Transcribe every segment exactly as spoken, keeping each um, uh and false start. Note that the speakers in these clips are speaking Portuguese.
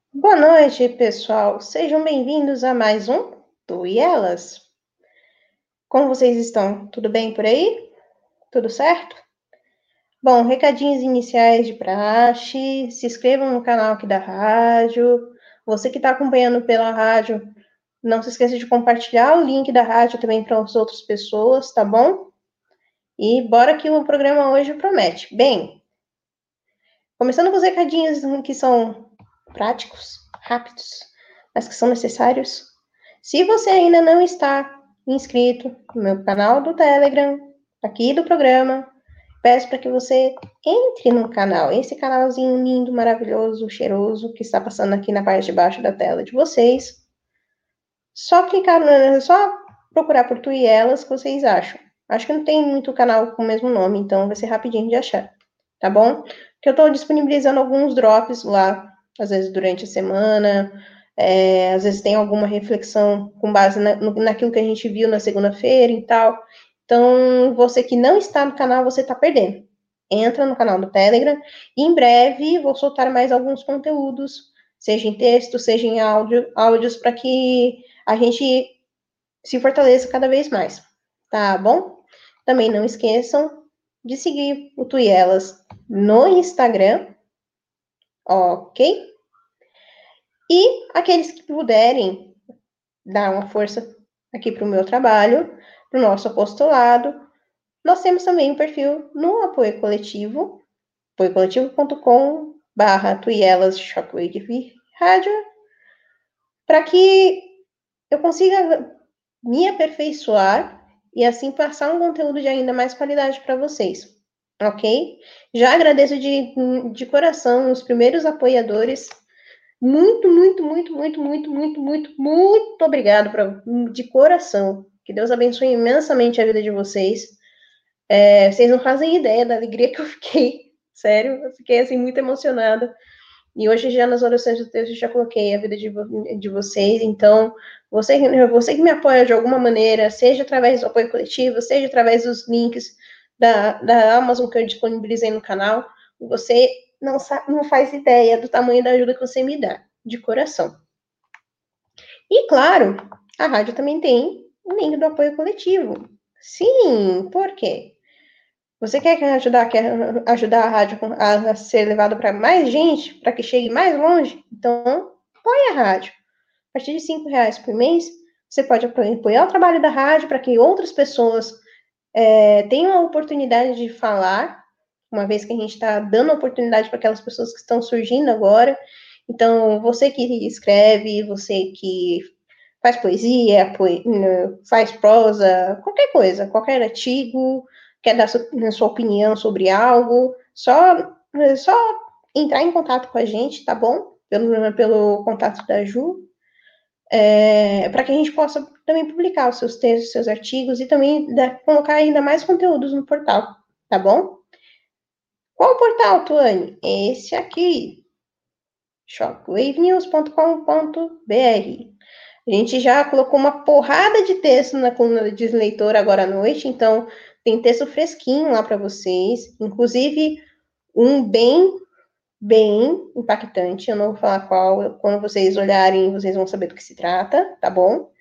Boa noite, pessoal. Sejam bem-vindos a mais um Tu e Elas. Como vocês estão? Tudo bem por aí? Tudo certo? Bom, recadinhos iniciais de praxe. Se inscrevam no canal aqui da rádio. Você que está acompanhando pela rádio, não se esqueça de compartilhar o link da rádio também para as outras pessoas, tá bom? E bora que o programa hoje promete. Bem, começando com os recadinhos que são práticos, rápidos, mas que são necessários. Se você ainda não está inscrito no meu canal do Telegram, aqui do programa, peço para que você entre no canal, esse canalzinho lindo, maravilhoso, cheiroso, que está passando aqui na parte de baixo da tela de vocês. Só clicar, no, só procurar por Tu e Elas, que vocês acham. Acho que não tem muito canal com o mesmo nome, então vai ser rapidinho de achar, tá bom? Porque eu estou disponibilizando alguns drops lá, às vezes durante a semana, é, às vezes tem alguma reflexão com base na, naquilo que a gente viu na segunda-feira e tal. Então, você que não está no canal, você está perdendo. Entra no canal do Telegram e em breve vou soltar mais alguns conteúdos, seja em texto, seja em áudio, áudios, para que a gente se fortaleça cada vez mais, tá bom? Também não esqueçam de seguir o Tu e Elas no Instagram, ok? E aqueles que puderem dar uma força aqui para o meu trabalho, para o nosso apostolado, nós temos também um perfil no Apoio Coletivo, apoio coletivo ponto com barra Tu e Elas Shockwave Rádio, para que eu consiga me aperfeiçoar e assim passar um conteúdo de ainda mais qualidade para vocês, ok? Já agradeço de, de coração os primeiros apoiadores. Muito, muito, muito, muito, muito, muito, muito, muito obrigado pra, de coração. Que Deus abençoe imensamente a vida de vocês. É, vocês não fazem ideia da alegria que eu fiquei. Sério, eu fiquei assim muito emocionada. E hoje, já nas orações do texto, já coloquei a vida de, de vocês. Então, você, você que me apoia de alguma maneira, seja através do apoio coletivo, seja através dos links da, da Amazon que eu disponibilizei no canal, você não, sabe, não faz ideia do tamanho da ajuda que você me dá, de coração. E, claro, a rádio também tem o link do apoio coletivo. Sim, por quê? Você quer ajudar, quer ajudar a rádio a ser levado para mais gente, para que chegue mais longe? Então, apoie a rádio. A partir de cinco reais por mês, você pode apoiar o trabalho da rádio para que outras pessoas é, tenham a oportunidade de falar, uma vez que a gente está dando oportunidade para aquelas pessoas que estão surgindo agora. Então, você que escreve, você que faz poesia, faz prosa, qualquer coisa, qualquer artigo, quer dar sua, sua opinião sobre algo, só, só entrar em contato com a gente, tá bom? Pelo, pelo contato da Ju, é, para que a gente possa também publicar os seus textos, seus artigos e também da, colocar ainda mais conteúdos no portal, tá bom? Qual portal, Tuane? Esse aqui, shockwave news ponto com ponto b r. A gente já colocou uma porrada de texto na coluna de leitor agora à noite, então tem texto fresquinho lá para vocês, inclusive um bem, bem impactante. Eu não vou falar qual, quando vocês olharem, vocês vão saber do que se trata, tá bom?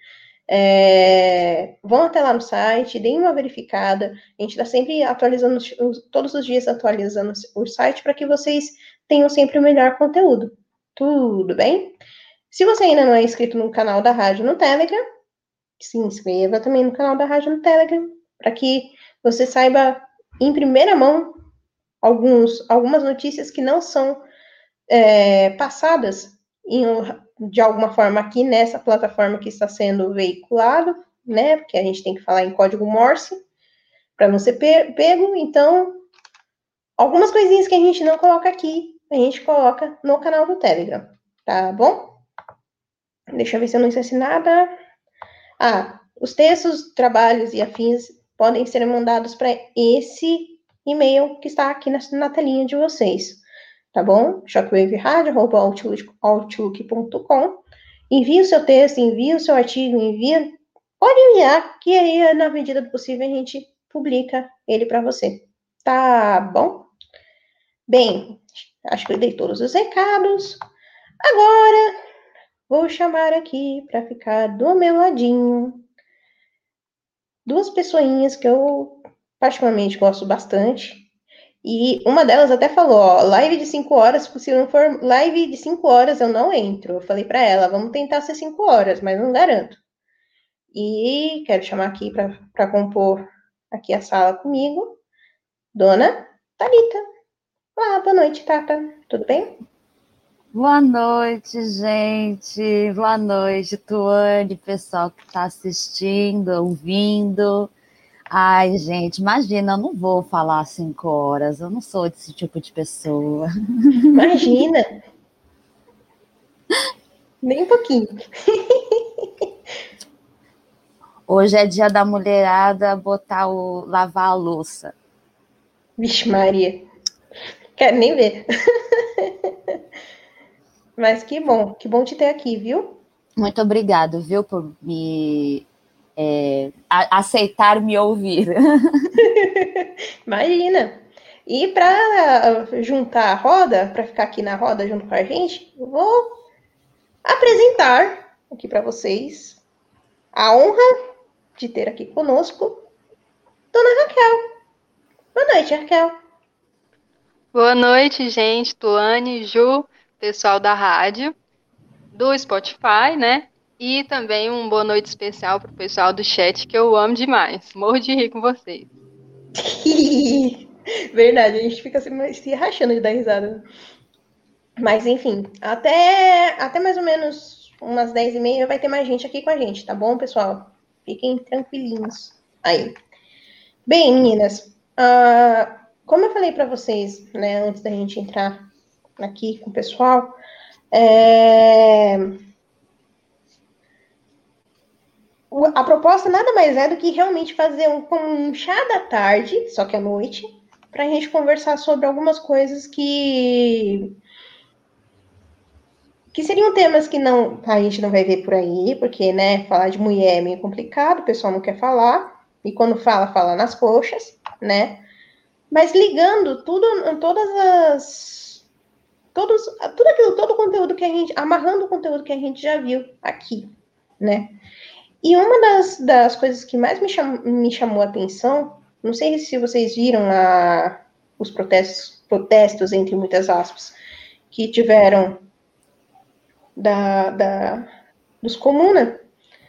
É, vão até lá no site, deem uma verificada. A gente está sempre atualizando, todos os dias atualizando o site para que vocês tenham sempre o melhor conteúdo. Tudo bem? Se você ainda não é inscrito no canal da rádio no Telegram, se inscreva também no canal da rádio no Telegram, para que você saiba em primeira mão alguns, algumas notícias que não são é, passadas em, de alguma forma aqui nessa plataforma que está sendo veiculado, né? Porque a gente tem que falar em código Morse para não ser pego. Então, algumas coisinhas que a gente não coloca aqui, a gente coloca no canal do Telegram, tá bom? Deixa eu ver se eu não esqueci nada. Ah, os textos, trabalhos e afins podem ser mandados para esse e-mail que está aqui na, na telinha de vocês, tá bom? shockwaveradio arroba outlook ponto com. Envie o seu texto, envie o seu artigo, envia. Pode enviar, que aí, na medida do possível, a gente publica ele para você. Tá bom? Bem, acho que eu dei todos os recados. Agora, vou chamar aqui para ficar do meu ladinho duas pessoinhas que eu particularmente gosto bastante. E uma delas até falou, ó, live de cinco horas, se não for live de cinco horas eu não entro. Eu falei para ela, vamos tentar ser cinco horas, mas não garanto. E quero chamar aqui para compor aqui a sala comigo, Dona Thalita. Olá, boa noite, Tata. Tudo bem? Boa noite, gente. Boa noite, Tuane, pessoal que está assistindo, ouvindo. Ai, gente, imagina, eu não vou falar cinco horas, eu não sou desse tipo de pessoa. Imagina! Nem um pouquinho. Hoje é dia da mulherada botar o lavar a louça. Vixe, Maria. Quero nem ver. Mas que bom, que bom te ter aqui, viu? Muito obrigado, viu, por me é, a, aceitar me ouvir. Imagina. E para juntar a roda, para ficar aqui na roda junto com a gente, eu vou apresentar aqui para vocês a honra de ter aqui conosco Dona Raquel. Boa noite, Raquel. Boa noite, gente. Tuane, Ju, pessoal da rádio, do Spotify, né? E também um boa noite especial para o pessoal do chat, que eu amo demais. Morro de rir com vocês. Verdade, a gente fica se, se rachando de dar risada. Mas enfim, até, até mais ou menos umas dez e meia vai ter mais gente aqui com a gente, tá bom, pessoal? Fiquem tranquilinhos aí. Bem, meninas, uh, como eu falei para vocês, né, antes da gente entrar aqui com o pessoal, é... a proposta nada mais é do que realmente fazer um, um chá da tarde, só que à noite, para a gente conversar sobre algumas coisas que que seriam temas que não a gente não vai ver por aí, porque, né, falar de mulher é meio complicado, o pessoal não quer falar, e quando fala, fala nas coxas, né? Mas ligando tudo, todas as. Todos, tudo aquilo, todo o conteúdo que a gente. Amarrando o conteúdo que a gente já viu aqui, né? E uma das, das coisas que mais me, cham, me chamou a atenção, não sei se vocês viram a, os protestos, protestos, entre muitas aspas, que tiveram da, da, dos Comuna,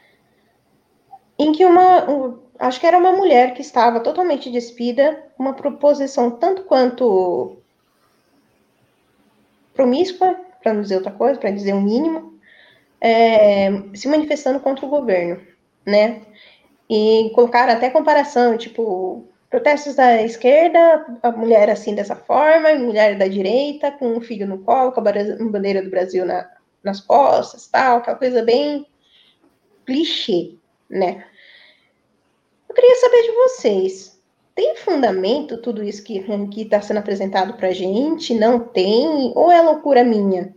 em que uma, um, acho que era uma mulher que estava totalmente despida, uma proposição tanto quanto promíscua, para não dizer outra coisa, para dizer o um mínimo, é, se manifestando contra o governo, né? E colocaram até comparação, tipo, protestos da esquerda, a mulher assim dessa forma, mulher da direita, com um filho no colo, com a bandeira do Brasil na, nas costas, tal, aquela coisa bem clichê, né? Eu queria saber de vocês. Tem fundamento tudo isso que está sendo apresentado para gente? Não tem? Ou é loucura minha?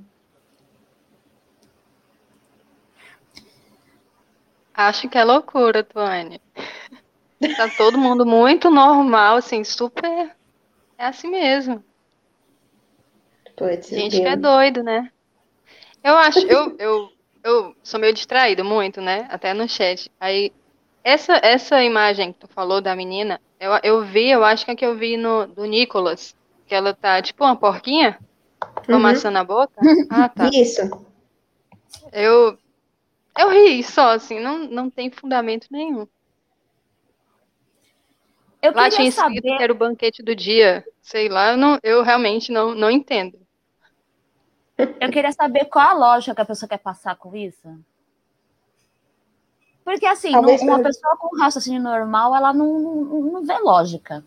Acho que é loucura, Tuane. Tá todo mundo muito normal, assim, super. É assim mesmo. Putz, Gente que é deu. doido, né? Eu acho, eu, eu, eu sou meio distraído muito, né? Até no chat. Aí, essa, essa imagem que tu falou da menina, eu, eu vi, eu acho que é que eu vi no do Nicolas, que ela tá tipo uma porquinha com a maçã Uhum. na boca. Ah, tá. Isso. Eu, eu ri só, assim, não, não tem fundamento nenhum. Eu Lá queria tinha escrito saber, que era o banquete do dia, sei lá, eu, não, eu realmente não, não entendo. eu queria saber qual a lógica que a pessoa quer passar com isso. Porque, assim, não, Talvez. uma pessoa com raciocínio normal, ela não, não, não vê lógica.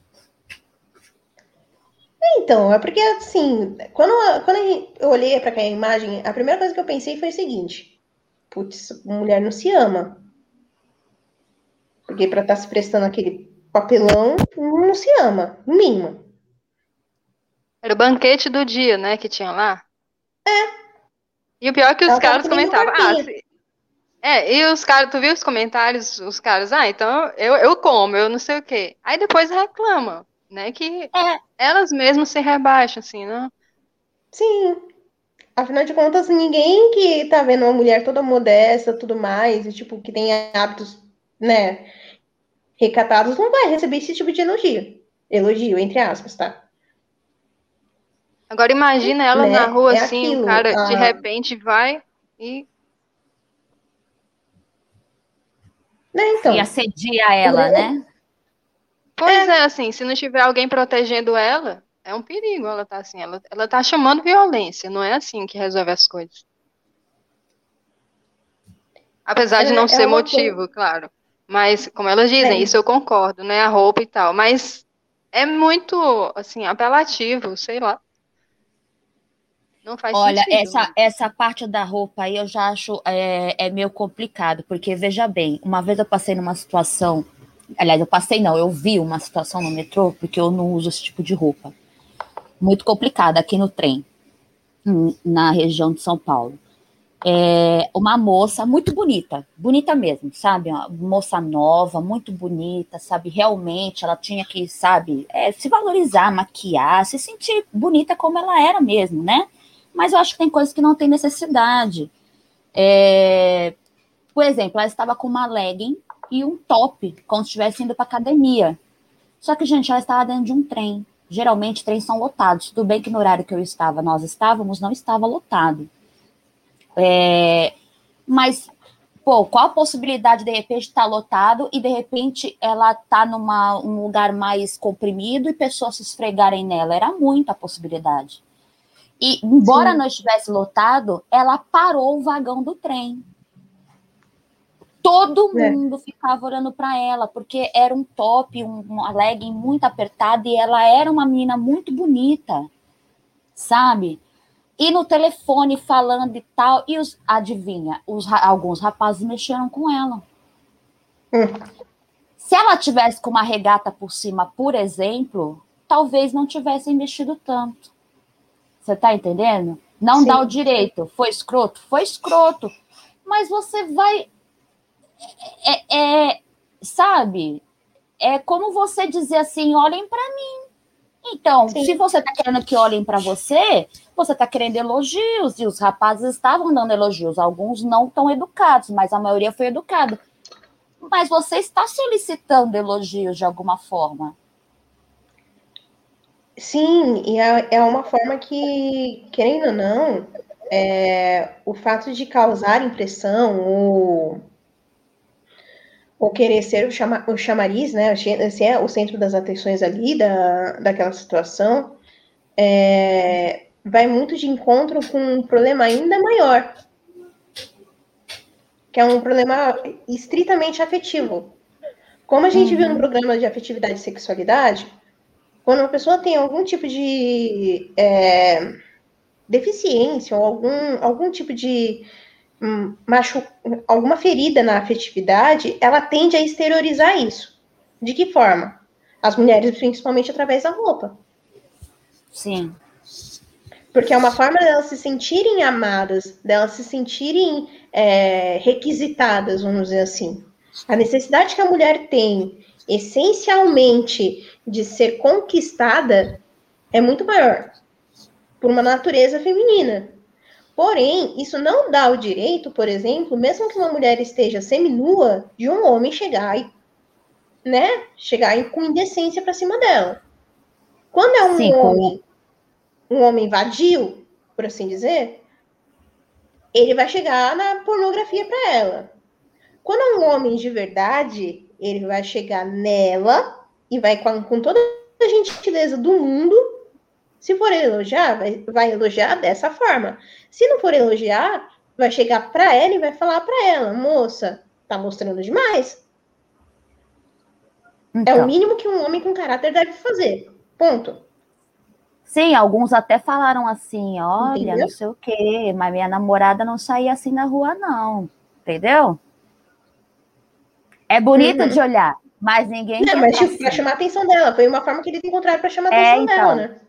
Então, é porque assim, quando, quando eu olhei para aquela imagem, a primeira coisa que eu pensei foi o seguinte: putz, mulher não se ama. Porque para estar tá se prestando aquele papelão, não se ama, no mínimo. Era o banquete do dia, né, que tinha lá. E o pior é que os Ela tava caras que nem uma comentavam, ah, porquinha. se- é, e os caras, tu viu os comentários, os caras, ah, então eu, eu como, eu não sei o quê. Aí depois reclamam, né, que É, elas mesmas se rebaixam, assim, não? Sim. Afinal de contas, ninguém que tá vendo uma mulher toda modesta, tudo mais, e tipo, que tem hábitos, né, recatados, não vai receber esse tipo de elogio. Elogio, entre aspas, tá? Agora imagina ela na Né? rua É assim, o aquilo. cara de Ah, repente vai e né, E então. assedia O, ela, o- né? pois é, assim, se não tiver alguém protegendo ela, é um perigo ela tá assim, ela, ela tá chamando violência, não é assim que resolve as coisas. Apesar de não é, é ser uma coisa. motivo, claro. Mas, como elas dizem, É, isso eu concordo, né? A roupa e tal. Mas é muito, assim, apelativo, sei lá. Não faz Olha, sentido. essa, essa parte da roupa aí eu já acho é, é meio complicado, porque veja bem, uma vez eu passei numa situação, aliás, eu passei não, eu vi uma situação no metrô, porque eu não uso esse tipo de roupa. Muito complicada aqui no trem, hum, na região de São Paulo. É uma moça muito bonita, bonita mesmo, sabe? Uma moça nova, muito bonita, sabe? Realmente ela tinha que, sabe, é, se valorizar, maquiar, se sentir bonita como ela era mesmo, né? Mas eu acho que tem coisas que não tem necessidade. É, por exemplo, ela estava com uma legging e um top, como se estivesse indo para academia. Só que, gente, ela estava dentro de um trem. Geralmente, trens são lotados. Tudo bem que no horário que eu estava, nós estávamos, não estava lotado. É, mas, pô, qual a possibilidade de repente estar lotado e de repente ela tá numa um lugar mais comprimido e pessoas se esfregarem nela? Era muita possibilidade. E, embora sim, não estivesse lotado, ela parou o vagão do trem. Todo né? mundo ficava olhando para ela, porque era um top, um, uma legging muito apertada e ela era uma menina muito bonita, sabe? E no telefone falando e tal, e os, adivinha, os, alguns rapazes mexeram com ela. Hum, Se ela tivesse com uma regata por cima, por exemplo, talvez não tivessem mexido tanto. Você tá entendendo? Não dá o sim, direito. Foi escroto? Foi escroto. Mas você vai. É, é, sabe? É como você dizer assim: olhem para mim. Então, se sim. você tá querendo que olhem para você, você tá querendo elogios. E os rapazes estavam dando elogios. Alguns não tão educados, mas a maioria foi educada. Mas você está solicitando elogios de alguma forma. Sim, e é, é uma forma que, querendo ou não, é, o fato de causar impressão ou, ou querer ser o, chama, o chamariz, né? Ser o centro das atenções ali da, daquela situação, é, vai muito de encontro com um problema ainda maior, que é um problema estritamente afetivo. Como a gente viu no Uhum. programa de afetividade e sexualidade, quando uma pessoa tem algum tipo de é, deficiência ou algum, algum tipo de hum, machu... alguma ferida na afetividade, ela tende a exteriorizar isso. De que forma? As mulheres, principalmente através da roupa. Sim, Porque é uma forma delas se sentirem amadas, delas se sentirem é, requisitadas, vamos dizer assim. A necessidade que a mulher tem, essencialmente, de ser conquistada, é muito maior, por uma natureza feminina. Porém, isso não dá o direito, por exemplo, mesmo que uma mulher esteja seminua, de um homem chegar e, né, chegar com indecência para cima dela. Quando é um sim, com homem, um homem vadio, por assim dizer, ele vai chegar na pornografia para ela. Quando é um homem de verdade, ele vai chegar nela e vai com, com toda a gentileza do mundo. Se for elogiar, vai, vai elogiar dessa forma. Se não for elogiar, vai chegar para ela e vai falar para ela, moça, tá mostrando demais. É o então. mínimo que um homem com caráter deve fazer. Ponto. Sim, alguns até falaram assim, olha, Entendeu? não sei o quê, mas minha namorada não saía assim na rua, não. Entendeu? É bonito de Uhum. olhar, mas ninguém Não, quer mas pra tipo, para si. chamar a atenção dela. Foi uma forma que eles encontraram para chamar a É, atenção dela, então, né?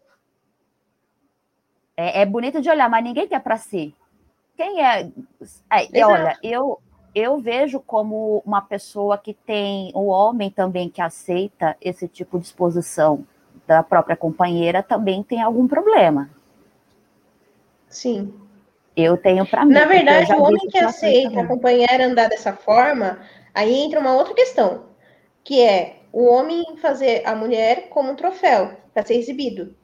é, é bonito de olhar, mas ninguém quer pra si. Quem é? É, é, olha, Exato. eu eu vejo como uma pessoa que tem o homem também que aceita esse tipo de exposição da própria companheira também tem algum problema. Sim. Eu tenho para mim. Na verdade, o homem que situações aceita também. a companheira andar dessa forma, aí entra uma outra questão, que é o homem fazer a mulher como um troféu, para ser exibido.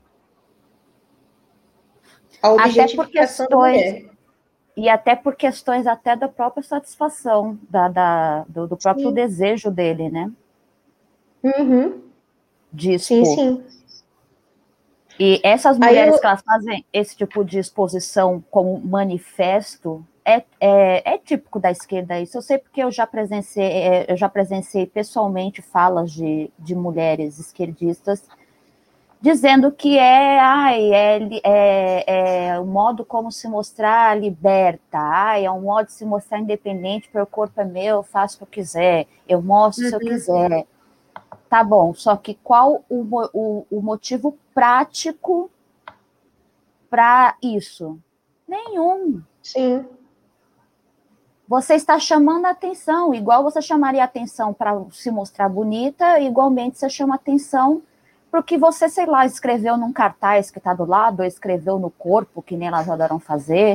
A Até por objetificação da questões, mulher. e até por questões até da própria satisfação, da, da- do, do próprio Sim. desejo dele, né? Uhum. De Sim, expor. sim. E essas Aí mulheres eu- que elas fazem esse tipo de exposição como manifesto é, é, é típico da esquerda isso. Eu sei porque eu já presenciei, é, eu já presenciei pessoalmente falas de, de mulheres esquerdistas dizendo que é, ai, é, é, é o modo como se mostrar liberta, ai, é um modo de se mostrar independente, porque o corpo é meu, eu faço o que eu quiser, eu mostro se eu quiser. Tá bom, só que qual o, o, o motivo prático para isso? Nenhum. Sim. Você está chamando a atenção, igual você chamaria a atenção para se mostrar bonita, igualmente você chama atenção para o que você, sei lá, escreveu num cartaz que está do lado, ou escreveu no corpo, que nem elas adoram fazer.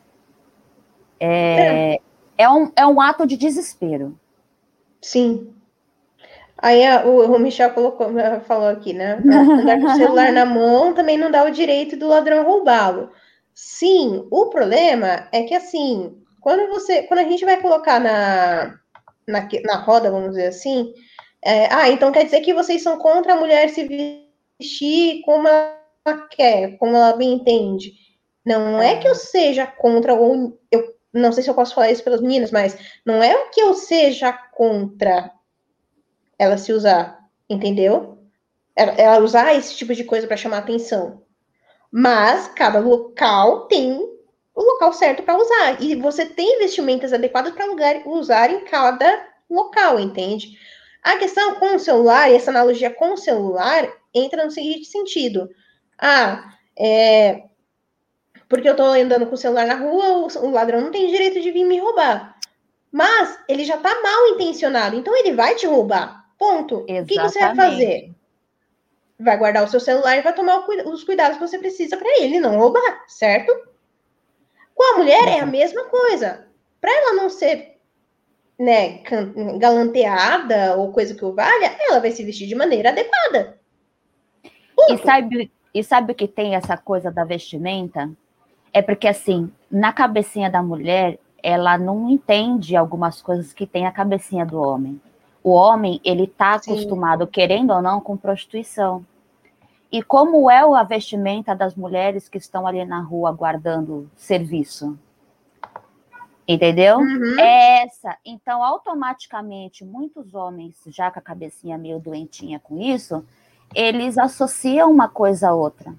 É, é. é, um, é um ato de desespero. Sim. Aí a, o, o Michel colocou, falou aqui, né? Andar com o celular na mão também não dá o direito do ladrão roubá-lo. Sim, o problema é que assim, quando você, quando a gente vai colocar na, na, na roda, vamos dizer assim, é, ah, então quer dizer que vocês são contra a mulher se vestir como ela quer, como ela bem entende. Não é, é que eu seja contra, ou eu não sei se eu posso falar isso pelas meninas, mas não é o que eu seja contra ela se usar, entendeu? Ela, ela usar esse tipo de coisa para chamar atenção. Mas cada local tem o local certo para usar. E você tem vestimentas adequadas para usar em cada local, entende? A questão com o celular, e essa analogia com o celular, entra no seguinte sentido. Ah, é, porque eu estou andando com o celular na rua, o ladrão não tem direito de vir me roubar. Mas ele já está mal intencionado, então ele vai te roubar. Ponto. Exatamente. O que, que você vai fazer? Vai guardar o seu celular e vai tomar os cuidados que você precisa para ele não roubar, certo? Com a mulher é a mesma coisa. Para ela não ser, né, galanteada ou coisa que o valha, ela vai se vestir de maneira adequada. Ponto. E sabe, e sabe o que tem essa coisa da vestimenta? É porque, assim, na cabecinha da mulher, ela não entende algumas coisas que tem a cabecinha do homem. O homem, ele tá acostumado, Sim. querendo ou não, com prostituição. E como é a vestimenta das mulheres que estão ali na rua aguardando serviço? Entendeu? Uhum. É essa. Então, automaticamente, muitos homens, já com a cabecinha meio doentinha com isso, eles associam uma coisa a outra.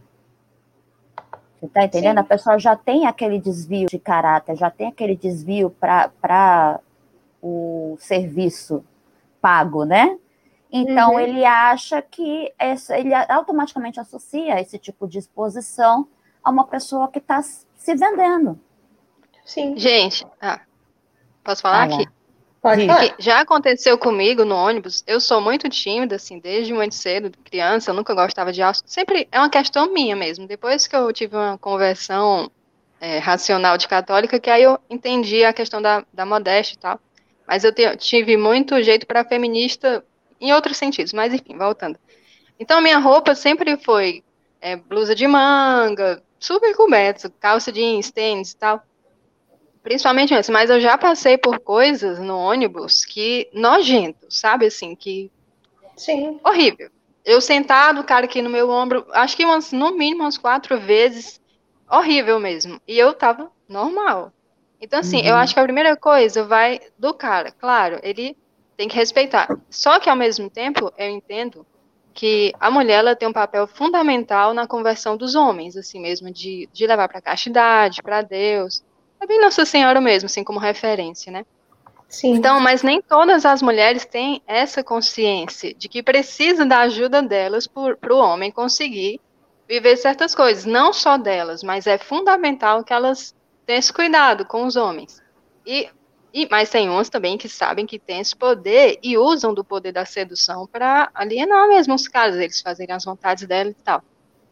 Você está entendendo? Sim. A pessoa já tem aquele desvio de caráter, já tem aquele desvio para o serviço pago, né? Então, uhum. ele acha que essa, ele automaticamente associa esse tipo de exposição a uma pessoa que está se vendendo. Sim. Gente, ah, posso falar Fala. aqui? Pode falar. Já aconteceu comigo no ônibus. Eu sou muito tímida, assim, desde muito cedo, criança. Eu nunca gostava de alça. Sempre é uma questão minha mesmo. Depois que eu tive uma conversão é, racional de católica, que aí eu entendi a questão da, da modéstia e tal. Mas eu te, tive muito jeito para feminista em outros sentidos. Mas enfim, voltando. Então, minha roupa sempre foi é, blusa de manga, super coberta, calça jeans, tênis e tal. Principalmente antes, mas eu já passei por coisas no ônibus que nojento, sabe assim, que Sim. horrível. Eu sentado, o cara aqui no meu ombro, acho que umas, no mínimo umas quatro vezes, horrível mesmo. E eu tava normal. Então, assim, uhum. eu acho que a primeira coisa vai do cara, claro, ele tem que respeitar. Só que, ao mesmo tempo, eu entendo que a mulher ela tem um papel fundamental na conversão dos homens, assim mesmo, de, de levar para a castidade, para Deus. É bem Nossa Senhora mesmo, assim, como referência, né? Sim. Então, mas nem todas as mulheres têm essa consciência de que precisa da ajuda delas para o homem conseguir viver certas coisas. Não só delas, mas é fundamental que elas tenham esse cuidado com os homens. E, e mas tem uns também que sabem que têm esse poder e usam do poder da sedução para alienar mesmo os caras, eles fazerem as vontades delas e tal.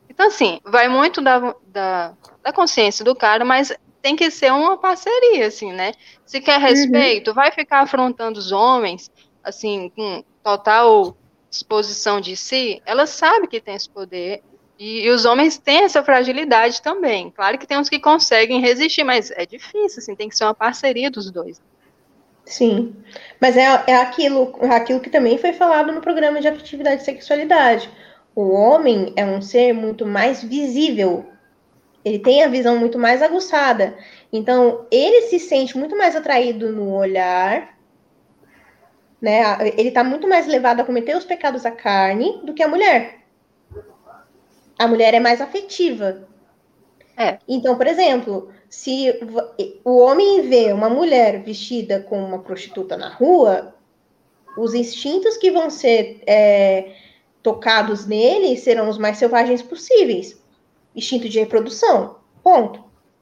Então, assim, vai muito da, da, da consciência do cara, mas tem que ser uma parceria, assim, né? Se quer respeito, vai ficar afrontando os homens, assim, com total exposição de si, ela sabe que tem esse poder, e, e os homens têm essa fragilidade também. Claro que tem uns que conseguem resistir, mas é difícil, assim, tem que ser uma parceria dos dois. Sim, mas é, é aquilo, aquilo que também foi falado no programa de afetividade e sexualidade. O homem é um ser muito mais visível, ele tem a visão muito mais aguçada. Então, ele se sente muito mais atraído no olhar, né? Ele está muito mais levado a cometer os pecados da carne do que a mulher. A mulher é mais afetiva. É. Então, por exemplo, se o homem vê uma mulher vestida como uma prostituta na rua, os instintos que vão ser é, tocados nele serão os mais selvagens possíveis. Instinto de reprodução, ponto.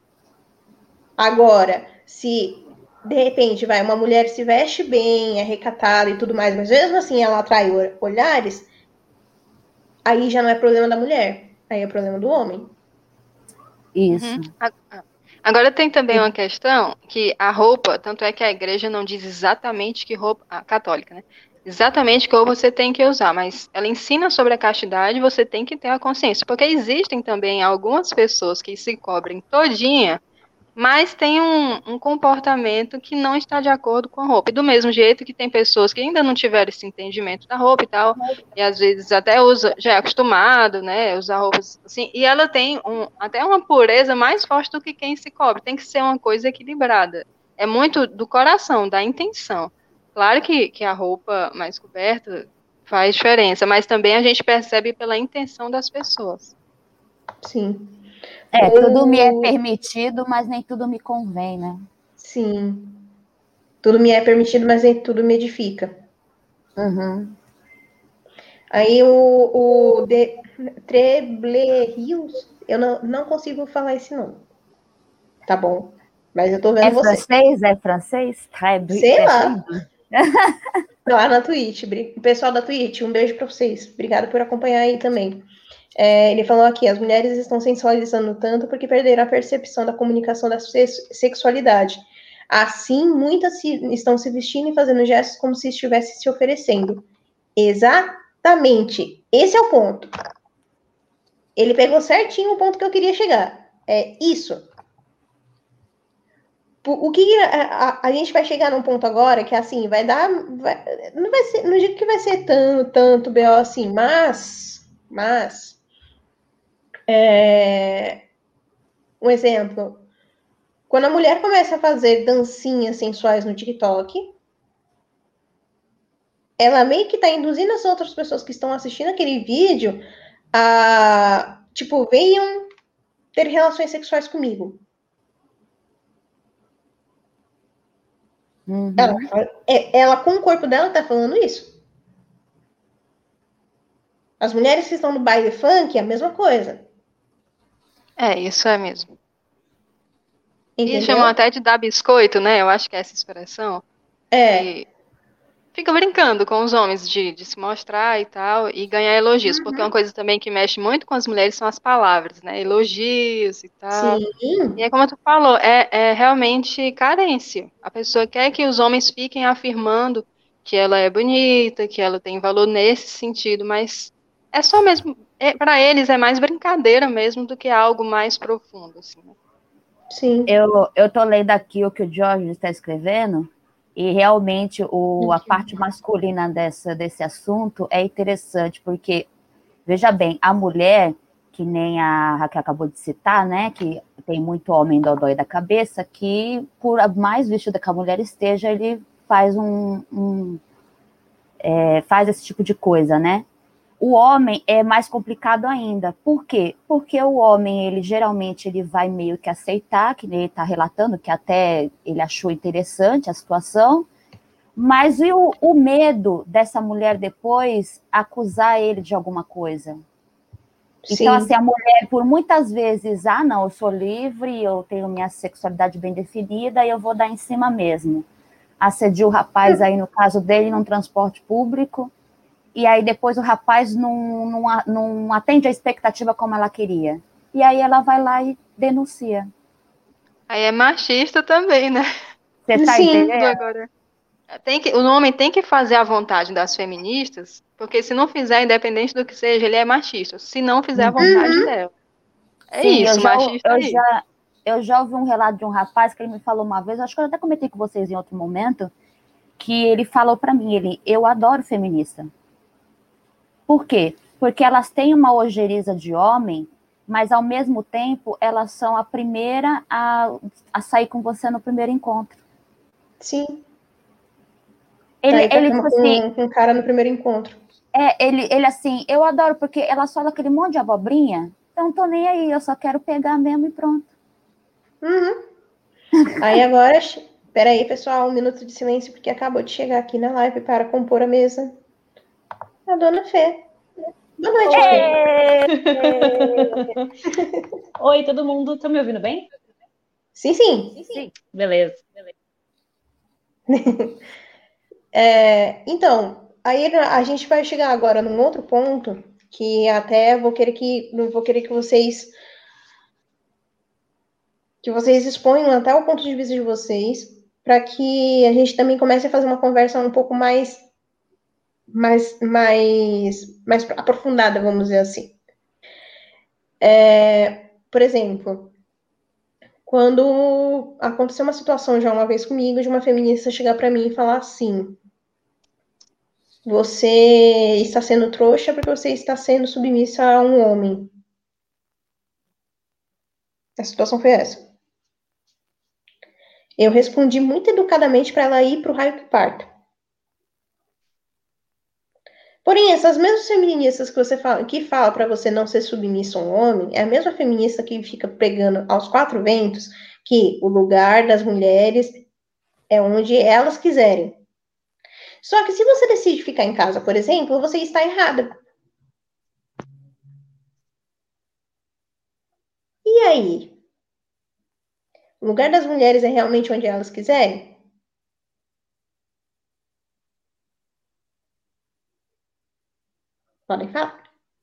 Agora, se de repente vai uma mulher se veste bem, é recatada e tudo mais, mas mesmo assim ela atrai olhares, aí já não é problema da mulher, aí é problema do homem. Isso. Uhum. Agora tem também uma questão que a roupa, tanto é que a igreja não diz exatamente que roupa, a católica, né? Exatamente que roupa você tem que usar, mas ela ensina sobre a castidade, você tem que ter a consciência, porque existem também algumas pessoas que se cobrem todinha, mas tem um, um comportamento que não está de acordo com a roupa. E do mesmo jeito que tem pessoas que ainda não tiveram esse entendimento da roupa e tal, e às vezes até usa, já é acostumado, né, usar roupas assim, e ela tem um, até uma pureza mais forte do que quem se cobre. Tem que ser uma coisa equilibrada. É muito do coração, da intenção. Claro que, que a roupa mais coberta faz diferença, mas também a gente percebe pela intenção das pessoas. Sim. É, tudo me é permitido, mas nem tudo me convém, né? Sim. Tudo me é permitido, mas nem tudo me edifica. Uhum. Aí o, o de, Treblerius, eu não, não consigo falar esse nome. Tá bom. Mas eu tô vendo é você. Francês? É francês? Sei lá. Lá na Twitch. O pessoal da Twitch, um beijo pra vocês. Obrigada por acompanhar aí também. É, ele falou aqui, as mulheres estão sensualizando tanto porque perderam a percepção da comunicação da sexualidade. Assim, muitas se, estão se vestindo e fazendo gestos como se estivessem se oferecendo. Exatamente. Esse é o ponto. Ele pegou certinho o ponto que eu queria chegar. É isso. O que a, a, a gente vai chegar num ponto agora que assim vai dar, vai, não vai ser, não digo que vai ser tanto, tanto B O assim, mas, mas, é, um exemplo, quando a mulher começa a fazer dancinhas sensuais no TikTok, ela meio que tá induzindo as outras pessoas que estão assistindo aquele vídeo a, tipo, venham ter relações sexuais comigo. Uhum. Ela, ela, com o corpo dela, tá falando isso. As mulheres que estão no baile funk é a mesma coisa. É, isso é mesmo. Entendeu? E chamam até de dar biscoito, né? Eu acho que é essa expressão. É. E fica brincando com os homens de, de se mostrar e tal, e ganhar elogios, Uhum. porque uma coisa também que mexe muito com as mulheres são as palavras, né? Elogios e tal. Sim. E é como tu falou, é, é realmente carência. A pessoa quer que os homens fiquem afirmando que ela é bonita, que ela tem valor nesse sentido, mas é só mesmo, é, para eles é mais brincadeira mesmo do que algo mais profundo, assim, né? Sim. Eu, eu tô lendo aqui o que o Jorge está escrevendo, e realmente o, a parte masculina dessa, desse assunto é interessante, porque, veja bem, a mulher, que nem a Raquel acabou de citar, né, que tem muito homem dodói da cabeça, que por mais vestida que a mulher esteja, ele faz um, um é, faz esse tipo de coisa, né? O homem é mais complicado ainda. Por quê? Porque o homem, ele geralmente ele vai meio que aceitar, que ele está relatando, que até ele achou interessante a situação, mas e o, o medo dessa mulher depois acusar ele de alguma coisa? Sim. Então, assim, a mulher, por muitas vezes, ah, não, eu sou livre, eu tenho minha sexualidade bem definida e eu vou dar em cima mesmo. Assediou o rapaz aí, no caso dele, num transporte público, e aí depois o rapaz não, não, não atende a expectativa como ela queria. E aí ela vai lá e denuncia. Aí é machista também, né? Você tá Sim. Tudo entendendo? agora. Tem que, o homem tem que fazer a vontade das feministas, porque se não fizer, independente do que seja, ele é machista. Se não fizer a vontade Uhum. dela. É Sim, eu isso, já, machista eu é isso. já, eu já ouvi um relato de um rapaz que ele me falou uma vez, acho que eu até comentei com vocês em outro momento, que ele falou para mim, ele, eu adoro feminista. Por quê? Porque elas têm uma ojeriza de homem, mas ao mesmo tempo elas são a primeira a, a sair com você no primeiro encontro. Sim. Tá Ele, aí pra ele cama disse assim, com, com o cara no primeiro encontro. é, ele, ele assim, eu adoro porque elas falam aquele monte de abobrinha, então não tô nem aí, eu só quero pegar mesmo e pronto. Uhum. Aí agora, peraí, pessoal, um minuto de silêncio, porque acabou de chegar aqui na live para compor a mesa a dona Fê. Boa noite, Oi. Fê. Oi, todo mundo. Tá me ouvindo bem? Sim, sim. Sim. Beleza. É, então, aí a gente vai chegar agora num outro ponto que até vou querer que vou querer que vocês que vocês exponham até o ponto de vista de vocês, para que a gente também comece a fazer uma conversa um pouco mais mais mais mais aprofundada, vamos dizer assim. É, por exemplo, quando aconteceu uma situação já uma vez comigo de uma feminista chegar para mim e falar assim: você está sendo trouxa porque você está sendo submissa a um homem. A situação foi essa. Eu respondi muito educadamente para ela ir para o raio que parta. Porém, essas mesmas feministas que você fala, que fala para você não ser submissa a um homem, é a mesma feminista que fica pregando aos quatro ventos que o lugar das mulheres é onde elas quiserem. Só que se você decide ficar em casa, por exemplo, você está errada. E aí? O lugar das mulheres é realmente onde elas quiserem? Podem falar.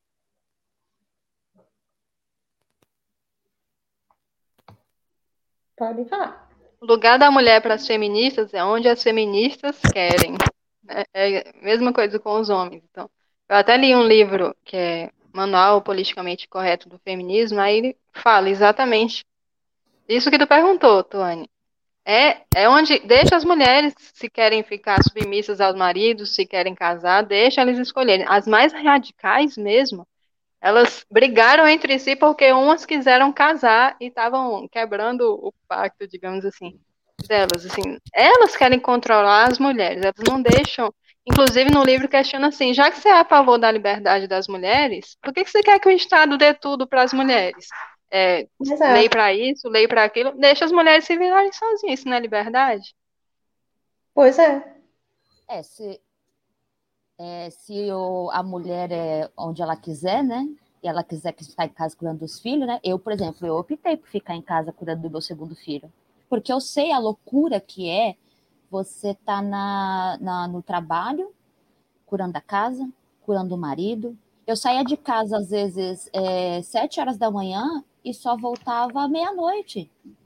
Podem falar. O lugar da mulher para as feministas é onde as feministas querem. Né? É a mesma coisa com os homens. Então, eu até li um livro que é Manual Politicamente Correto do Feminismo, aí ele fala exatamente isso que tu perguntou, Tuane. É, é onde deixa as mulheres, se querem ficar submissas aos maridos, se querem casar, deixa elas escolherem. As mais radicais mesmo, elas brigaram entre si porque umas quiseram casar e estavam quebrando o pacto, digamos assim, delas. Assim, elas querem controlar as mulheres, elas não deixam. Inclusive, no livro questiona assim: já que você é a favor da liberdade das mulheres, por que que você quer que o Estado dê tudo para as mulheres? É, lei Exato. para isso, lei para aquilo, deixa as mulheres se virarem sozinhas, isso não é liberdade? Pois é. É, se, é, se o, a mulher é onde ela quiser, né? E ela quiser que ficar em casa cuidando dos filhos, né? Eu, por exemplo, eu optei por ficar em casa cuidando do meu segundo filho. Porque eu sei a loucura que é você tá na, na, no trabalho, curando a casa, curando o marido. Eu saía de casa, às vezes, é, sete horas da manhã e só voltava à meia-noite.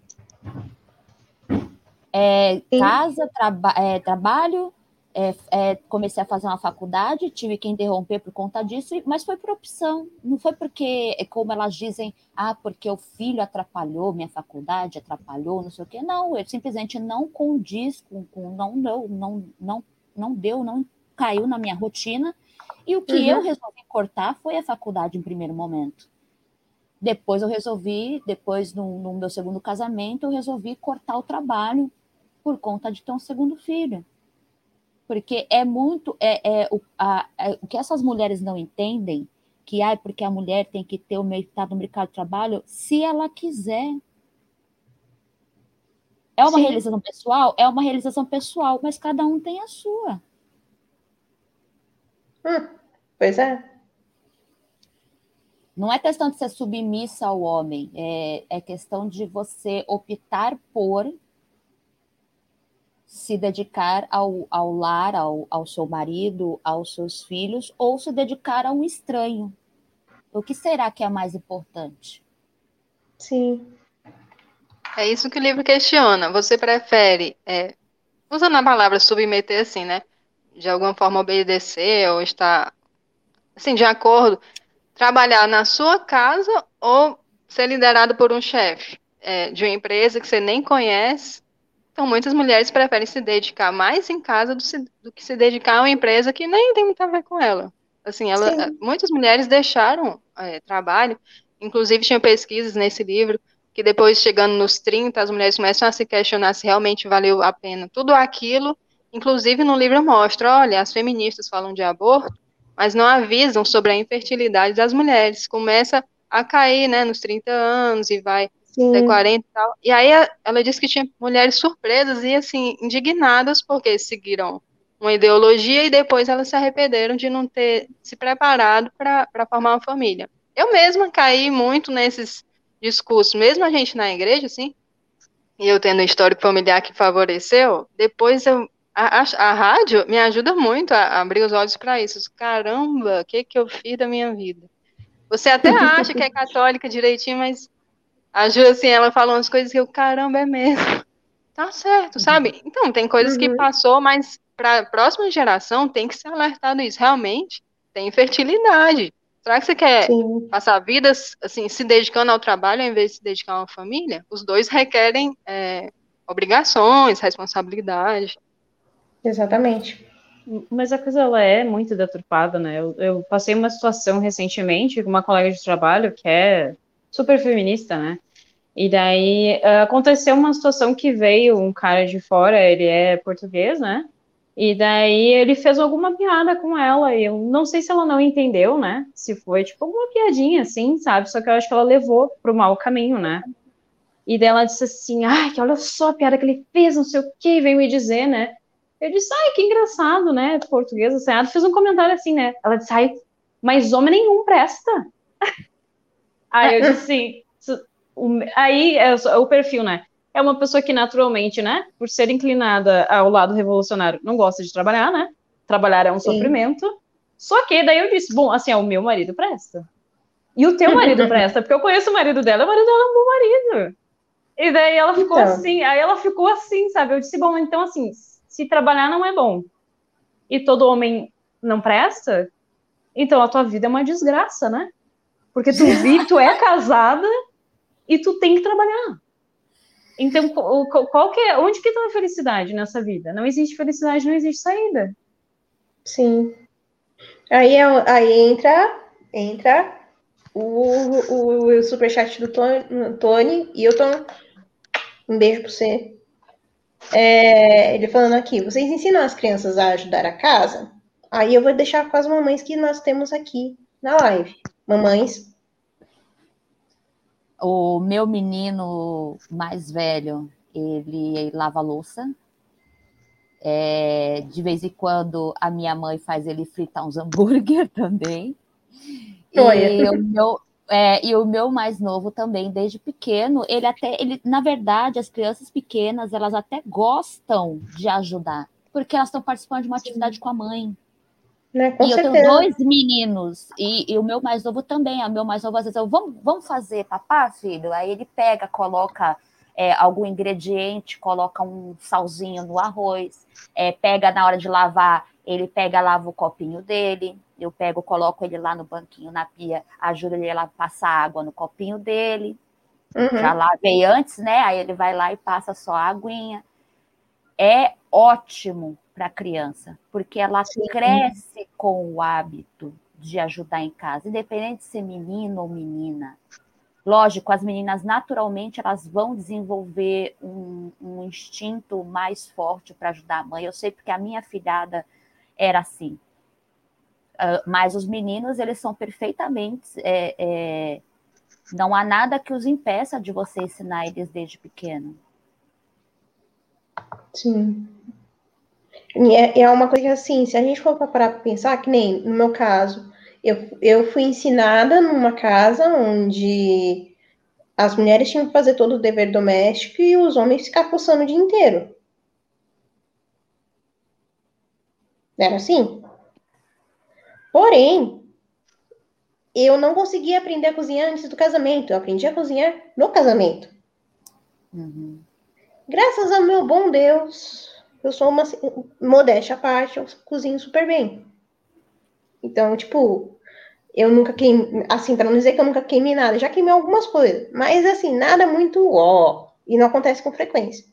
É, casa, traba é, trabalho, é, é, comecei a fazer uma faculdade, tive que interromper por conta disso, mas foi por opção, não foi porque, como elas dizem, ah, porque o filho atrapalhou minha faculdade, atrapalhou, não sei o quê. Não, ele simplesmente não condiz com, com não, não, não, não, não deu, não caiu na minha rotina, e o que Uhum. eu resolvi cortar foi a faculdade em primeiro momento. Depois eu resolvi, depois no, no meu segundo casamento, eu resolvi cortar o trabalho por conta de ter um segundo filho. Porque é muito. É, é, o, a, é, o que essas mulheres não entendem, que ah, porque a mulher tem que ter o mercado no mercado de trabalho, se ela quiser. É uma Sim. realização pessoal? É uma realização pessoal, mas cada um tem a sua. Hum, pois é. Não é questão de ser submissa ao homem, é, é questão de você optar por se dedicar ao, ao lar, ao, ao seu marido, aos seus filhos, ou se dedicar a um estranho. O que será que é mais importante? Sim. É isso que o livro questiona. Você prefere, é, usando a palavra submeter assim, né? De alguma forma obedecer ou estar, assim, de acordo, trabalhar na sua casa ou ser liderado por um chefe, é, de uma empresa que você nem conhece. Então, muitas mulheres preferem se dedicar mais em casa do, se- do que se dedicar a uma empresa que nem tem muito a ver com ela. Assim, ela, eh, Sim. muitas mulheres deixaram eh, trabalho, inclusive tinha pesquisas nesse livro, que depois, chegando nos trinta, as mulheres começam a se questionar se realmente valeu a pena tudo aquilo. Inclusive, no livro mostra, olha, as feministas falam de aborto, mas não avisam sobre a infertilidade das mulheres. Começa a cair, né, nos trinta anos e vai até Sim. quarenta e tal. E aí a- ela disse que tinha mulheres surpresas e assim indignadas porque seguiram uma ideologia e depois elas se arrependeram de não ter se preparado para para formar uma família. Eu mesma caí muito nesses discursos, mesmo a gente na igreja, assim, e eu tendo um histórico familiar que favoreceu, depois eu a, a, a rádio me ajuda muito a, a abrir os olhos para isso. Caramba, o que que eu fiz da minha vida? Você até acha que é católica direitinho, mas a Ju, assim, ela falou umas coisas que eu, caramba, é mesmo. Tá certo, sabe? Então, tem coisas que Uhum. passou, mas para a próxima geração tem que ser alertado isso. Realmente, tem infertilidade. Será que você quer Sim. passar vidas, assim, se dedicando ao trabalho ao invés de se dedicar a uma família? Os dois requerem é, obrigações, responsabilidade. Exatamente. Mas a coisa ela é muito deturpada, né? Eu, eu passei uma situação recentemente com uma colega de trabalho que é super feminista, né? E daí eh, aconteceu uma situação que veio um cara de fora, ele é português, né? E daí ele fez alguma piada com ela, e eu não sei se ela não entendeu, né? Se foi tipo alguma piadinha assim, sabe? Só que eu acho que ela levou pro mau caminho, né? E daí ela disse assim, ai, que olha só a piada que ele fez, não sei o que, veio me dizer, né? Eu disse, ai, que engraçado, né? Português, assanhado, fez um comentário assim, né? Ela disse, ai, mas homem nenhum presta. Aí eu disse assim, su- o- aí é o o perfil, né? É uma pessoa que naturalmente, né, por ser inclinada ao lado revolucionário, não gosta de trabalhar, né? Trabalhar é um Sim. sofrimento. Só que daí eu disse, bom, assim, ó, o meu marido presta. E o teu marido presta, porque eu conheço o marido dela, e o marido dela é um bom marido. E daí ela ficou Então, assim, aí ela ficou assim, sabe? Eu disse, bom, então assim, se trabalhar não é bom e todo homem não presta, então a tua vida é uma desgraça, né? Porque tu vi, tu é casada e tu tem que trabalhar. Então, qual que é, onde que tá a felicidade nessa vida? Não existe felicidade, não existe saída. sim. Aí, é, o- aí entra, entra o, o superchat do Tony, Tony Hilton. Um beijo pra você. É, ele falando aqui, vocês ensinam as crianças a ajudar a casa? Aí eu vou deixar com as mamães que nós temos aqui na live. Mamães. O meu menino mais velho, ele lava a louça. É, de vez em quando a minha mãe faz ele fritar uns hambúrguer também. Olha. E o meu, é, e o meu mais novo também, desde pequeno, ele até, ele, na verdade, as crianças pequenas, elas até gostam de ajudar, porque elas estão participando de uma atividade Sim. com a mãe. Né, com E eu tenho certeza. dois meninos, e, e o meu mais novo também. O meu mais novo, às vezes, eu, vamos, vamos fazer, papá, filho? Aí ele pega, coloca é, algum ingrediente, coloca um salzinho no arroz, é, pega na hora de lavar, ele pega, lava o copinho dele, eu pego, coloco ele lá no banquinho, na pia, ajudo ele a passar água no copinho dele. Já Uhum. lavei antes, né? Aí ele vai lá e passa só a aguinha. É ótimo para a criança, porque ela Sim. cresce com o hábito de ajudar em casa, independente de ser menino ou menina. Lógico, as meninas naturalmente elas vão desenvolver um, um instinto mais forte para ajudar a mãe. Eu sei porque a minha filhada era assim. Uh, mas os meninos, eles são perfeitamente... É, é, não há nada que os impeça de você ensinar eles desde pequeno. Sim. E é, é uma coisa que, assim, se a gente for parar para pensar, que nem no meu caso, eu, eu fui ensinada numa casa onde as mulheres tinham que fazer todo o dever doméstico e os homens ficar coçando o dia inteiro. Era assim. Porém, eu não conseguia aprender a cozinhar antes do casamento. Eu aprendi a cozinhar no casamento. Uhum. Graças ao meu bom Deus, eu sou uma modéstia à parte, eu cozinho super bem. Então, tipo, eu nunca queimei, assim, para não dizer que eu nunca queimei nada, já queimei algumas coisas, mas assim, nada muito ó, e não acontece com frequência.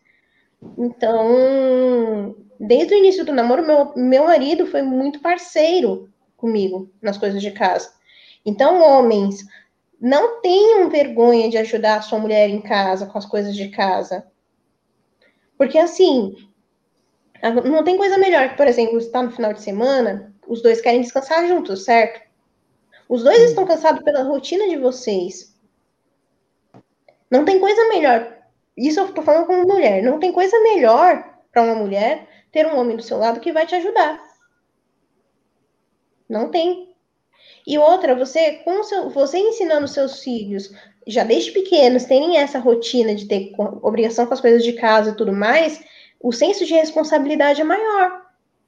Então, desde o início do namoro, meu, meu marido foi muito parceiro comigo nas coisas de casa. Então, homens, não tenham vergonha de ajudar a sua mulher em casa com as coisas de casa. Porque assim, não tem coisa melhor que, por exemplo, estar no final de semana, os dois querem descansar juntos, certo? Os dois estão cansados pela rotina de vocês. Não tem coisa melhor. Isso eu tô falando como mulher. Não tem coisa melhor para uma mulher ter um homem do seu lado que vai te ajudar. Não tem. E outra, você, com seu, você ensinando seus filhos, já desde pequenos, terem essa rotina de ter obrigação com as coisas de casa e tudo mais, o senso de responsabilidade é maior.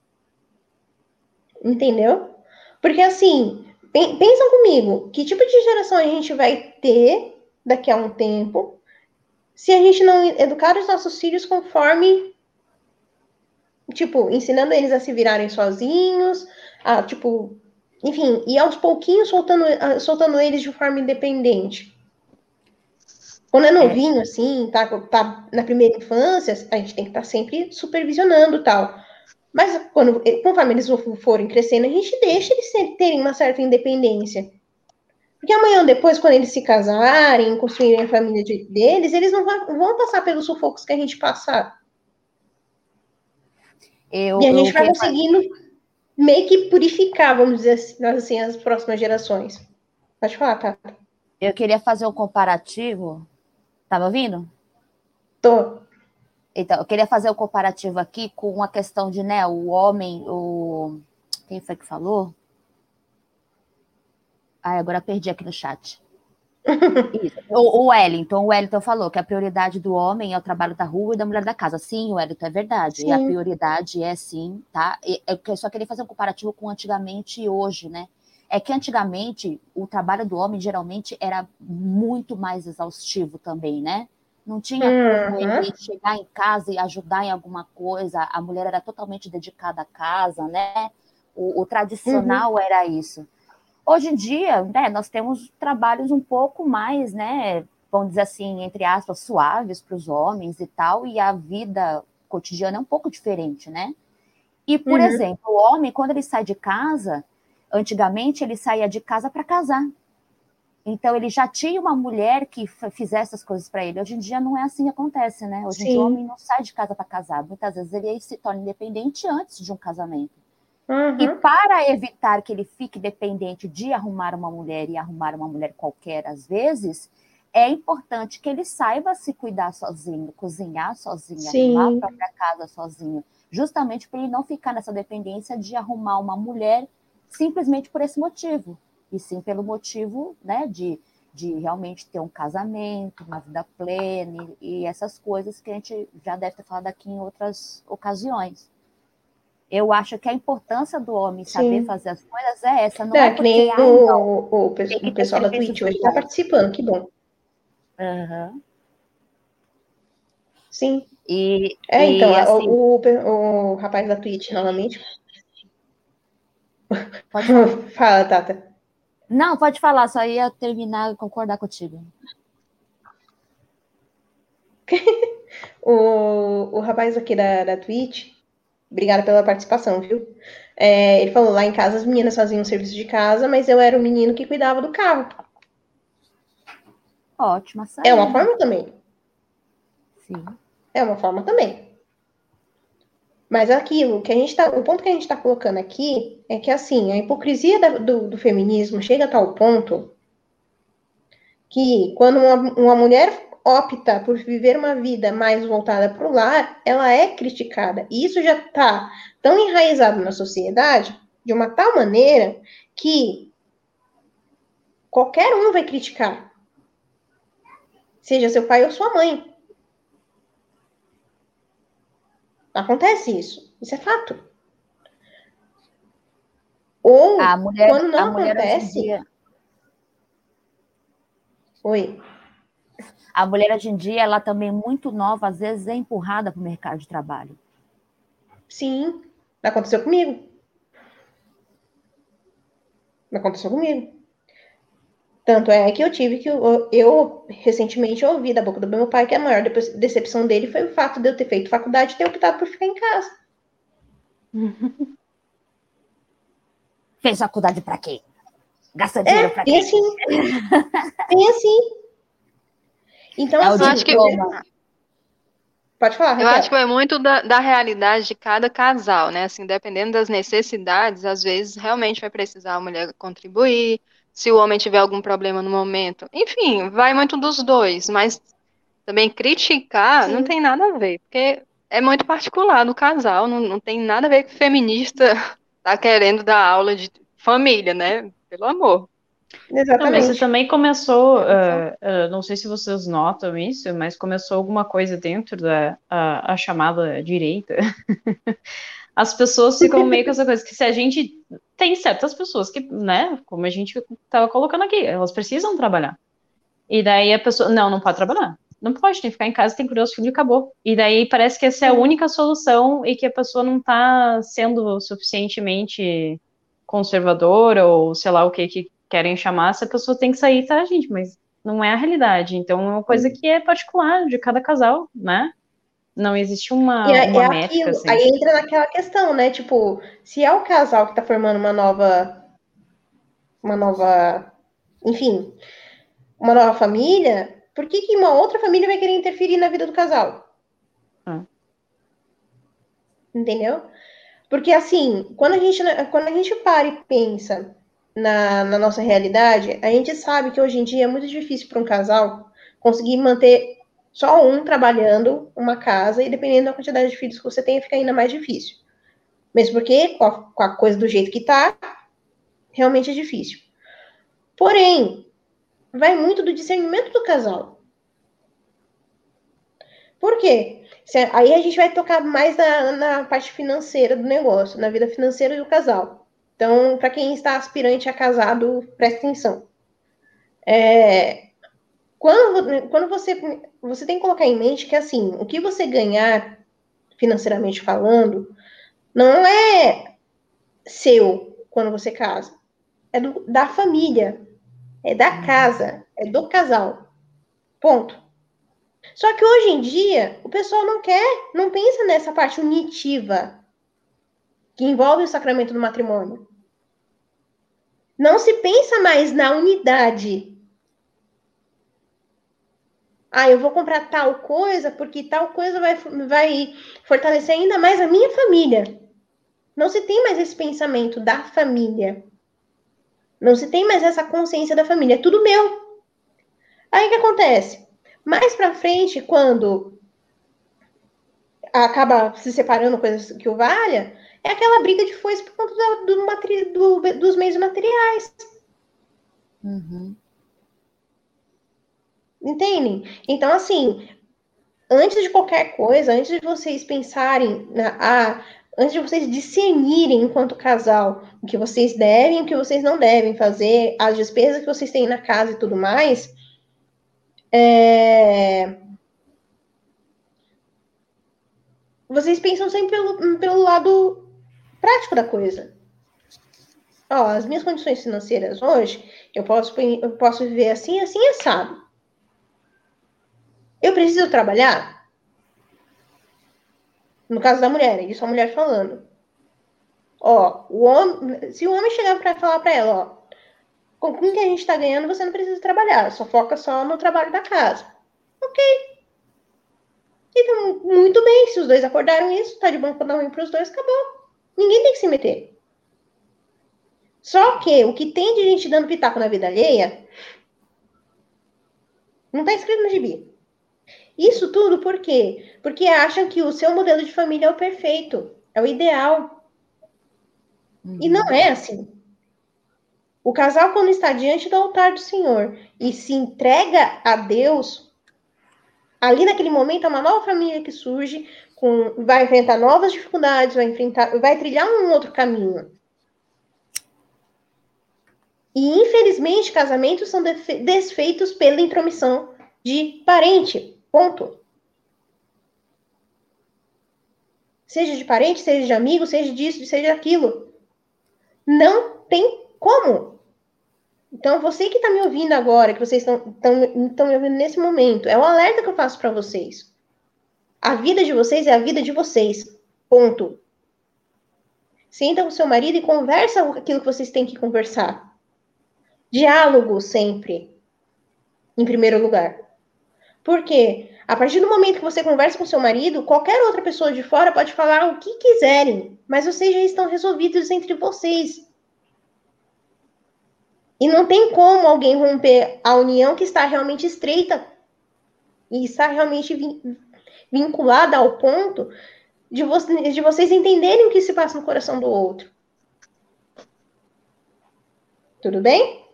Entendeu? Porque assim, pensa comigo, que tipo de geração a gente vai ter daqui a um tempo se a gente não educar os nossos filhos conforme, tipo, ensinando eles a se virarem sozinhos, a, tipo, enfim, e aos pouquinhos soltando, soltando eles de forma independente. Quando é novinho, é. assim, tá, tá na primeira infância, a gente tem que estar tá sempre supervisionando tal. Mas quando, conforme eles forem crescendo, a gente deixa eles terem uma certa independência. Porque amanhã ou depois, quando eles se casarem, construírem a família de, deles, eles não vão, vão passar pelos sufocos que a gente passa. Eu, e a gente eu vai conseguindo meio que purificar, vamos dizer assim, assim, as próximas gerações. Pode falar, Tata. Eu queria fazer um comparativo. Tá me ouvindo? Tô. Então, eu queria fazer um comparativo aqui com a questão de, né, o homem, o... Quem foi que falou? Ah, agora perdi aqui no chat. Isso. O, o Wellington, o Wellington falou que a prioridade do homem é o trabalho da rua e da mulher da casa. Sim, o Wellington, é verdade. Sim. E a prioridade é sim, tá? Eu só queria fazer um comparativo com antigamente e hoje, né? É que antigamente o trabalho do homem geralmente era muito mais exaustivo também, né? Não tinha como uhum. ele chegar em casa e ajudar em alguma coisa. A mulher era totalmente dedicada à casa, né? O, o tradicional uhum. era isso. Hoje em dia, né, nós temos trabalhos um pouco mais, né, vamos dizer assim, entre aspas, suaves para os homens e tal, e a vida cotidiana é um pouco diferente, né? E, por uhum. exemplo, o homem, quando ele sai de casa, antigamente ele saía de casa para casar. Então, ele já tinha uma mulher que fizesse essas coisas para ele. Hoje em dia não é assim que acontece, né? Hoje em dia o homem não sai de casa para casar. Muitas vezes ele se torna independente antes de um casamento. Uhum. E para evitar que ele fique dependente de arrumar uma mulher e arrumar uma mulher qualquer, às vezes, é importante que ele saiba se cuidar sozinho, cozinhar sozinho, Sim. arrumar a própria casa sozinho, justamente para ele não ficar nessa dependência de arrumar uma mulher simplesmente por esse motivo, e sim pelo motivo, né, de, de realmente ter um casamento, uma vida plena e, e essas coisas que a gente já deve ter falado aqui em outras ocasiões. Eu acho que a importância do homem saber Sim. fazer as coisas é essa. Não, não é porque... Que nem ai, o, não, o, o, o pessoal da Twitch hoje está participando, que bom. Uhum. Sim. E, é, e, então, assim, o, o, o rapaz da Twitch, novamente. Pode falar. Fala, Tata. Não, pode falar, só ia terminar e concordar contigo. o, o rapaz aqui da, da Twitch, obrigada pela participação, viu? É, ele falou, lá em casa as meninas faziam o serviço de casa, mas eu era o menino que cuidava do carro. Ótima saída. É uma forma também. Sim. É uma forma também. Mas aquilo que a gente tá, o ponto que a gente está colocando aqui é que, assim, a hipocrisia da, do, do feminismo chega a tal ponto que quando uma, uma mulher opta por viver uma vida mais voltada para o lar, ela é criticada. E isso já está tão enraizado na sociedade, de uma tal maneira, que qualquer um vai criticar. Seja seu pai ou sua mãe. Acontece isso. Isso é fato. Ou, A mulher, quando não a mulher hoje em acontece... dia, Oi. a mulher hoje em dia, ela também muito nova, às vezes é empurrada para o mercado de trabalho. Sim, aconteceu comigo. Aconteceu comigo. Tanto é que eu tive que... Eu, eu recentemente ouvi da boca do meu pai que a maior decepção dele foi o fato de eu ter feito faculdade e ter optado por ficar em casa. Fez faculdade para quê? Gasta dinheiro para quê? Tem assim. Tem assim. Então, É o assim... acho que- diploma. Pode falar, Eu Raquel. acho que vai muito da, da realidade de cada casal, né? Assim, dependendo das necessidades, às vezes realmente vai precisar a mulher contribuir, se o homem tiver algum problema no momento. Enfim, vai muito dos dois, mas também criticar não Sim. tem nada a ver, porque é muito particular do casal, não, não tem nada a ver com feminista tá querendo dar aula de família, né? Pelo amor. Não, mas Exatamente. também começou, uh, uh, não sei se vocês notam isso, mas começou alguma coisa dentro da a, a chamada direita. As pessoas ficam meio com essa coisa que se a gente tem certas pessoas que, né, como a gente estava colocando aqui, elas precisam trabalhar. E daí a pessoa, não, não pode trabalhar. Não pode, tem que ficar em casa, tem que cuidar dos filhos e acabou. E daí parece que essa é a única solução e que a pessoa não está sendo suficientemente conservadora ou sei lá o que que querem chamar, essa pessoa tem que sair, tá, gente? Mas não é a realidade. Então é uma coisa que é particular de cada casal, né? Não existe E uma, é, é uma métrica, aquilo, assim. aí entra naquela questão, né? Tipo, se é o casal que tá formando uma nova, uma nova, enfim, uma nova família, por que que uma outra família vai querer interferir na vida do casal? Ah. Entendeu? Porque assim, quando a gente, quando a gente para e pensa na, na nossa realidade, a gente sabe que hoje em dia é muito difícil para um casal conseguir manter só um trabalhando uma casa e dependendo da quantidade de filhos que você tem, fica ainda mais difícil. Mesmo porque, com a, com a coisa do jeito que tá, realmente é difícil. Porém, vai muito do discernimento do casal. Por quê? Se, aí a gente vai tocar mais na, na parte financeira do negócio, na vida financeira do casal. Então, para quem está aspirante a casado, presta atenção. É, quando quando você, você tem que colocar em mente que, assim, o que você ganhar financeiramente falando, não é seu quando você casa. É do, da família. É da casa, é do casal. Ponto. Só que hoje em dia, o pessoal não quer, não pensa nessa parte unitiva que envolve o sacramento do matrimônio. Não se pensa mais na unidade. Ah, eu vou comprar tal coisa porque tal coisa vai, vai fortalecer ainda mais a minha família. Não se tem mais esse pensamento da família. Não se tem mais essa consciência da família. É tudo meu. Aí o que acontece? Mais pra frente, quando acaba se separando coisas que o valha, é aquela briga de foice por conta do, do, do, dos meios materiais. Uhum. Entendem? Então, assim, antes de qualquer coisa, antes de vocês pensarem, na, ah, antes de vocês discernirem enquanto casal o que vocês devem e o que vocês não devem fazer, as despesas que vocês têm na casa e tudo mais, é... vocês pensam sempre pelo, pelo lado prático da coisa. Ó, as minhas condições financeiras hoje, eu posso, eu posso viver assim, assim, assado. Eu preciso trabalhar? No caso da mulher, isso a mulher falando. Ó, o homem, se o homem chegar para falar para ela, ó, com quem que a gente tá ganhando, você não precisa trabalhar, só foca só no trabalho da casa. Ok. Então, muito bem, se os dois acordaram isso, tá de bom pra dar ruim pros dois, acabou. Ninguém tem que se meter. Só que o que tem de gente dando pitaco na vida alheia não tá escrito no gibi. Isso tudo por quê? Porque acham que o seu modelo de família é o perfeito, é o ideal. Uhum. E não é assim. O casal, quando está diante do altar do Senhor e se entrega a Deus, ali naquele momento é uma nova família que surge, com, vai enfrentar novas dificuldades, vai enfrentar, vai trilhar um outro caminho. E, infelizmente, casamentos são desfeitos pela intromissão de parente. Ponto. Seja de parente, seja de amigo, seja disso, seja daquilo. Não tem como. Então, você que está me ouvindo agora, que vocês estão me ouvindo nesse momento, é o alerta que eu faço para vocês. A vida de vocês é a vida de vocês. Ponto. Senta com seu marido e conversa aquilo que vocês têm que conversar. Diálogo sempre, em primeiro lugar. Por quê? A partir do momento que você conversa com seu marido, qualquer outra pessoa de fora pode falar o que quiserem, mas vocês já estão resolvidos entre vocês. E não tem como alguém romper a união que está realmente estreita e está realmente vinculada ao ponto de, vo de vocês entenderem o que se passa no coração do outro. Tudo bem?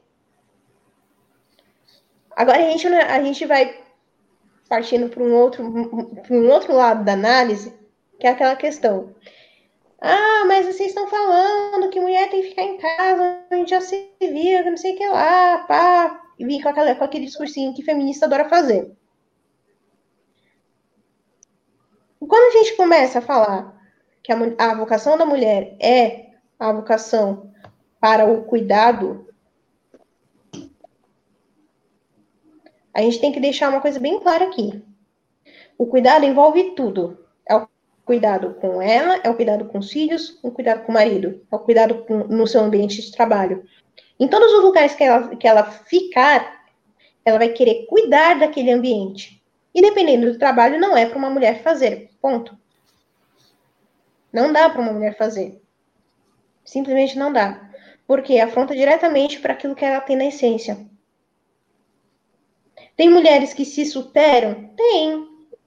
Agora a gente, a gente vai partindo para um outro, para um outro lado da análise, que é aquela questão. Ah, mas vocês estão falando que mulher tem que ficar em casa, a gente já se vira, não sei o que lá, pá, e vir com, aquela, com aquele discursinho que feminista adora fazer. Quando a gente começa a falar que a, a vocação da mulher é a vocação para o cuidado, a gente tem que deixar uma coisa bem clara aqui. O cuidado envolve tudo. É o cuidado com ela, é o cuidado com os filhos, o cuidado com o marido, é o cuidado com, no seu ambiente de trabalho. Em todos os lugares que ela, que ela ficar, ela vai querer cuidar daquele ambiente. E dependendo do trabalho, não é para uma mulher fazer. Ponto. Não dá para uma mulher fazer. Simplesmente não dá. Porque afronta diretamente para aquilo que ela tem na essência. Tem mulheres que se superam? Tem.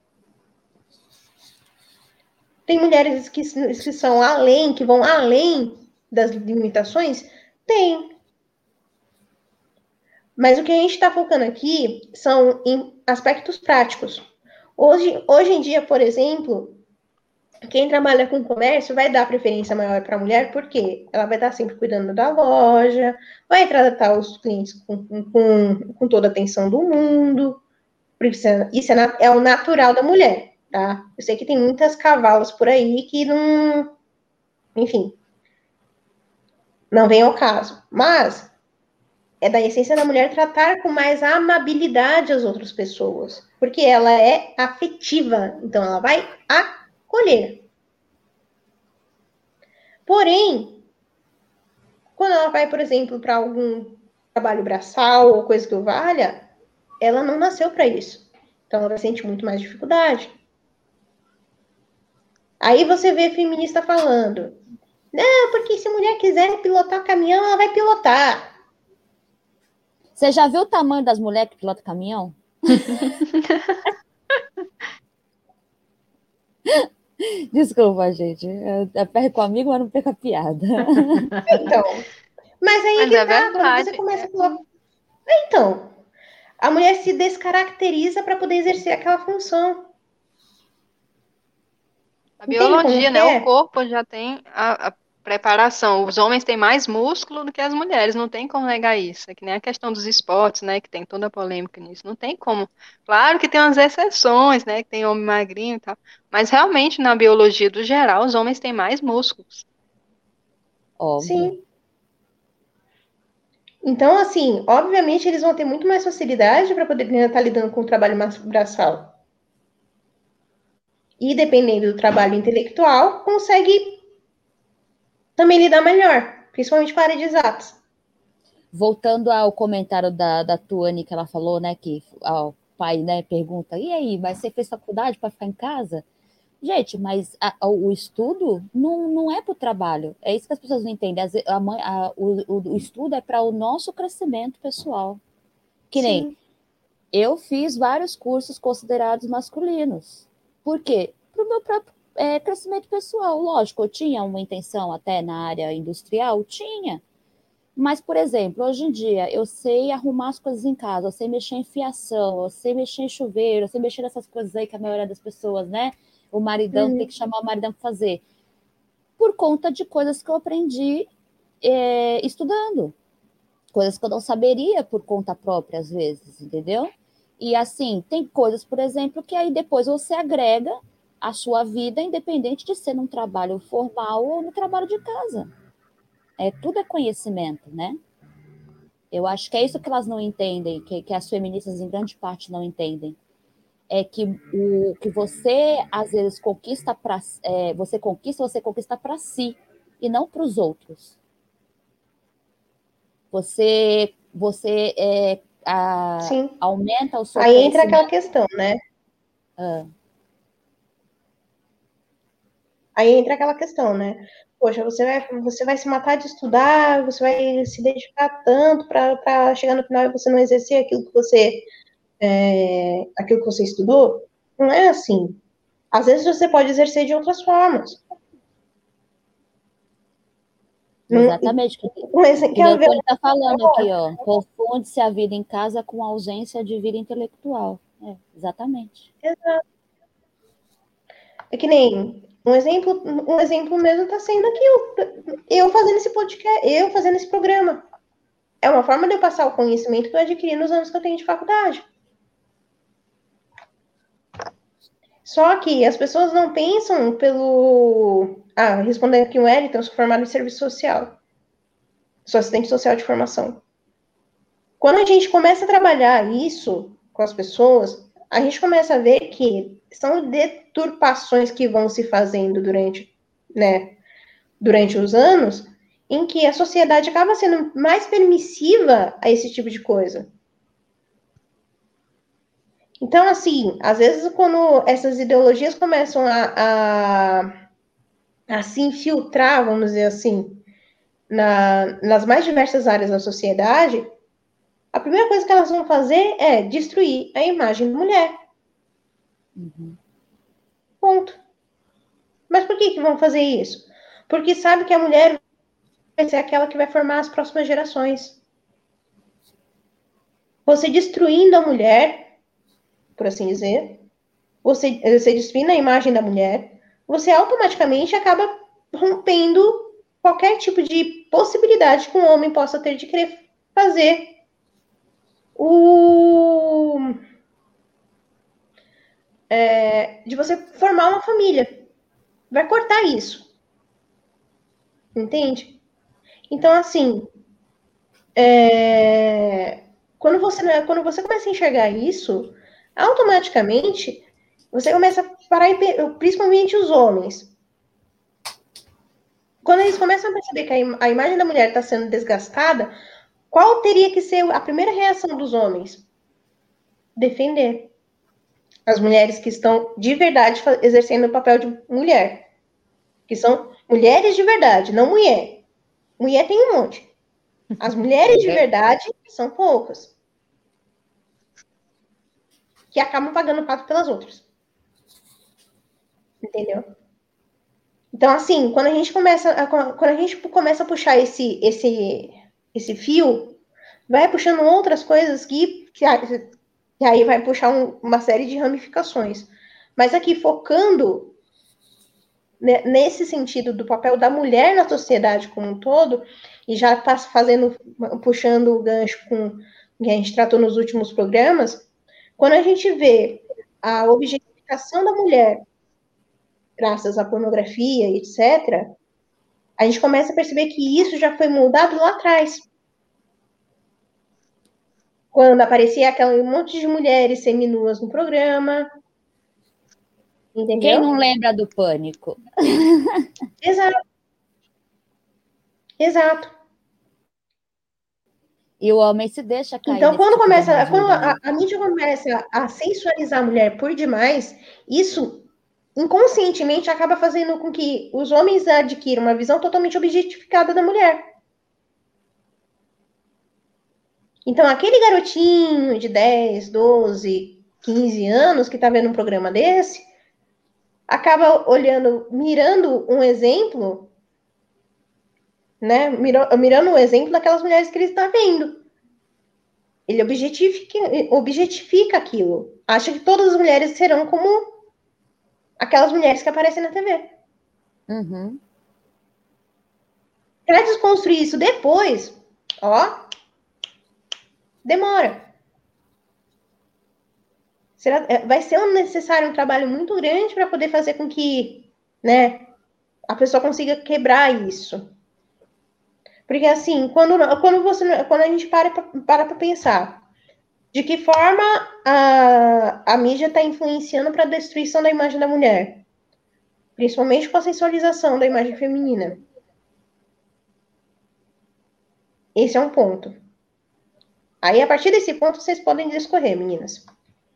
Tem mulheres que, que são além, que vão além das limitações? Tem. Mas o que a gente está focando aqui são em aspectos práticos. Hoje, hoje em dia, por exemplo, quem trabalha com comércio vai dar preferência maior para a mulher, porque ela vai estar sempre cuidando da loja, vai tratar os clientes com, com, com toda a atenção do mundo. Isso é, isso é, é o natural da mulher, tá? Eu sei que tem muitas cavalas por aí que não... Enfim. Não vem ao caso. Mas é da essência da mulher tratar com mais amabilidade as outras pessoas. Porque ela é afetiva. Então, ela vai acolher. Porém, quando ela vai, por exemplo, para algum trabalho braçal ou coisa que o valha, ela não nasceu para isso. Então, ela vai sentir muito mais dificuldade. Aí você vê feminista falando, não, porque se a mulher quiser pilotar caminhão, ela vai pilotar. Você já viu o tamanho das mulheres que pilotam caminhão? Desculpa, gente. Eu, eu perco o amigo, mas não perco a piada. Então, mas aí Mas que é tá, verdade. quando você começa a falar... Então, a mulher se descaracteriza para poder exercer aquela função. A biologia, né? É? O corpo já tem a, a preparação. Os homens têm mais músculo do que as mulheres, não tem como negar isso. É que nem a questão dos esportes, né? Que tem toda a polêmica nisso. Não tem como. Claro que tem umas exceções, né? Que tem homem magrinho e tal. Mas realmente, na biologia do geral, os homens têm mais músculos. Óbvio. Sim. Então, assim, obviamente eles vão ter muito mais facilidade para poder estar lidando com o trabalho braçal. E dependendo do trabalho intelectual, consegue também lidar melhor, principalmente para a área de exatas. Voltando ao comentário da, da Tuane que ela falou, né, que o pai, né, pergunta, e aí, mas você fez faculdade para ficar em casa? Gente, mas a, a, o estudo não, não é para o trabalho, é isso que as pessoas não entendem. A, a, o, o estudo é para o nosso crescimento pessoal. Que Sim. nem eu fiz vários cursos considerados masculinos. Por quê? Para o meu próprio é, crescimento pessoal. Lógico, eu tinha uma intenção até na área industrial? Tinha. Mas, por exemplo, hoje em dia, eu sei arrumar as coisas em casa, eu sei mexer em fiação, eu sei mexer em chuveiro, eu sei mexer nessas coisas aí que a maioria das pessoas, né? O maridão uhum. tem que chamar o maridão para fazer. Por conta de coisas que eu aprendi é, estudando. Coisas que eu não saberia por conta própria, às vezes, entendeu? E assim, tem coisas, por exemplo, que aí depois você agrega a sua vida, independente de ser num trabalho formal ou no trabalho de casa. É, tudo é conhecimento, né? Eu acho que é isso que elas não entendem, que, que as feministas, em grande parte, não entendem. É que o que você, às vezes, conquista para... É, você conquista, você conquista para si, e não para os outros. Você, você é, a, Sim. aumenta o seu Aí entra conhecimento. aquela questão, né? Ah. Aí entra aquela questão, né? Poxa, você vai, você vai se matar de estudar, você vai se dedicar tanto para chegar no final e você não exercer aquilo que você, é, aquilo que você estudou? Não é assim. Às vezes você pode exercer de outras formas. Exatamente. Mas, Que quer nem o ver? Tony está falando aqui, ó. Confunde-se a vida em casa com a ausência de vida intelectual. É, exatamente. Exato. É que nem um exemplo, um exemplo mesmo está sendo aqui, eu, eu fazendo esse podcast, eu fazendo esse programa. É uma forma de eu passar o conhecimento que eu adquiri nos anos que eu tenho de faculdade. Só que as pessoas não pensam pelo... Ah, respondendo aqui o Wellington, eu sou formado em serviço social. Sou assistente social de formação. Quando a gente começa a trabalhar isso com as pessoas, a gente começa a ver que são deturpações que vão se fazendo durante, né, durante os anos, em que a sociedade acaba sendo mais permissiva a esse tipo de coisa. Então, assim, às vezes quando essas ideologias começam a, a, a se infiltrar, vamos dizer assim, na, nas mais diversas áreas da sociedade, a primeira coisa que elas vão fazer é destruir a imagem da mulher. Uhum. Ponto. Mas por que que vão fazer isso? Porque sabe que a mulher vai ser aquela que vai formar as próximas gerações. Você destruindo a mulher, por assim dizer, você, você destruindo a imagem da mulher, você automaticamente acaba rompendo qualquer tipo de possibilidade que um homem possa ter de querer fazer o... É, de você formar uma família. Vai cortar isso. Entende? Então, assim, é, quando, você, quando você começa a enxergar isso, automaticamente você começa a parar, principalmente os homens. Quando eles começam a perceber que a, im a imagem da mulher está sendo desgastada, qual teria que ser a primeira reação dos homens? Defender as mulheres que estão de verdade exercendo o papel de mulher. Que são mulheres de verdade, não mulher. Mulher tem um monte. As mulheres de verdade são poucas. Que acabam pagando o pato pelas outras. Entendeu? Então, assim, quando a gente começa a, quando a gente começa a puxar esse, esse, esse fio, vai puxando outras coisas que, que, que aí vai puxar um, uma série de ramificações. Mas aqui, focando nesse sentido do papel da mulher na sociedade como um todo, e já está fazendo, puxando o gancho com que a gente tratou nos últimos programas, quando a gente vê a objetificação da mulher graças à pornografia, etcétera, a gente começa a perceber que isso já foi mudado lá atrás. Quando aparecia aquele monte de mulheres seminuas no programa. Entendeu? Quem não lembra do Pânico? Exato. Exato. E o homem se deixa cair Então, quando tipo começa, quando a, a mídia começa a sensualizar a mulher por demais, isso inconscientemente acaba fazendo com que os homens adquiram uma visão totalmente objetificada da mulher. Então, aquele garotinho de dez, doze, quinze anos que está vendo um programa desse, acaba olhando, mirando um exemplo, né? Mirando um exemplo daquelas mulheres que ele está vendo. Ele objetifica, objetifica aquilo. Acha que todas as mulheres serão como aquelas mulheres que aparecem na T V. Uhum. Para desconstruir isso depois, ó, Demora. Será, vai ser um necessário um trabalho muito grande para poder fazer com que, né, a pessoa consiga quebrar isso. Porque assim, quando, quando, você, quando a gente para para pensar de que forma a, a mídia está influenciando para a destruição da imagem da mulher, principalmente com a sensualização da imagem feminina. Esse é um ponto. Aí, a partir desse ponto, vocês podem discorrer, meninas.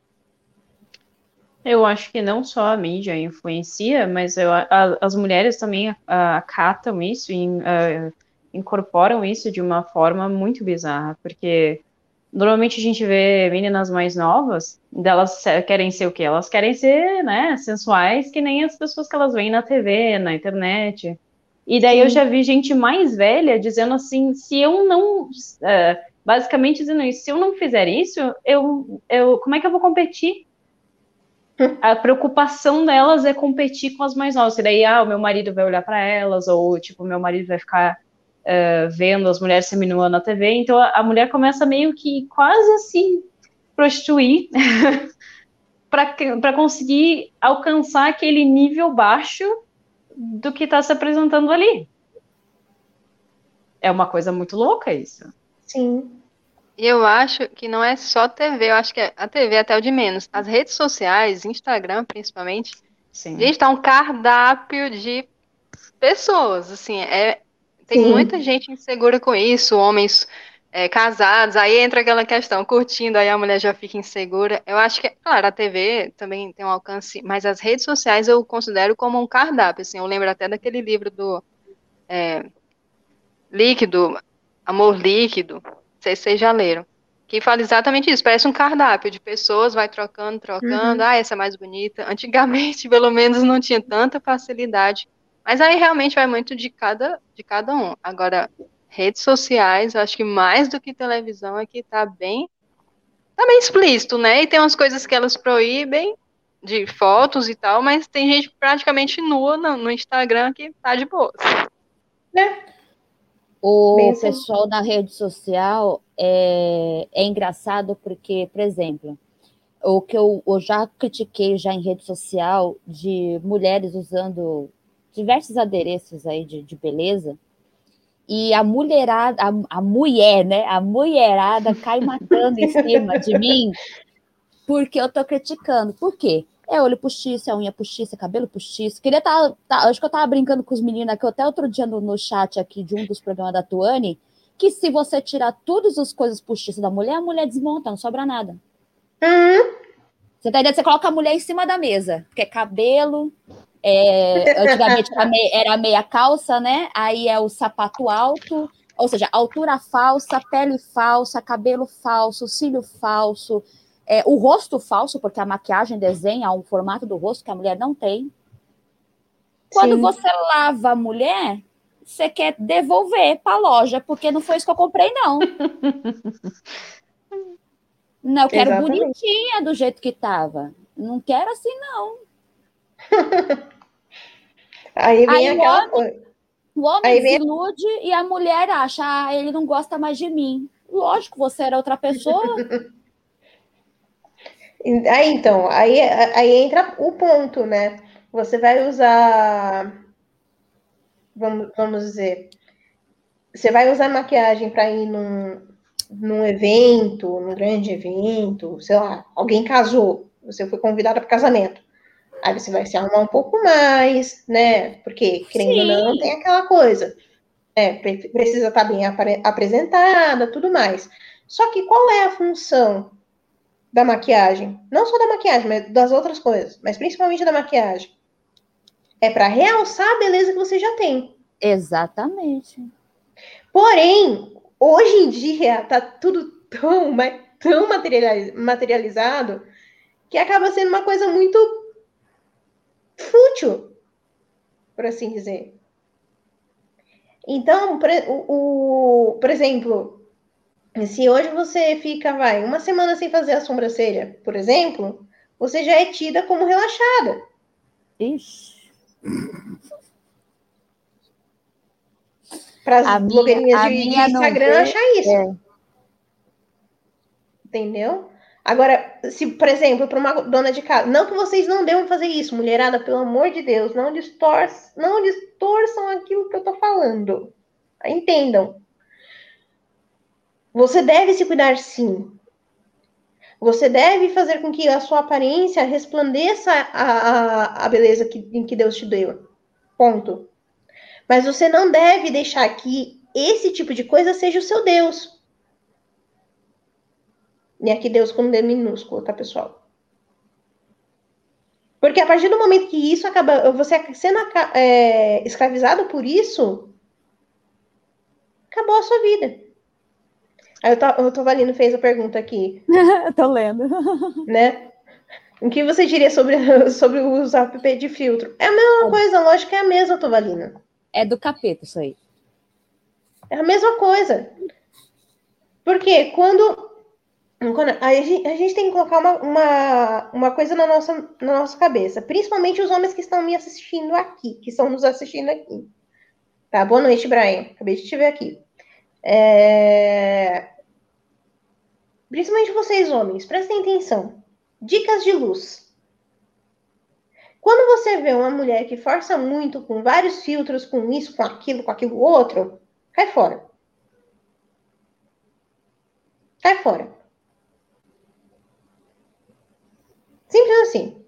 Eu acho que não só a mídia influencia, mas eu, a, as mulheres também a, acatam isso e a, incorporam isso de uma forma muito bizarra, porque normalmente a gente vê meninas mais novas, delas querem ser o quê? Elas querem ser, né, sensuais, que nem as pessoas que elas veem na T V, na internet. E daí Sim. eu já vi gente mais velha dizendo assim, se eu não, uh, basicamente dizendo isso, se eu não fizer isso, eu, eu, como é que eu vou competir? A preocupação delas é competir com as mais novas. E daí, ah, o meu marido vai olhar para elas, ou, tipo, o meu marido vai ficar uh, vendo as mulheres seminuas na T V. Então, a, a mulher começa meio que quase a se prostituir para conseguir alcançar aquele nível baixo do que está se apresentando ali. É uma coisa muito louca isso. Sim. E eu acho que não é só T V, eu acho que a T V é até o de menos. As redes sociais, Instagram principalmente, Sim. gente, tá um cardápio de pessoas, assim, é, tem Sim. muita gente insegura com isso, homens é, casados, aí entra aquela questão, curtindo, aí a mulher já fica insegura. Eu acho que, claro, a T V também tem um alcance, mas as redes sociais eu considero como um cardápio, assim, eu lembro até daquele livro do é, Líquido, Amor Líquido, não sei se vocês já leram, que fala exatamente isso, parece um cardápio de pessoas, vai trocando, trocando, Uhum. ah, essa é mais bonita. Antigamente, pelo menos, não tinha tanta facilidade, mas aí realmente vai muito de cada, de cada um. Agora, redes sociais, eu acho que mais do que televisão aqui tá bem, tá bem explícito, né? E tem umas coisas que elas proíbem, de fotos e tal, mas tem gente praticamente nua no, no Instagram que tá de boa. Né? O Bem assim. pessoal na rede social é, é engraçado porque, por exemplo, o que eu, eu já critiquei já em rede social de mulheres usando diversos adereços aí de, de beleza, e a mulherada, a, a mulher, né? A mulherada cai matando em cima de mim porque eu tô criticando. Por quê? É olho postiço, é unha postiça, é cabelo postiço. Queria tá, tá, acho que eu tava brincando com os meninos aqui, até outro dia no, no chat aqui de um dos programas da Tuane, que se você tirar todas as coisas postiças da mulher, a mulher desmonta, não sobra nada. Uhum. Você tá entendendo? Você coloca a mulher em cima da mesa, porque é cabelo, é, antigamente era meia, era meia calça, né? Aí é o sapato alto, ou seja, altura falsa, pele falsa, cabelo falso, cílio falso, é, o rosto falso, porque a maquiagem desenha um formato do rosto que a mulher não tem. Quando Sim. você lava a mulher, você quer devolver para a loja, porque não foi isso que eu comprei, não. Não, eu quero Exatamente. bonitinha do jeito que estava. Não quero assim, não. Aí vem Aí aquela o homem, coisa. o homem Aí vem... desilude e a mulher acha, ah, ele não gosta mais de mim. Lógico, você era outra pessoa. Aí então, aí, aí entra o ponto, né? Você vai usar, vamos, vamos dizer, você vai usar maquiagem para ir num, num evento, num grande evento, sei lá, alguém casou, você foi convidada para casamento. Aí você vai se arrumar um pouco mais, né? Porque, querendo ou não, tem aquela coisa. É, precisa estar bem apre- apresentada, tudo mais. Só que qual é a função da maquiagem? Não só da maquiagem, mas das outras coisas, mas principalmente da maquiagem. É para realçar a beleza que você já tem. Exatamente. Porém, hoje em dia tá tudo tão, mas tão materializado que acaba sendo uma coisa muito fútil, por assim dizer. Então, por, o, o, por exemplo, se hoje você fica, vai, uma semana sem fazer a sobrancelha, por exemplo, você já é tida como relaxada. Ixi. Para as blogueirinhas a de, de minha Instagram não vê, achar isso. é. Entendeu? Agora, se, por exemplo, para uma dona de casa, não que vocês não devam fazer isso, mulherada, pelo amor de Deus, não, distor não distorçam aquilo que eu tô falando. Entendam. Você deve se cuidar, sim. Você deve fazer com que a sua aparência resplandeça a, a, a beleza que, que Deus te deu. Ponto. Mas você não deve deixar que esse tipo de coisa seja o seu Deus. E aqui Deus com D minúsculo, tá, pessoal? Porque a partir do momento que isso acaba, você sendo é, escravizado por isso, acabou a sua vida. Aí o Tovalino fez a pergunta aqui. Eu tô lendo. Né? O que você diria sobre, sobre o uso app de filtro? É a mesma é. coisa, a lógica é a mesma, Tovalina. É do capeta isso aí. É a mesma coisa. Porque quando... quando a, gente, a gente tem que colocar uma, uma, uma coisa na nossa, na nossa cabeça. Principalmente os homens que estão me assistindo aqui, que estão nos assistindo aqui. Tá, boa noite, Brian. Acabei de te ver aqui. É... Principalmente vocês, homens, prestem atenção. Dicas de luz. Quando você vê uma mulher que força muito, com vários filtros, com isso, com aquilo, com aquilo outro, cai fora. Cai fora. Simples assim.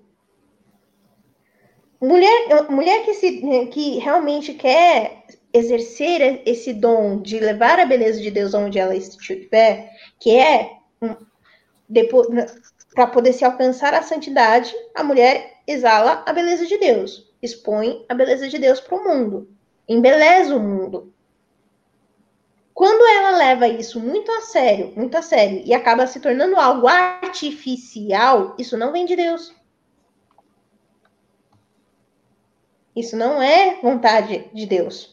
Mulher, mulher que, se, que realmente quer exercer esse dom de levar a beleza de Deus onde ela estiver, que é depois, para poder se alcançar a santidade, a mulher exala a beleza de Deus, expõe a beleza de Deus para o mundo, embeleza o mundo. Quando ela leva isso muito a sério, muito a sério, e acaba se tornando algo artificial, isso não vem de Deus. Isso não é vontade de Deus.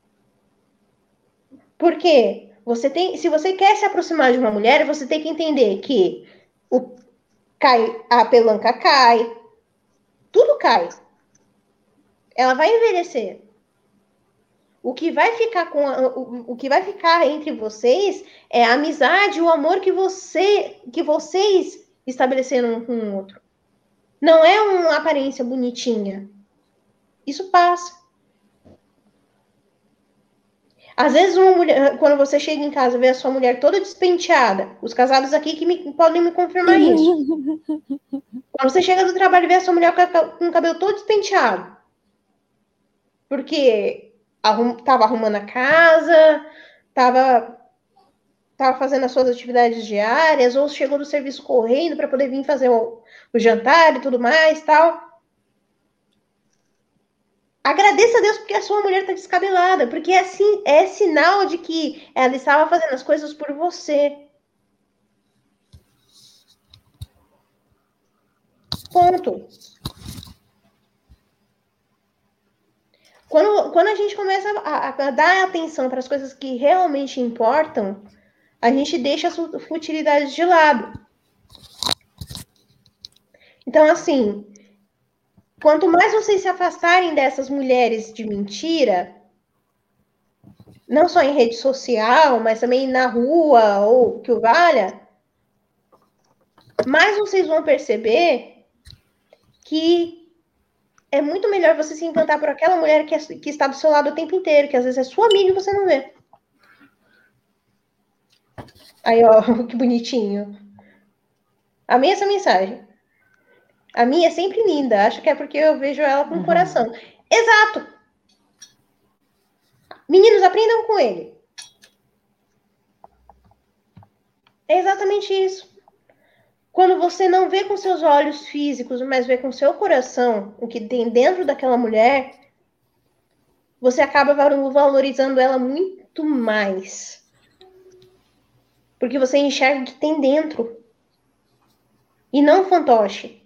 Por quê? Você tem, se você quer se aproximar de uma mulher, você tem que entender que o, cai, a pelanca cai, tudo cai. Ela vai envelhecer. O que vai ficar com a, o, o que vai ficar entre vocês é a amizade, o amor que você que vocês estabeleceram um com o outro. Não é uma aparência bonitinha. Isso passa. Às vezes, uma mulher, quando você chega em casa e vê a sua mulher toda despenteada, os casados aqui que me, podem me confirmar isso. Quando você chega do trabalho e vê a sua mulher com o cabelo todo despenteado, porque arrum, tava arrumando a casa, tava, tava fazendo as suas atividades diárias, ou chegou do serviço correndo para poder vir fazer o, o jantar e tudo mais, tal. Agradeça a Deus porque a sua mulher está descabelada, porque é, assim, é sinal de que ela estava fazendo as coisas por você. Ponto. Quando, quando a gente começa a, a dar atenção para as coisas que realmente importam, a gente deixa as futilidades de lado. Então, assim, quanto mais vocês se afastarem dessas mulheres de mentira, não só em rede social, mas também na rua ou que o valha, mais vocês vão perceber que é muito melhor você se encantar por aquela mulher que, é, que está do seu lado o tempo inteiro, que às vezes é sua amiga e você não vê. Aí, ó, que bonitinho. Amei essa mensagem. A minha é sempre linda. Acho que é porque eu vejo ela com o uhum. coração. Exato. Meninos, aprendam com ele. É exatamente isso. Quando você não vê com seus olhos físicos, mas vê com seu coração o que tem dentro daquela mulher, você acaba valorizando ela muito mais. Porque você enxerga o que tem dentro. E não fantoche.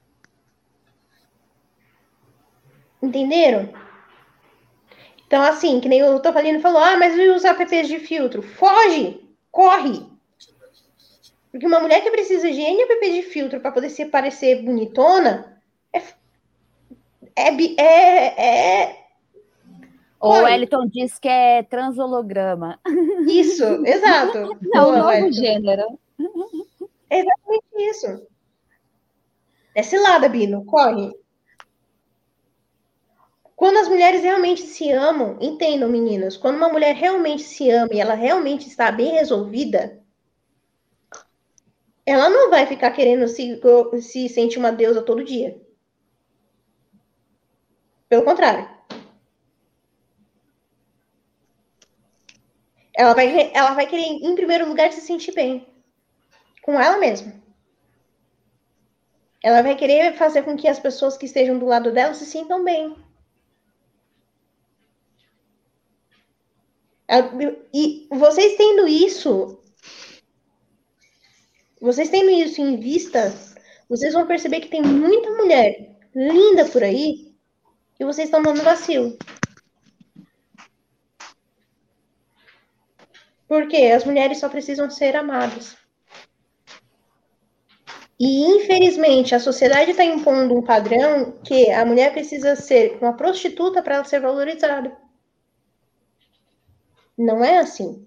Entenderam? Então, assim, que nem o Tovalino falou, ah, mas eu uso apps de filtro. Foge! Corre! Porque uma mulher que precisa de N app de filtro para poder se parecer bonitona é... é, é, é... O Wellington diz que é transolograma. Isso, exato. É um novo gênero. É exatamente isso. Desce lá, Dabino, corre. Quando as mulheres realmente se amam, entendam, meninas, quando uma mulher realmente se ama e ela realmente está bem resolvida, ela não vai ficar querendo se, se sentir uma deusa todo dia. Pelo contrário. Ela vai, ela vai querer, em primeiro lugar, se sentir bem. Com ela mesma. Ela vai querer fazer com que as pessoas que estejam do lado dela se sintam bem. E vocês tendo isso, vocês tendo isso em vista, vocês vão perceber que tem muita mulher linda por aí e vocês estão dando vacilo. Porque as mulheres só precisam ser amadas. E, infelizmente, a sociedade está impondo um padrão que a mulher precisa ser uma prostituta para ela ser valorizada. Não é assim.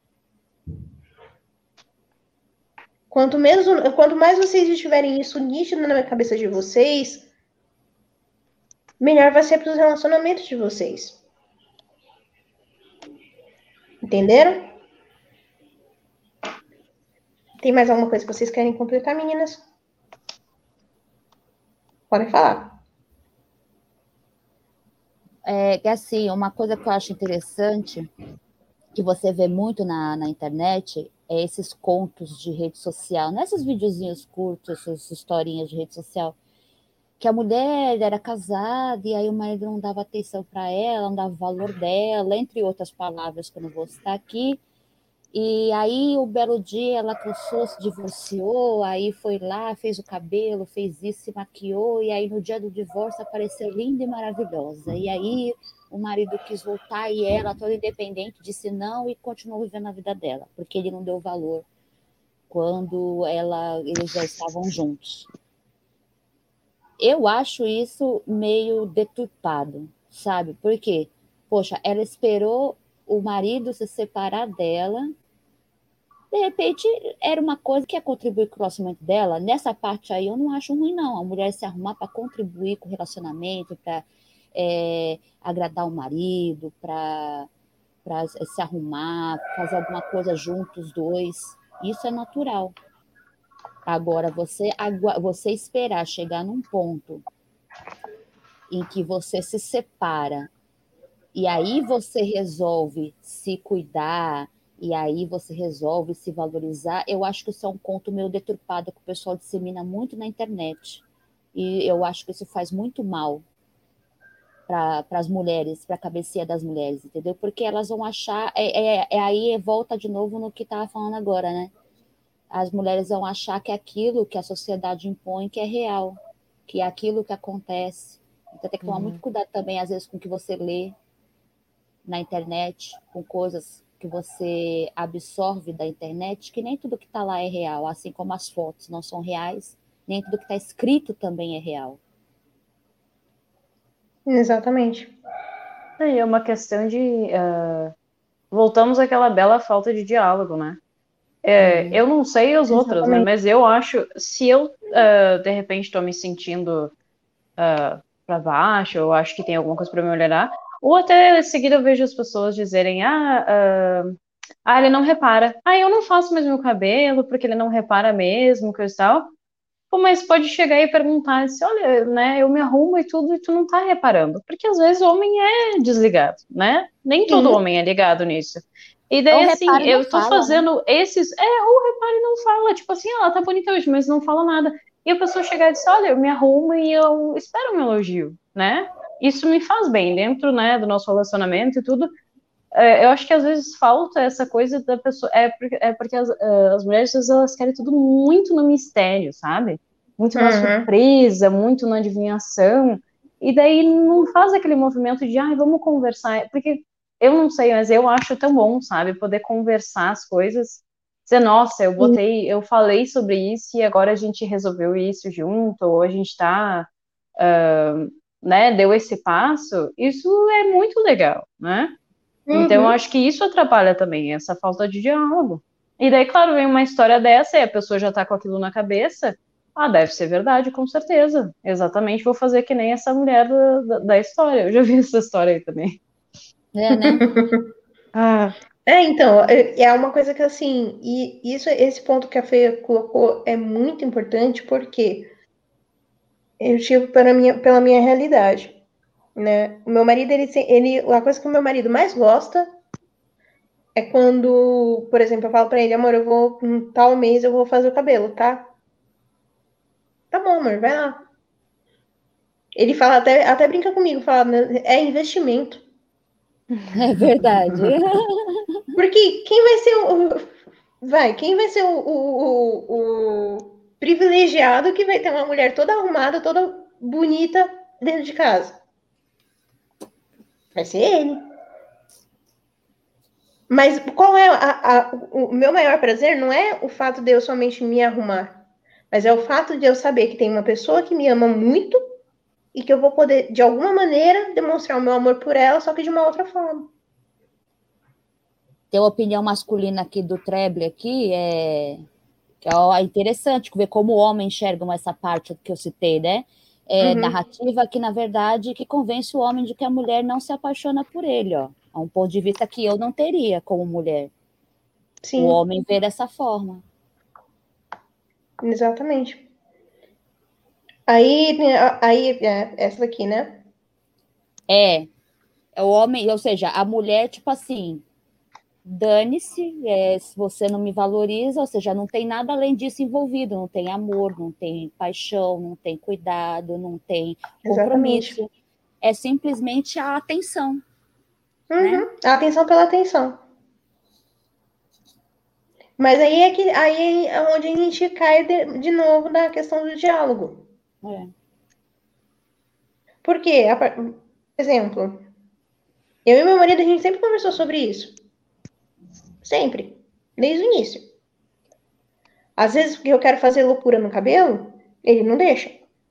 Quanto, menos, quanto mais vocês estiverem isso nítido na cabeça de vocês, melhor vai ser para os relacionamentos de vocês. Entenderam? Tem mais alguma coisa que vocês querem completar, meninas? Podem falar. É que assim, uma coisa que eu acho interessante, que você vê muito na, na internet, é esses contos de rede social, não é esses videozinhos curtos, essas historinhas de rede social, que a mulher era casada e aí o marido não dava atenção para ela, não dava valor dela, entre outras palavras que eu não vou citar aqui. E aí, o belo dia, ela cansou, se divorciou, aí foi lá, fez o cabelo, fez isso, se maquiou, e aí no dia do divórcio apareceu linda e maravilhosa. E aí o marido quis voltar e ela, toda independente, disse não e continuou vivendo a vida dela, porque ele não deu valor quando ela, eles já estavam juntos. Eu acho isso meio deturpado, sabe? Por quê? Poxa, ela esperou o marido se separar dela. De repente, era uma coisa que ia contribuir com o relacionamento dela. Nessa parte aí, eu não acho ruim, não. A mulher se arrumar para contribuir com o relacionamento, para é, agradar o marido, para se arrumar, fazer alguma coisa juntos, os dois. Isso é natural. Agora, você, você esperar chegar num ponto em que você se separa e aí você resolve se cuidar, e aí você resolve se valorizar, eu acho que isso é um conto meio deturpado que o pessoal dissemina muito na internet. E eu acho que isso faz muito mal para as mulheres, para a cabecinha das mulheres, entendeu? Porque elas vão achar, é, é, é aí volta de novo no que estava falando agora, né? As mulheres vão achar que é aquilo que a sociedade impõe que é real, que é aquilo que acontece. Então tem que tomar uhum. muito cuidado também, às vezes, com o que você lê na internet, com coisas que você absorve da internet, que nem tudo que está lá é real, assim como as fotos não são reais, nem tudo que está escrito também é real. Exatamente. É, é uma questão de... Uh, voltamos àquela bela falta de diálogo, né? É, uhum. Eu não sei os outros, né? Mas eu acho, se eu, uh, de repente, estou me sentindo uh, para baixo, eu acho que tem alguma coisa para melhorar, ou até em seguida eu vejo as pessoas dizerem, ah, uh, ah, ele não repara. Ah, eu não faço mais meu cabelo porque ele não repara mesmo, coisa e tal. Pô, mas pode chegar e perguntar assim, olha, né, eu me arrumo e tudo e tu não tá reparando. Porque às vezes o homem é desligado, né? Nem todo Sim. homem é ligado nisso. E daí, ou assim, eu tô fala, fazendo né? esses... É, ou repara e não fala. Tipo assim, ela tá bonita hoje, mas não fala nada. E a pessoa chegar e dizer, olha, eu me arrumo e eu espero um elogio, né? Isso me faz bem dentro, né, do nosso relacionamento e tudo. Eu acho que às vezes falta essa coisa da pessoa, é porque, é porque as, as mulheres, elas querem tudo muito no mistério, sabe? Muito na uhum. surpresa, muito na adivinhação, e daí não faz aquele movimento de, ai, vamos conversar, porque eu não sei, mas eu acho tão bom, sabe? Poder conversar as coisas, dizer, nossa, eu botei, eu falei sobre isso e agora a gente resolveu isso junto, ou a gente tá, uh, né, deu esse passo, isso é muito legal, né? Uhum. Então, eu acho que isso atrapalha também, essa falta de diálogo. E daí, claro, vem uma história dessa e a pessoa já tá com aquilo na cabeça. Ah, deve ser verdade, com certeza. Exatamente, vou fazer que nem essa mulher da, da, da história. Eu já vi essa história aí também. É, né? Ah, É, então, é é uma coisa que assim, e isso, esse ponto que a Fê colocou é muito importante porque eu tive pela minha, pela minha realidade, né? O meu marido, ele, se- ele, a coisa que o meu marido mais gosta é quando, por exemplo, eu falo pra ele, amor, eu vou, em tal mês eu vou fazer o cabelo, tá? Tá bom, amor, vai lá. Ele fala, até, até brinca comigo, fala, né, é investimento. É verdade. Porque quem vai ser o, vai, quem vai ser o, o, o, o privilegiado que vai ter uma mulher toda arrumada, toda bonita dentro de casa? Vai ser ele. Mas qual é a, a, o meu maior prazer? Não é o fato de eu somente me arrumar, mas é o fato de eu saber que tem uma pessoa que me ama muito e que eu vou poder, de alguma maneira, demonstrar o meu amor por ela, só que de uma outra forma. Tem uma opinião masculina aqui do Treble aqui, é, que é interessante ver como o homem enxerga essa parte que eu citei, né? É, Uhum. narrativa que, na verdade, que convence o homem de que a mulher não se apaixona por ele, ó. É um ponto de vista que eu não teria como mulher. Sim. O homem vê dessa forma. Exatamente. Aí, aí é, essa daqui, né? É, é o homem, ou seja, a mulher, tipo assim, dane-se, é, se você não me valoriza, ou seja, não tem nada além disso envolvido, não tem amor, não tem paixão, não tem cuidado, não tem Exatamente. compromisso, é simplesmente a atenção, Uhum. né? A atenção pela atenção. Mas aí é que aí é onde a gente cai de, de novo na questão do diálogo. É. Por quê? Por exemplo, eu e meu marido, a gente sempre conversou sobre isso. Sempre. Desde o início. Às vezes, porque eu quero fazer loucura no cabelo, ele não deixa.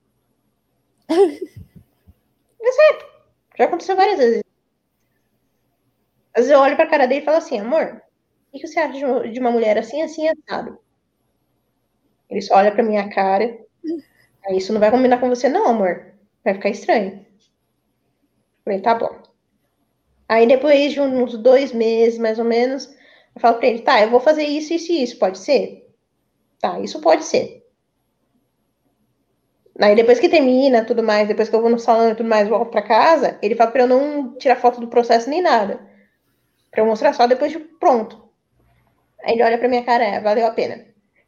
É certo. Já aconteceu várias vezes. Às vezes eu olho pra cara dele e falo assim, amor, o que você acha de uma, de uma mulher assim, assim, assado? Ele só olha pra minha cara. Aí isso não vai combinar com você, não, amor. Vai ficar estranho. Eu falei, tá bom. Aí depois de uns dois meses, mais ou menos, eu falo pra ele, tá, eu vou fazer isso, isso e isso, pode ser? Tá, isso pode ser. Aí depois que termina, tudo mais, depois que eu vou no salão e tudo mais, volto pra casa, ele fala pra eu não tirar foto do processo nem nada. Pra eu mostrar só depois de pronto. Aí ele olha pra minha cara, é, valeu a pena.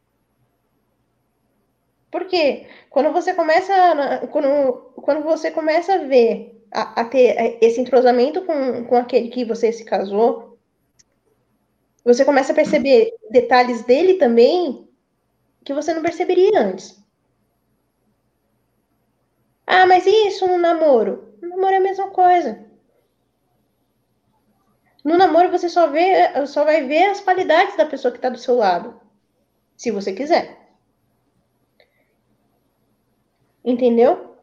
Por quê? Quando você começa, quando, quando você começa a ver, a, a ter esse entrosamento com, com aquele que você se casou, você começa a perceber detalhes dele também que você não perceberia antes. Ah, mas e isso no namoro? No namoro é a mesma coisa. No namoro você só vê, só vai ver as qualidades da pessoa que está do seu lado, se você quiser. Entendeu?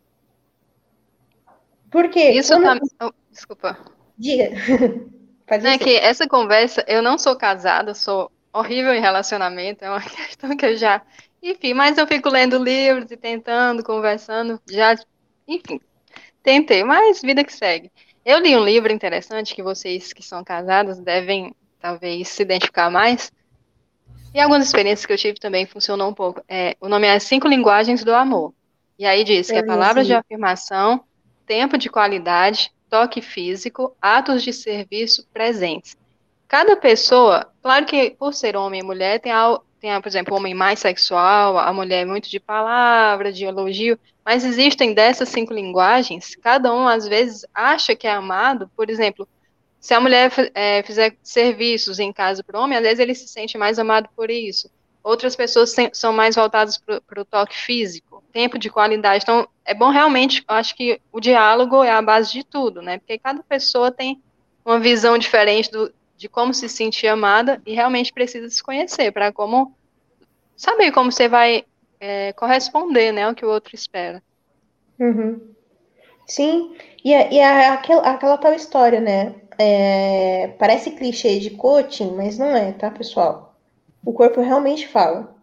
Porque Isso quando, tá. Oh, desculpa. diga, pode Não, é que dizer. essa conversa, eu não sou casada, sou horrível em relacionamento, é uma questão que eu já. Enfim, mas eu fico lendo livros e tentando, conversando, já. Enfim, tentei, mas vida que segue. Eu li um livro interessante que vocês que são casadas devem, talvez, se identificar mais. E algumas experiências que eu tive também funcionou um pouco. É, o nome é As Cinco Linguagens do Amor. E aí diz que é Eu li esse palavras de livro. afirmação, tempo de qualidade, toque físico, atos de serviço presentes. Cada pessoa, claro que por ser homem e mulher, tem, a, tem a, por exemplo, o homem mais sexual, a mulher muito de palavra, de elogio, mas existem dessas cinco linguagens, cada um às vezes acha que é amado, por exemplo, se a mulher é, fizer serviços em casa para o homem, às vezes ele se sente mais amado por isso. Outras pessoas tem, são mais voltadas para o toque físico, tempo de qualidade. Então, é bom realmente, eu acho que o diálogo é a base de tudo, né? Porque cada pessoa tem uma visão diferente do, de como se sentir amada e realmente precisa se conhecer para como saber como você vai é, corresponder, né, ao que o outro espera. Uhum. Sim, e é, e é aquel- aquela tal história, né? É, parece clichê de coaching, mas não é, tá, pessoal? O corpo realmente fala.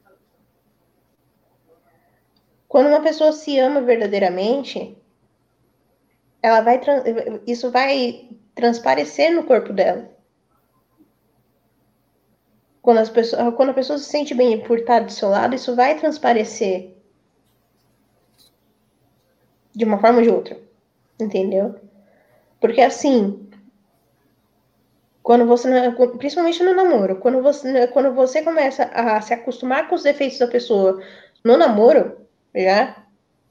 Quando uma pessoa se ama verdadeiramente, ela vai, isso vai transparecer no corpo dela. Quando, as pessoas, quando a pessoa se sente bem por estar do seu lado, isso vai transparecer de uma forma ou de outra. Entendeu? Porque assim, quando você, principalmente no namoro, quando você, quando você começa a se acostumar com os defeitos da pessoa no namoro, já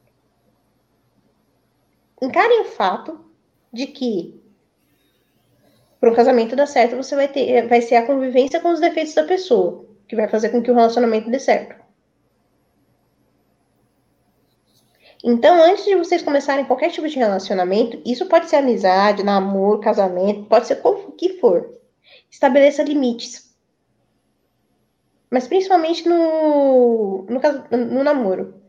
encarem o fato de que para um casamento dar certo, você vai ter, vai ser a convivência com os defeitos da pessoa, que vai fazer com que o relacionamento dê certo. Então, antes de vocês começarem qualquer tipo de relacionamento, isso pode ser amizade, namoro, casamento, pode ser o que for. Estabeleça limites. Mas principalmente no, no, no namoro.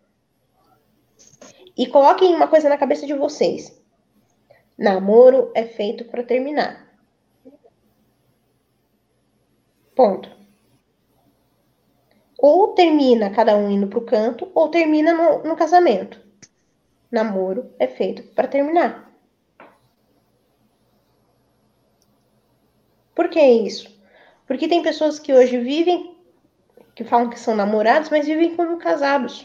E coloquem uma coisa na cabeça de vocês. Namoro é feito para terminar. Ponto. Ou termina cada um indo pro canto, ou termina no, no casamento. Namoro é feito para terminar. Por que isso? Porque tem pessoas que hoje vivem, que falam que são namorados, mas vivem como casados.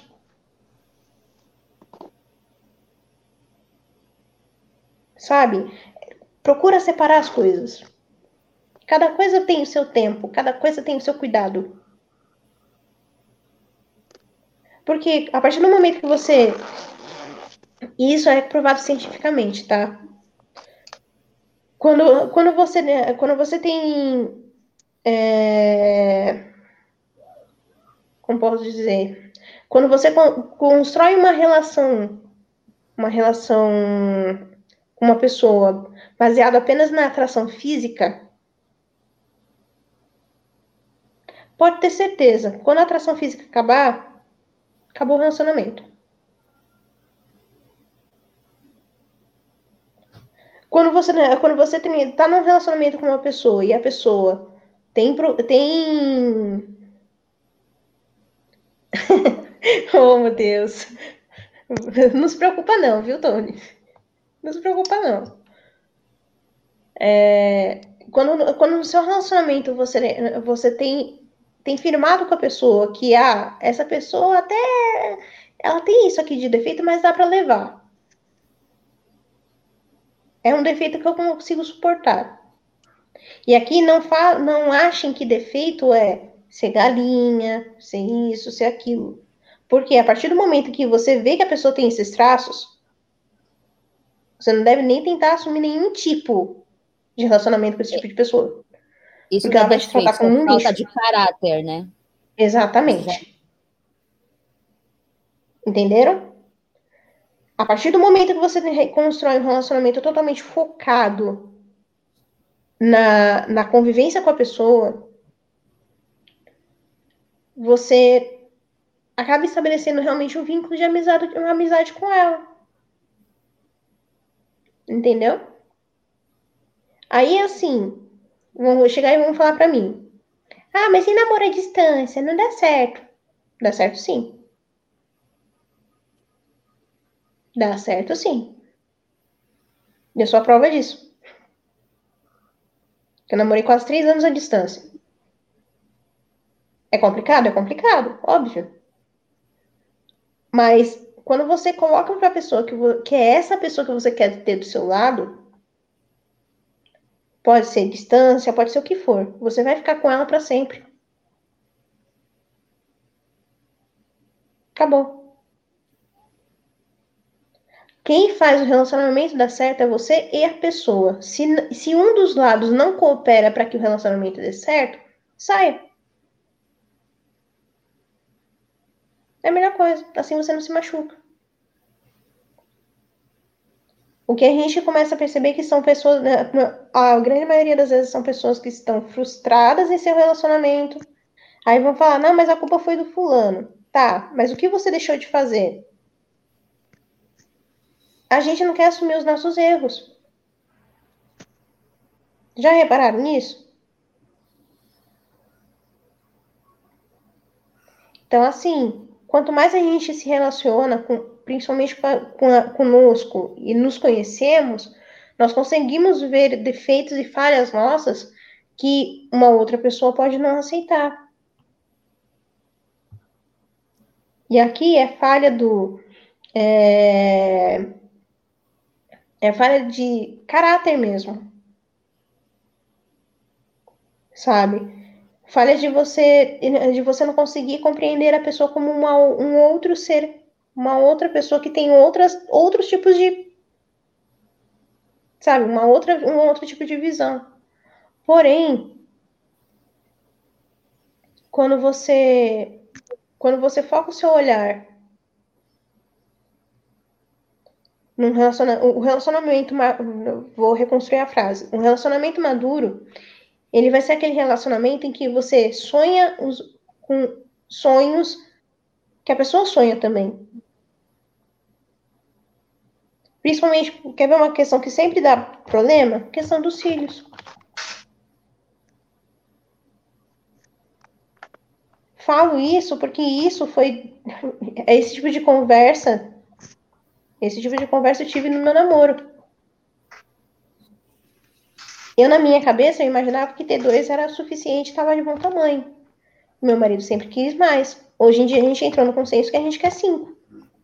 Sabe? Procura separar as coisas. Cada coisa tem o seu tempo, cada coisa tem o seu cuidado. Porque a partir do momento que você... E isso é provado cientificamente, tá? Quando, quando, você, quando você tem... É... Como posso dizer? Quando você constrói uma relação... Uma relação com uma pessoa baseada apenas na atração física... Pode ter certeza, quando a atração física acabar, acabou o relacionamento. Quando você, quando você está num relacionamento com uma pessoa e a pessoa tem... tem... Oh, meu Deus. Não se preocupa não, viu, Tony? Não se preocupa não. É... Quando, quando no seu relacionamento você, você tem, tem firmado com a pessoa que ah, essa pessoa até... Ela tem isso aqui de defeito, mas dá para levar. É um defeito que eu consigo suportar. E aqui não, fa não achem que defeito é ser galinha, ser isso, ser aquilo. Porque a partir do momento que você vê que a pessoa tem esses traços, você não deve nem tentar assumir nenhum tipo de relacionamento com esse tipo de pessoa. Isso porque não é ela vai te defeito, tratar como é um falta lixo. de caráter, né? Exatamente. Entenderam? A partir do momento que você constrói um relacionamento totalmente focado na, na convivência com a pessoa, você acaba estabelecendo realmente um vínculo de amizade, uma amizade com ela. Entendeu? Aí, assim, vão chegar e vão falar pra mim: ah, mas e namoro à distância? Não dá certo. Dá certo sim. Dá certo sim. Eu sou a prova disso. Eu namorei quase três anos à distância. É complicado? É complicado, óbvio. Mas quando você coloca pra pessoa que, que é essa pessoa que você quer ter do seu lado, pode ser distância, pode ser o que for, você vai ficar com ela pra sempre. Acabou. Quem faz o relacionamento dar certo é você e a pessoa. Se, se um dos lados não coopera para que o relacionamento dê certo, saia. É a melhor coisa. Assim você não se machuca. O que a gente começa a perceber é que são pessoas, a grande maioria das vezes são pessoas que estão frustradas em seu relacionamento. Aí vão falar, não, mas a culpa foi do fulano. Tá, mas o que você deixou de fazer? A gente não quer assumir os nossos erros. Já repararam nisso? Então, assim, quanto mais a gente se relaciona, com, principalmente com a, com a, conosco, e nos conhecemos, nós conseguimos ver defeitos e falhas nossas que uma outra pessoa pode não aceitar. E aqui é falha do... É, é falha de caráter mesmo. Sabe? Falha de você, de você não conseguir compreender a pessoa como uma, um outro ser, uma outra pessoa que tem outras, outros tipos de, sabe, uma outra, um outro tipo de visão. Porém, quando você, quando você foca o seu olhar num relacionamento, o relacionamento, vou reconstruir a frase, um relacionamento maduro, ele vai ser aquele relacionamento em que você sonha os, com sonhos que a pessoa sonha também. Principalmente, quer ver uma questão que sempre dá problema? A questão dos filhos. Falo isso porque isso foi... Esse tipo de conversa... Esse tipo de conversa eu tive no meu namoro. Eu, na minha cabeça, eu imaginava que ter dois era suficiente, estava de bom tamanho. Meu marido sempre quis mais. Hoje em dia, a gente entrou no consenso que a gente quer cinco.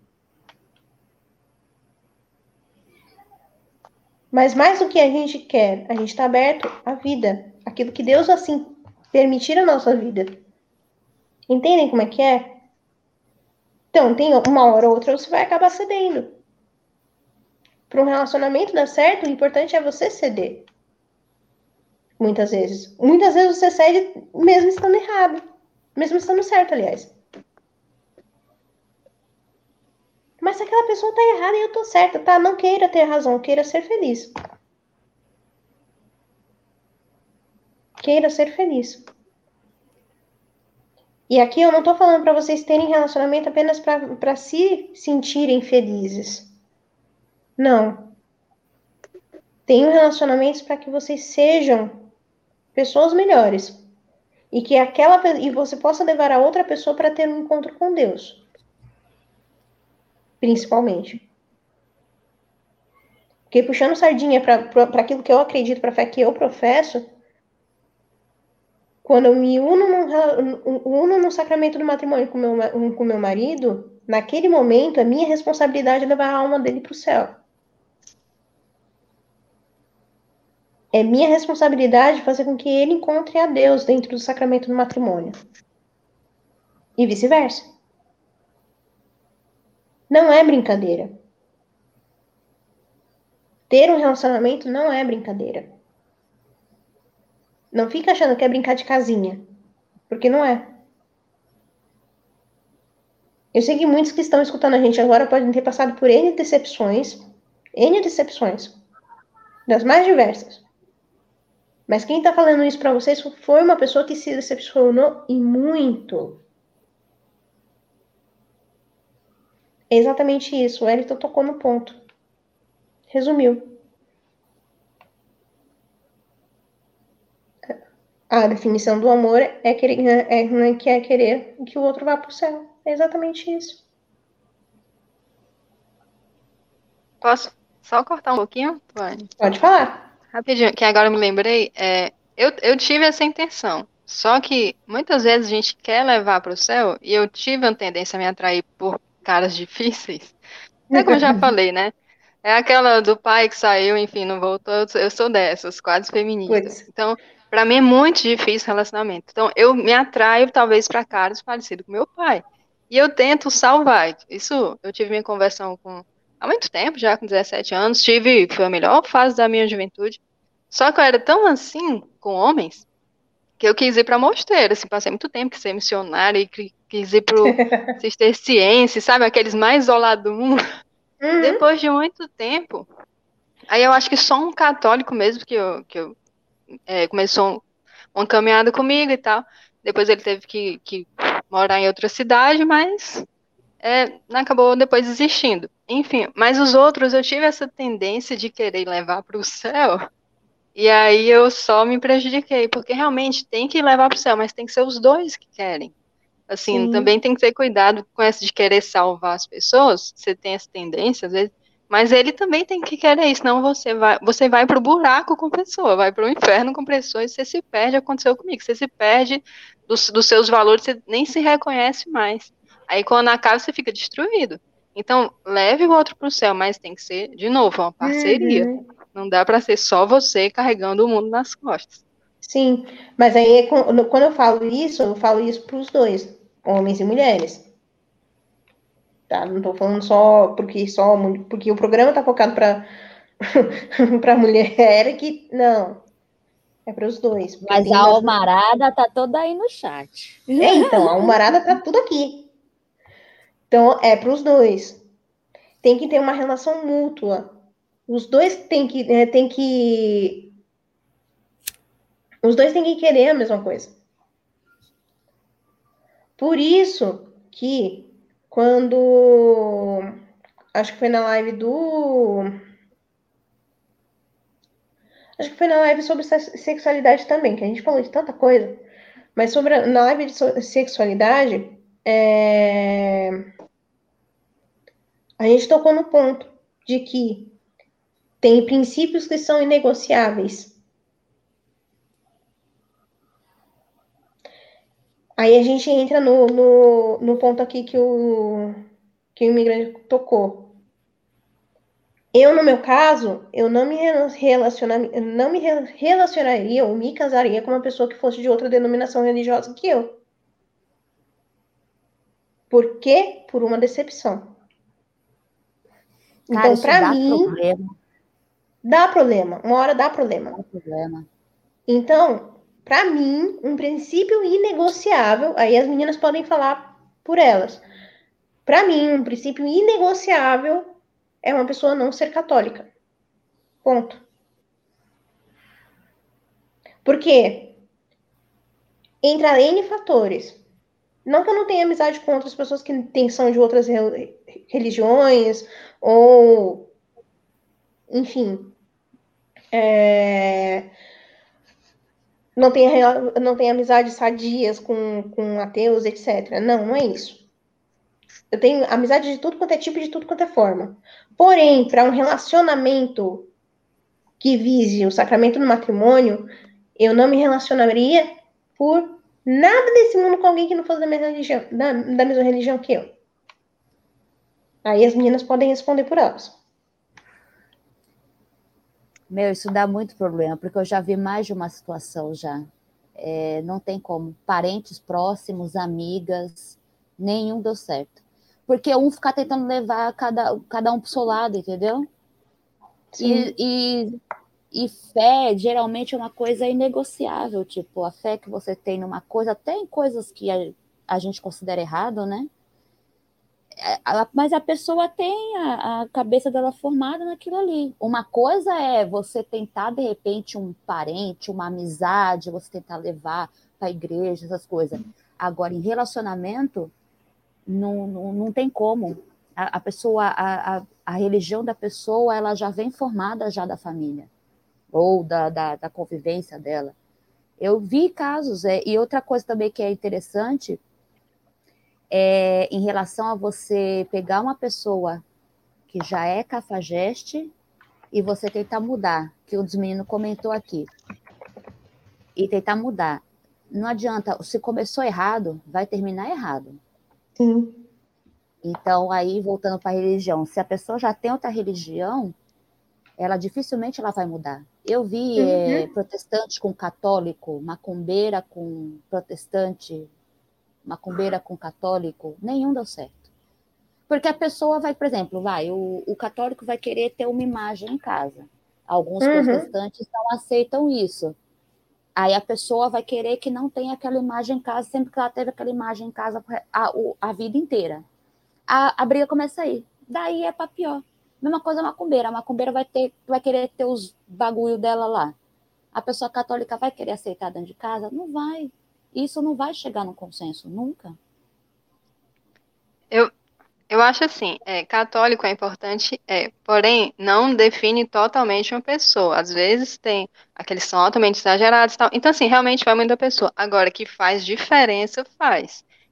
Mas mais do que a gente quer, a gente está aberto à vida. Aquilo que Deus, assim, permitir a nossa vida. Entendem como é que é? Então, tem uma hora ou outra você vai acabar cedendo. Para um relacionamento dar certo, o importante é você ceder. Muitas vezes. Muitas vezes você cede mesmo estando errado. Mesmo estando certo, aliás. Mas se aquela pessoa tá errada e eu tô certa, tá? Não queira ter razão, queira ser feliz. Queira ser feliz. E aqui eu não tô falando para vocês terem relacionamento apenas para se sentirem felizes. Não. Tenham relacionamentos para que vocês sejam pessoas melhores. E que aquela e você possa levar a outra pessoa para ter um encontro com Deus. Principalmente. Porque puxando sardinha para aquilo que eu acredito, para a fé que eu professo, quando eu me uno no, uno no sacramento do matrimônio com meu, com meu marido, naquele momento, a minha responsabilidade é levar a alma dele para o céu. É minha responsabilidade fazer com que ele encontre a Deus dentro do sacramento do matrimônio. E vice-versa. Não é brincadeira. Ter um relacionamento não é brincadeira. Não fica achando que é brincar de casinha. Porque não é. Eu sei que muitos que estão escutando a gente agora podem ter passado por N decepções. N decepções. Das mais diversas. Mas quem tá falando isso pra vocês foi uma pessoa que se decepcionou e muito. É exatamente isso. O Elton tocou no ponto. Resumiu. A definição do amor é, querer, é, é, que é querer que o outro vá pro céu. É exatamente isso. Posso só cortar um pouquinho, Tuane? Pode falar. Rapidinho, que agora eu me lembrei. É, eu, eu tive essa intenção. Só que muitas vezes a gente quer levar para o céu, e eu tive a tendência a me atrair por caras difíceis. É como eu já falei, né? É aquela do pai que saiu, enfim, não voltou. Eu sou dessas, quase feministas. Pois. Então, para mim é muito difícil relacionamento. Então, eu me atraio talvez para caras parecidos com meu pai. E eu tento salvar. Isso, eu tive minha conversão com há muito tempo, já com dezessete anos. Tive, foi a melhor fase da minha juventude. Só que eu era tão assim com homens que eu quis ir para mosteiro, assim, passei muito tempo que ser missionária e quis ir pro cisterciense, sabe, aqueles mais isolados do mundo. Uhum. Depois de muito tempo, aí eu acho que só um católico mesmo que eu, que eu é, começou uma caminhada comigo e tal. Depois ele teve que, que morar em outra cidade, mas é, acabou depois desistindo. Enfim, mas os outros eu tive essa tendência de querer levar para o céu. E aí eu só me prejudiquei, porque realmente tem que levar para o céu, mas tem que ser os dois que querem. Assim, Sim. também tem que ter cuidado com essa de querer salvar as pessoas. Você tem essa tendência, às vezes, mas ele também tem que querer isso, senão você vai, você vai pro buraco com a pessoa, vai pro inferno com a pessoa e você se perde, aconteceu comigo, você se perde dos, dos seus valores, você nem se reconhece mais. Aí quando acaba, você fica destruído. Então, leve o outro pro céu, mas tem que ser, de novo, uma parceria. Uhum. Não dá pra ser só você carregando o mundo nas costas. Sim, mas aí é com- no- quando eu falo isso, eu falo isso para os dois, homens e mulheres, tá? Não tô falando só porque só mu- porque o programa tá focado para para mulher que não, é para os dois, porque Mas tem a umas Almarada tá toda aí no chat. é, então, a humarada tá tudo aqui. Então, é para os dois. Tem que ter uma relação mútua. Os dois têm que é, tem que os dois têm que querer a mesma coisa. Por isso que quando acho que foi na live do. Acho que foi na live sobre sexualidade também, que a gente falou de tanta coisa. Mas sobre a, na live de sexualidade, é, a gente tocou no ponto de que tem princípios que são inegociáveis. Aí a gente entra no, no, no ponto aqui que o, que o imigrante tocou. Eu, no meu caso, eu não me relaciona, não me relacionaria ou me casaria com uma pessoa que fosse de outra denominação religiosa que eu. Por quê? Por uma decepção. Cara, Então, isso para dá mim, problema, dá problema. Uma hora dá problema. dá problema. Então, para mim, um princípio inegociável, aí as meninas podem falar por elas. Para mim, um princípio inegociável é uma pessoa não ser católica. Ponto. Por quê? Entra N fatores. Não que eu não tenha amizade com outras pessoas que tem, são de outras religiões, ou, enfim, é, não tenha, não tenha amizades sadias com, com ateus, etcétera. Não, não é isso. Eu tenho amizade de tudo quanto é tipo e de tudo quanto é forma. Porém, para um relacionamento que vise o sacramento do matrimônio, eu não me relacionaria por nada desse mundo com alguém que não fosse da mesma religião, da, da mesma religião que eu. Aí as meninas podem responder por elas. Meu, isso dá muito problema, porque eu já vi mais de uma situação já. É, não tem como. Parentes próximos, amigas, nenhum deu certo. Porque um fica tentando levar cada, cada um pro seu lado, entendeu? Sim. E, e, e fé, geralmente, é uma coisa inegociável. Tipo, a fé que você tem numa coisa, até em coisas que a, a gente considera errado, né? Mas a pessoa tem a, a cabeça dela formada naquilo ali. Uma coisa é você tentar, de repente, um parente, uma amizade, você tentar levar para a igreja, essas coisas. Agora, em relacionamento, não, não, não tem como. A, a pessoa, a, a, a religião da pessoa, ela já vem formada já da família, ou da, da, da convivência dela. Eu vi casos, é, e outra coisa também que é interessante, É, em relação a você pegar uma pessoa que já é cafajeste e você tentar mudar, que o dos meninos comentou aqui, e tentar mudar. Não adianta, se começou errado, vai terminar errado. Sim. Então, aí, voltando para a religião, se a pessoa já tem outra religião, ela dificilmente ela vai mudar. Eu vi Uhum. é, protestante com católico, macumbeira com protestante, macumbeira com católico, nenhum deu certo. Porque a pessoa vai, por exemplo, vai, o, o católico vai querer ter uma imagem em casa. Alguns Uhum. protestantes não aceitam isso. Aí a pessoa vai querer que não tenha aquela imagem em casa, sempre que ela teve aquela imagem em casa a, a vida inteira. A, a briga começa aí. Daí é para pior. Mesma coisa a macumbeira. A macumbeira vai, ter, vai querer ter os bagulho dela lá. A pessoa católica vai querer aceitar dentro de casa? Não vai. Isso não vai chegar num consenso, nunca. Eu, eu acho assim, é, católico é importante, é, porém, não define totalmente uma pessoa. Às vezes tem aqueles que são altamente exagerados e tal. Então, assim, realmente vai muito da pessoa. Agora, que faz diferença, faz.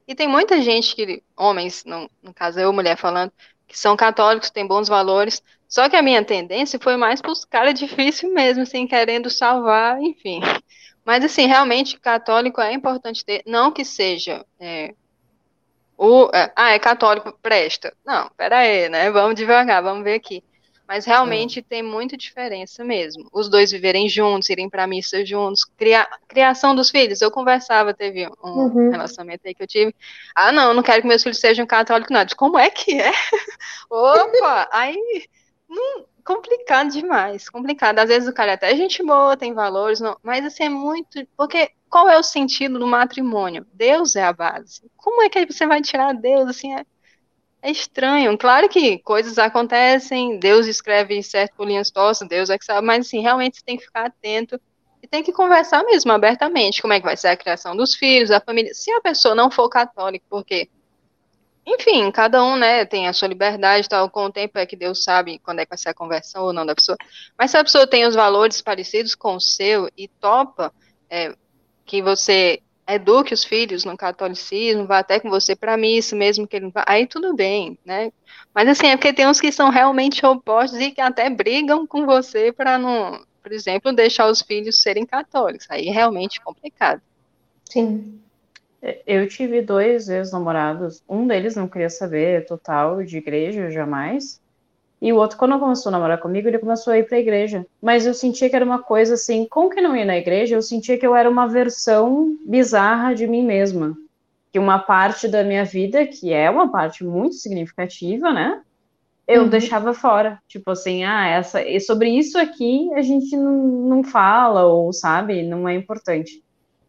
E tem muita gente que, homens, no, no caso eu, mulher falando, que são católicos, têm bons valores, só que a minha tendência foi mais para os caras difíceis mesmo, assim, querendo salvar, enfim. Mas, assim, realmente, católico é importante ter, não que seja, é, o, é, ah, é católico, presta. Não, pera aí, né? Vamos devagar, vamos ver aqui. Mas realmente tem muita diferença mesmo. Os dois viverem juntos, irem pra missa juntos, criar, criação dos filhos. Eu conversava, teve um Uhum. relacionamento aí que eu tive. Ah, não, eu não quero que meus filhos sejam católicos, não. Eu disse, como é que é? Opa! Aí, não, complicado demais, complicado. Às vezes o cara é até gente boa, tem valores, não, mas assim é muito. Porque qual é o sentido do matrimônio? Deus é a base. Como é que aí você vai tirar Deus? Assim, é, é estranho. Claro que coisas acontecem, Deus escreve certo por linhas tortas, Deus é que sabe, mas assim, realmente você tem que ficar atento e tem que conversar mesmo abertamente. Como é que vai ser a criação dos filhos, a família. Se a pessoa não for católica, porque enfim, cada um, né, tem a sua liberdade e tal, com o tempo é que Deus sabe quando é que vai ser a conversão ou não da pessoa. Mas se a pessoa tem os valores parecidos com o seu e topa é, que você eduque os filhos no catolicismo, vá até com você para missa, mesmo que ele não vá, aí tudo bem, né? Mas assim, é porque tem uns que são realmente opostos e que até brigam com você para não, por exemplo, deixar os filhos serem católicos. Aí é realmente complicado. Sim. Eu tive dois ex-namorados. Um deles não queria saber total de igreja, jamais. E o outro, quando começou a namorar comigo, ele começou a ir pra igreja. Mas eu sentia que era uma coisa assim, como que não ia na igreja? Eu sentia que eu era uma versão bizarra de mim mesma. Que uma parte da minha vida, que é uma parte muito significativa, né? Eu Uhum. deixava fora. Tipo assim, ah, essa, e sobre isso aqui a gente não, não fala, ou sabe, não é importante.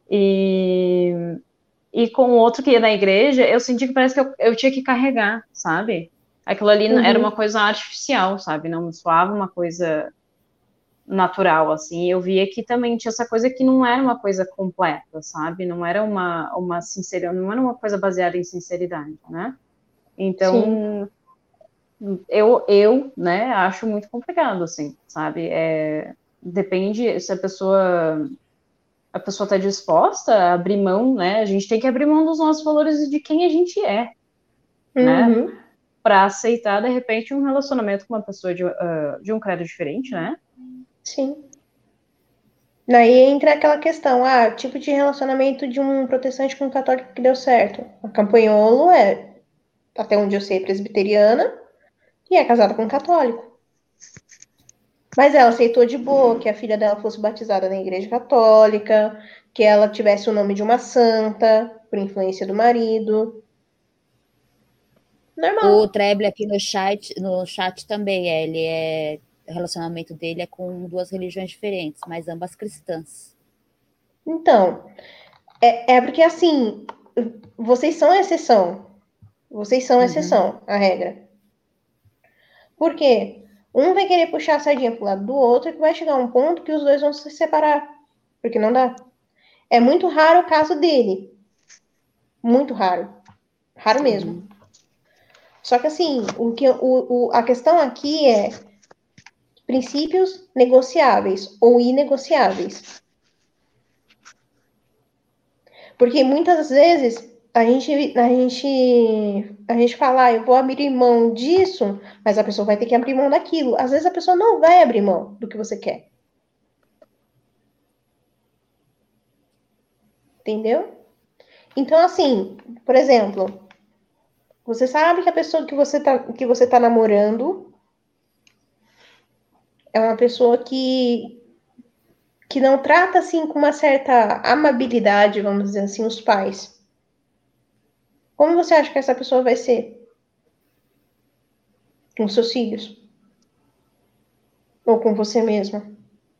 E, e com o outro que ia na igreja, eu senti que parece que eu, eu tinha que carregar, sabe? Aquilo ali era uma Uhum. coisa artificial, sabe? Não soava uma coisa natural, assim. Eu via que também tinha essa coisa que não era uma coisa completa, sabe? Não era uma, uma sinceridade, não era uma coisa baseada em sinceridade, né? Sim. Então, eu, eu, né, acho muito complicado, assim, sabe? É, depende se a pessoa a pessoa está disposta a abrir mão, né? A gente tem que abrir mão dos nossos valores e de quem a gente é, né? Uhum. Para aceitar, de repente, um relacionamento com uma pessoa de, uh, de um credo diferente, né? Sim. Daí entra aquela questão, ah, tipo de relacionamento de um protestante com um católico que deu certo. A Campanholo é, até onde eu sei, presbiteriana e é casada com um católico. Mas ela aceitou de boa que a filha dela fosse batizada na igreja católica, que ela tivesse o nome de uma santa, por influência do marido. Normal. O Treble aqui no chat, no chat também é, ele é, o relacionamento dele é com duas religiões diferentes, mas ambas cristãs. Então, é, é porque assim, vocês são exceção. Vocês são exceção, a regra. Por quê? Um vai querer puxar a sardinha pro lado do outro e vai chegar um ponto que os dois vão se separar. Porque não dá. É muito raro o caso dele. Muito raro. Raro mesmo. Uhum. Só que assim, o que, o, o, a questão aqui é princípios negociáveis ou inegociáveis. Porque muitas vezes a gente, a gente, a gente fala, ah, eu vou abrir mão disso, mas a pessoa vai ter que abrir mão daquilo. Às vezes a pessoa não vai abrir mão do que você quer. Entendeu? Então, assim, por exemplo, você sabe que a pessoa que você tá, que você tá namorando é uma pessoa que, que não trata, assim, com uma certa amabilidade, vamos dizer assim, os pais. Como você acha que essa pessoa vai ser com seus filhos? Ou com você mesma?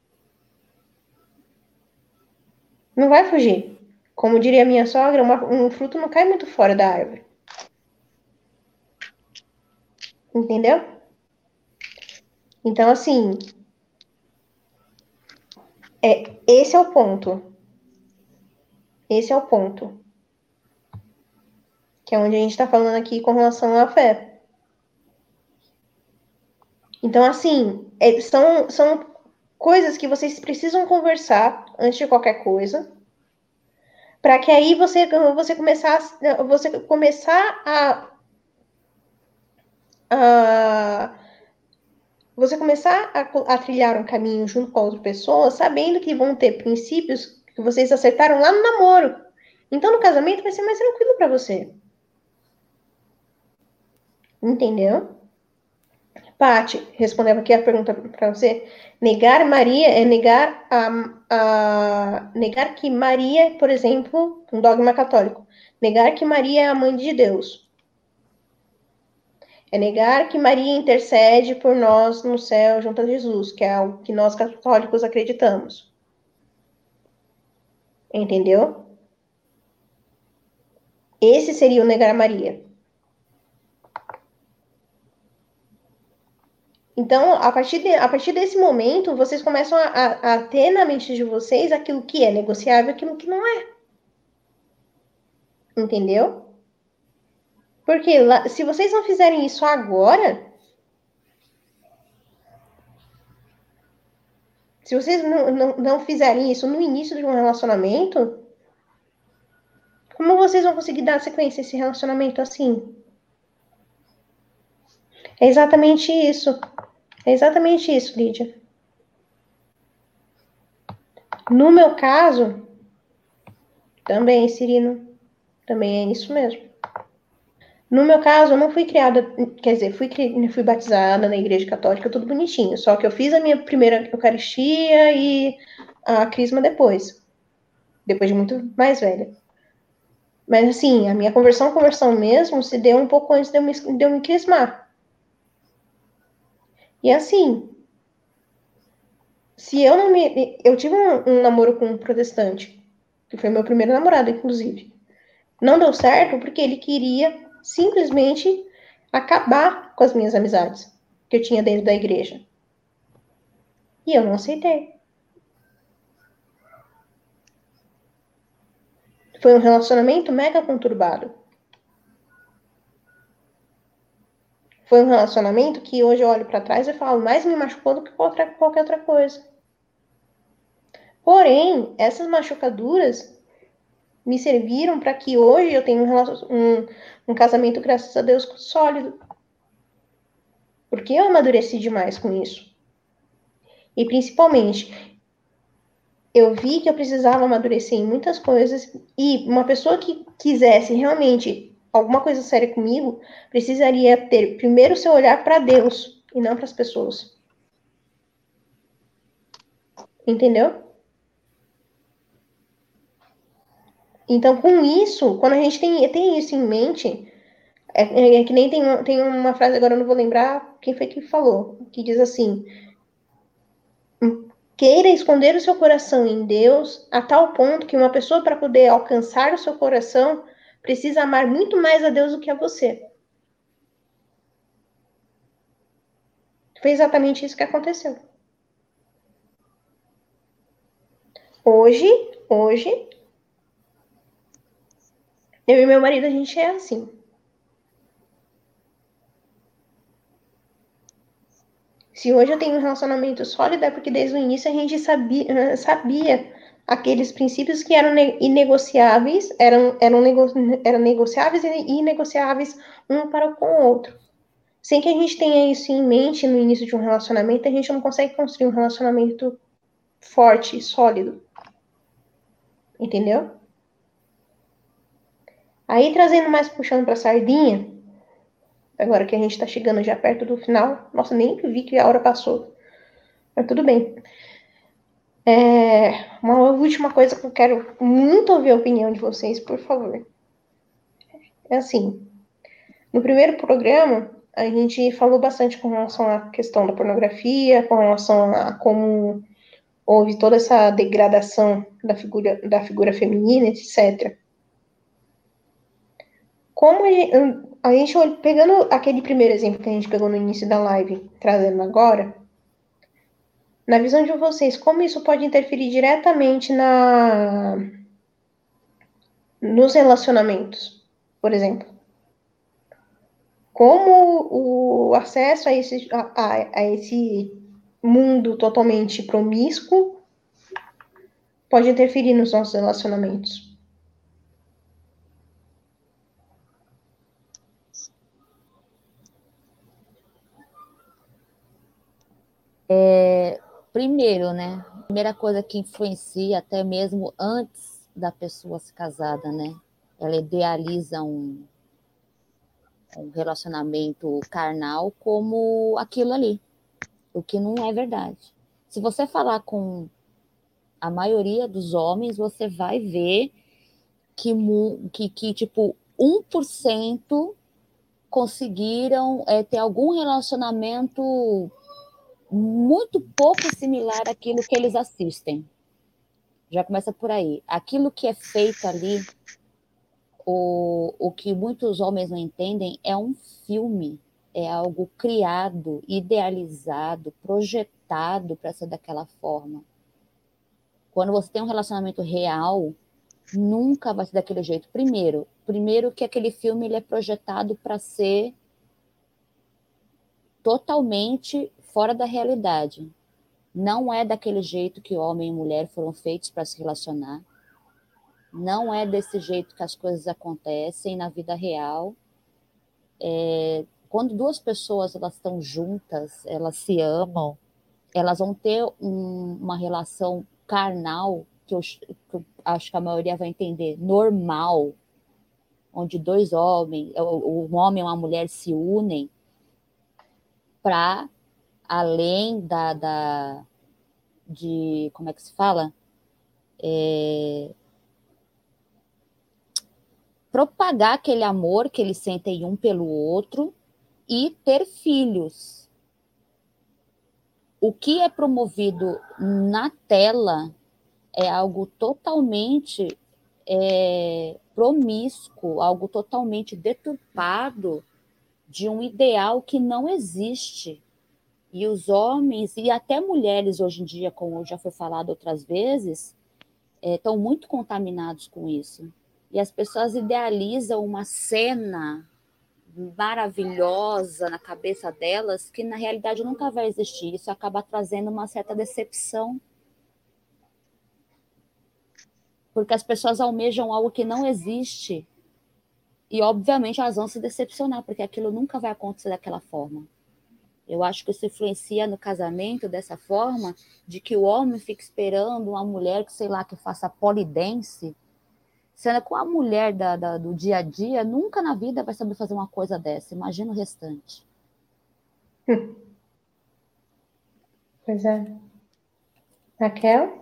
Não vai fugir. Como diria minha sogra, uma, um fruto não cai muito fora da árvore. Entendeu? Então, assim, é, esse é o ponto. Esse é o ponto. Que é onde a gente está falando aqui com relação à fé. Então, assim, é, são, são coisas que vocês precisam conversar antes de qualquer coisa, Para que aí você, você, começar, você começar a, a você começar a, a trilhar um caminho junto com outra pessoa, sabendo que vão ter princípios que vocês acertaram lá no namoro. Então, no casamento vai ser mais tranquilo para você. Entendeu? Paty, respondendo aqui a pergunta para você, negar Maria é negar a, a negar que Maria, por exemplo, um dogma católico, negar que Maria é a mãe de Deus. É negar que Maria intercede por nós no céu junto a Jesus, que é algo que nós católicos acreditamos. Entendeu? Esse seria o negar Maria. Então, a partir, de, a partir desse momento, vocês começam a, a, a ter na mente de vocês aquilo que é negociável e aquilo que não é. Entendeu? Porque lá, se vocês não fizerem isso agora, se vocês não, não, não fizerem isso no início de um relacionamento, como vocês vão conseguir dar sequência a esse relacionamento assim? É exatamente isso. É exatamente isso, Lídia. No meu caso, também, Cirino, também é isso mesmo. No meu caso, eu não fui criada, quer dizer, fui, fui batizada na igreja católica, tudo bonitinho. Só que eu fiz a minha primeira Eucaristia e a Crisma depois. Depois de muito mais velha. Mas, assim, a minha conversão, conversão mesmo, se deu um pouco antes de eu me, de eu me crismar. E, assim, se eu não me... Eu tive um, um namoro com um protestante, que foi meu primeiro namorado, inclusive. Não deu certo porque ele queria simplesmente acabar com as minhas amizades que eu tinha dentro da igreja. E eu não aceitei. Foi um relacionamento mega conturbado. Foi um relacionamento que hoje eu olho para trás e falo, mais me machucou do que qualquer, qualquer outra coisa. Porém, essas machucaduras me serviram para que hoje eu tenha um, um, um casamento, graças a Deus, sólido. Porque eu amadureci demais com isso. E principalmente, eu vi que eu precisava amadurecer em muitas coisas e uma pessoa que quisesse realmente alguma coisa séria comigo precisaria ter primeiro seu olhar para Deus e não para as pessoas. Entendeu? Então, com isso, quando a gente tem, tem isso em mente, é, é, é que nem tem, tem uma frase, agora eu não vou lembrar quem foi que falou, que diz assim: queira esconder o seu coração em Deus a tal ponto que uma pessoa, para poder alcançar o seu coração, precisa amar muito mais a Deus do que a você. Foi exatamente isso que aconteceu. Hoje, hoje, eu e meu marido, a gente é assim. Se hoje eu tenho um relacionamento sólido, é porque desde o início a gente sabia, sabia aqueles princípios que eram inegociáveis, eram, eram, nego, eram negociáveis e inegociáveis um para com o outro. Sem que a gente tenha isso em mente no início de um relacionamento, a gente não consegue construir um relacionamento forte e sólido. Entendeu? Aí, trazendo mais, puxando para a sardinha, agora que a gente está chegando já perto do final, nossa, nem vi que a hora passou. Mas tudo bem. É, uma última coisa que eu quero muito ouvir a opinião de vocês, por favor. É assim, no primeiro programa, a gente falou bastante com relação à questão da pornografia, com relação a como houve toda essa degradação da figura, da figura feminina, etcétera. Como a gente, a gente, pegando aquele primeiro exemplo que a gente pegou no início da live, trazendo agora, na visão de vocês, como isso pode interferir diretamente na, nos relacionamentos, por exemplo? Como o acesso a esse, a, a esse mundo totalmente promíscuo pode interferir nos nossos relacionamentos? É, primeiro, né? A primeira coisa que influencia, até mesmo antes da pessoa se casada, né? Ela idealiza um, um relacionamento carnal como aquilo ali, o que não é verdade. Se você falar com a maioria dos homens, você vai ver que, que, que tipo, um por cento conseguiram é, ter algum relacionamento muito pouco similar àquilo que eles assistem. Já começa por aí. Aquilo que é feito ali, o, o que muitos homens não entendem, é um filme, é algo criado, idealizado, projetado para ser daquela forma. Quando você tem um relacionamento real, nunca vai ser daquele jeito. Primeiro, primeiro que aquele filme ele é projetado para ser totalmente fora da realidade. Não é daquele jeito que homem e mulher foram feitos para se relacionar. Não é desse jeito que as coisas acontecem na vida real. É, quando duas pessoas elas estão juntas, elas se amam, elas vão ter um, uma relação carnal, que eu, que eu acho que a maioria vai entender, normal, onde dois homens, um homem e uma mulher se unem para além da, da de, como é que se fala? É, propagar aquele amor que eles sentem um pelo outro e ter filhos. O que é promovido na tela é algo totalmente é, promíscuo, algo totalmente deturpado de um ideal que não existe. E os homens, e até mulheres hoje em dia, como já foi falado outras vezes, estão é, muito contaminados com isso. E as pessoas idealizam uma cena maravilhosa na cabeça delas, que na realidade nunca vai existir. Isso acaba trazendo uma certa decepção. Porque as pessoas almejam algo que não existe. E, obviamente, elas vão se decepcionar, porque aquilo nunca vai acontecer daquela forma. Eu acho que isso influencia no casamento dessa forma, de que o homem fica esperando uma mulher que, sei lá, que faça polidense, sendo que a mulher da, da, do dia a dia nunca na vida vai saber fazer uma coisa dessa. Imagina o restante. Hum. Pois é. Raquel?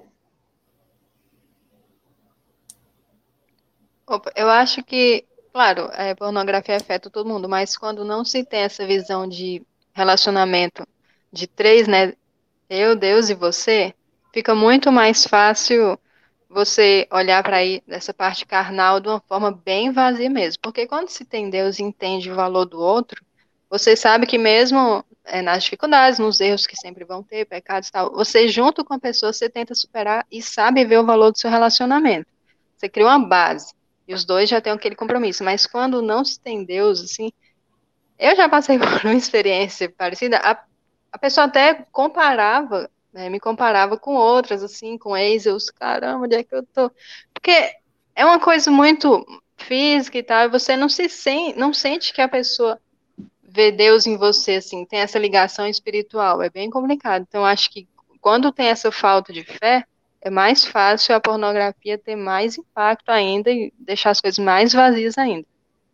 Opa, eu acho que, claro, a pornografia afeta todo mundo, mas quando não se tem essa visão de relacionamento de três, né? Eu, Deus e você, fica muito mais fácil você olhar para aí essa parte carnal de uma forma bem vazia mesmo. Porque quando se tem Deus e entende o valor do outro, você sabe que mesmo é, nas dificuldades, nos erros que sempre vão ter, pecados e tal, você junto com a pessoa, você tenta superar e sabe ver o valor do seu relacionamento. Você cria uma base. E os dois já têm aquele compromisso. Mas quando não se tem Deus, assim, eu já passei por uma experiência parecida. A, a pessoa até comparava, né, me comparava com outras, assim, com ex. Eu, caramba, onde é que eu tô? Porque é uma coisa muito física e tal, e você não se sente, não sente que a pessoa vê Deus em você, assim, tem essa ligação espiritual. É bem complicado. Então, acho que quando tem essa falta de fé, é mais fácil a pornografia ter mais impacto ainda e deixar as coisas mais vazias ainda.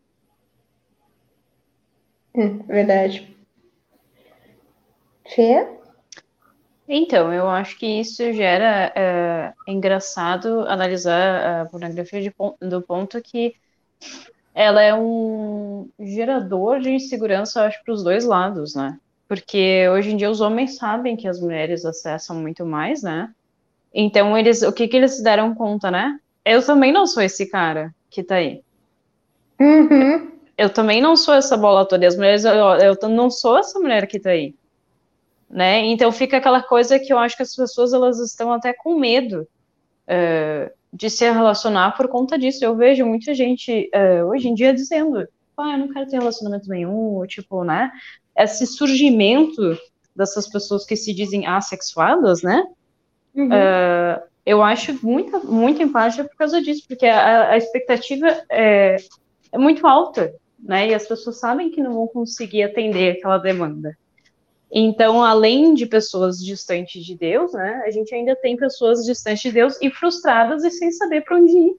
Hum, verdade. Fê? Então, eu acho que isso gera é, é engraçado analisar a pornografia de, do ponto que ela é um gerador de insegurança, eu acho, para os dois lados, né? Porque hoje em dia os homens sabem que as mulheres acessam muito mais, né? Então, eles, o que que eles se deram conta, né? Eu também não sou esse cara que tá aí. Uhum. Eu também não sou essa bola toda. As mulheres, eu, eu não sou essa mulher que tá aí. Né? Então fica aquela coisa que eu acho que as pessoas elas estão até com medo uh, de se relacionar por conta disso. Eu vejo muita gente uh, hoje em dia dizendo, ah, eu não quero ter relacionamento nenhum, ou, tipo, né? Esse surgimento dessas pessoas que se dizem assexuadas, né? Uhum. Uh, eu acho muito, muito em parte por causa disso, porque a, a expectativa é, é muito alta, né? E as pessoas sabem que não vão conseguir atender aquela demanda. Então, além de pessoas distantes de Deus, né, a gente ainda tem pessoas distantes de Deus e frustradas e sem saber para onde ir.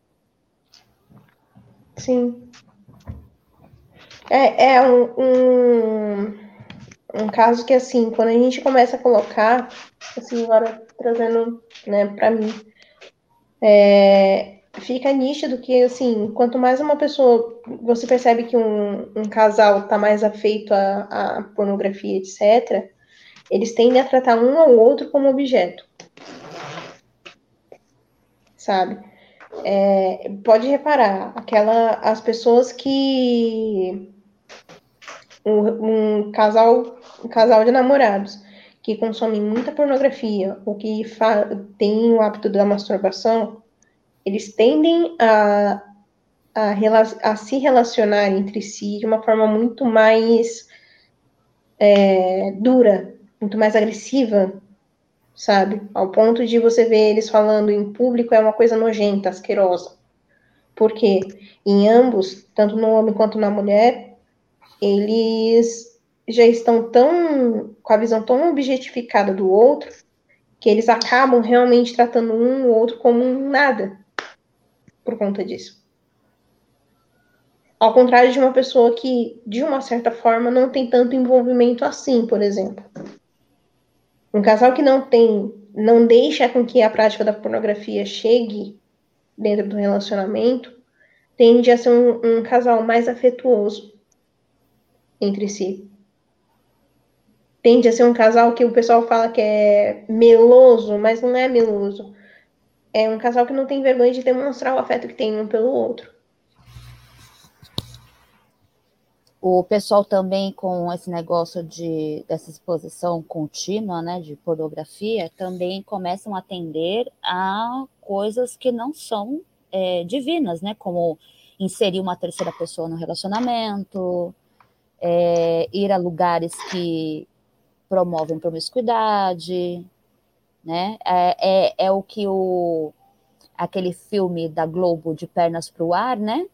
Sim. É, é um, um, um caso que, assim, quando a gente começa a colocar, assim, agora trazendo, né, para mim, é, fica nítido que, assim, quanto mais uma pessoa, você percebe que um, um casal tá mais afeito à, à pornografia, etcétera, eles tendem a tratar um ao outro como objeto, sabe? É, pode reparar, aquela, as pessoas que um, um casal, um casal de namorados que consomem muita pornografia ou que tem o hábito da masturbação, eles tendem a, a, a se relacionar entre si de uma forma muito mais é, dura, muito mais agressiva, sabe? Ao ponto de você ver eles falando em público é uma coisa nojenta, asquerosa. Porque em ambos, tanto no homem quanto na mulher, eles já estão tão com a visão tão objetificada do outro que eles acabam realmente tratando um ou outro como um nada por conta disso. Ao contrário de uma pessoa que, de uma certa forma, não tem tanto envolvimento assim, por exemplo. Um casal que não tem, não deixa com que a prática da pornografia chegue dentro do relacionamento, tende a ser um, um casal mais afetuoso entre si. Tende a ser um casal que o pessoal fala que é meloso, mas não é meloso. É um casal que não tem vergonha de demonstrar o afeto que tem um pelo outro. O pessoal também com esse negócio de, dessa exposição contínua, né, de pornografia, também começam a atender a coisas que não são é, divinas, né, como inserir uma terceira pessoa no relacionamento, é, ir a lugares que promovem promiscuidade, né, é, é, é o que o, aquele filme da Globo de Pernas pro Ar, né,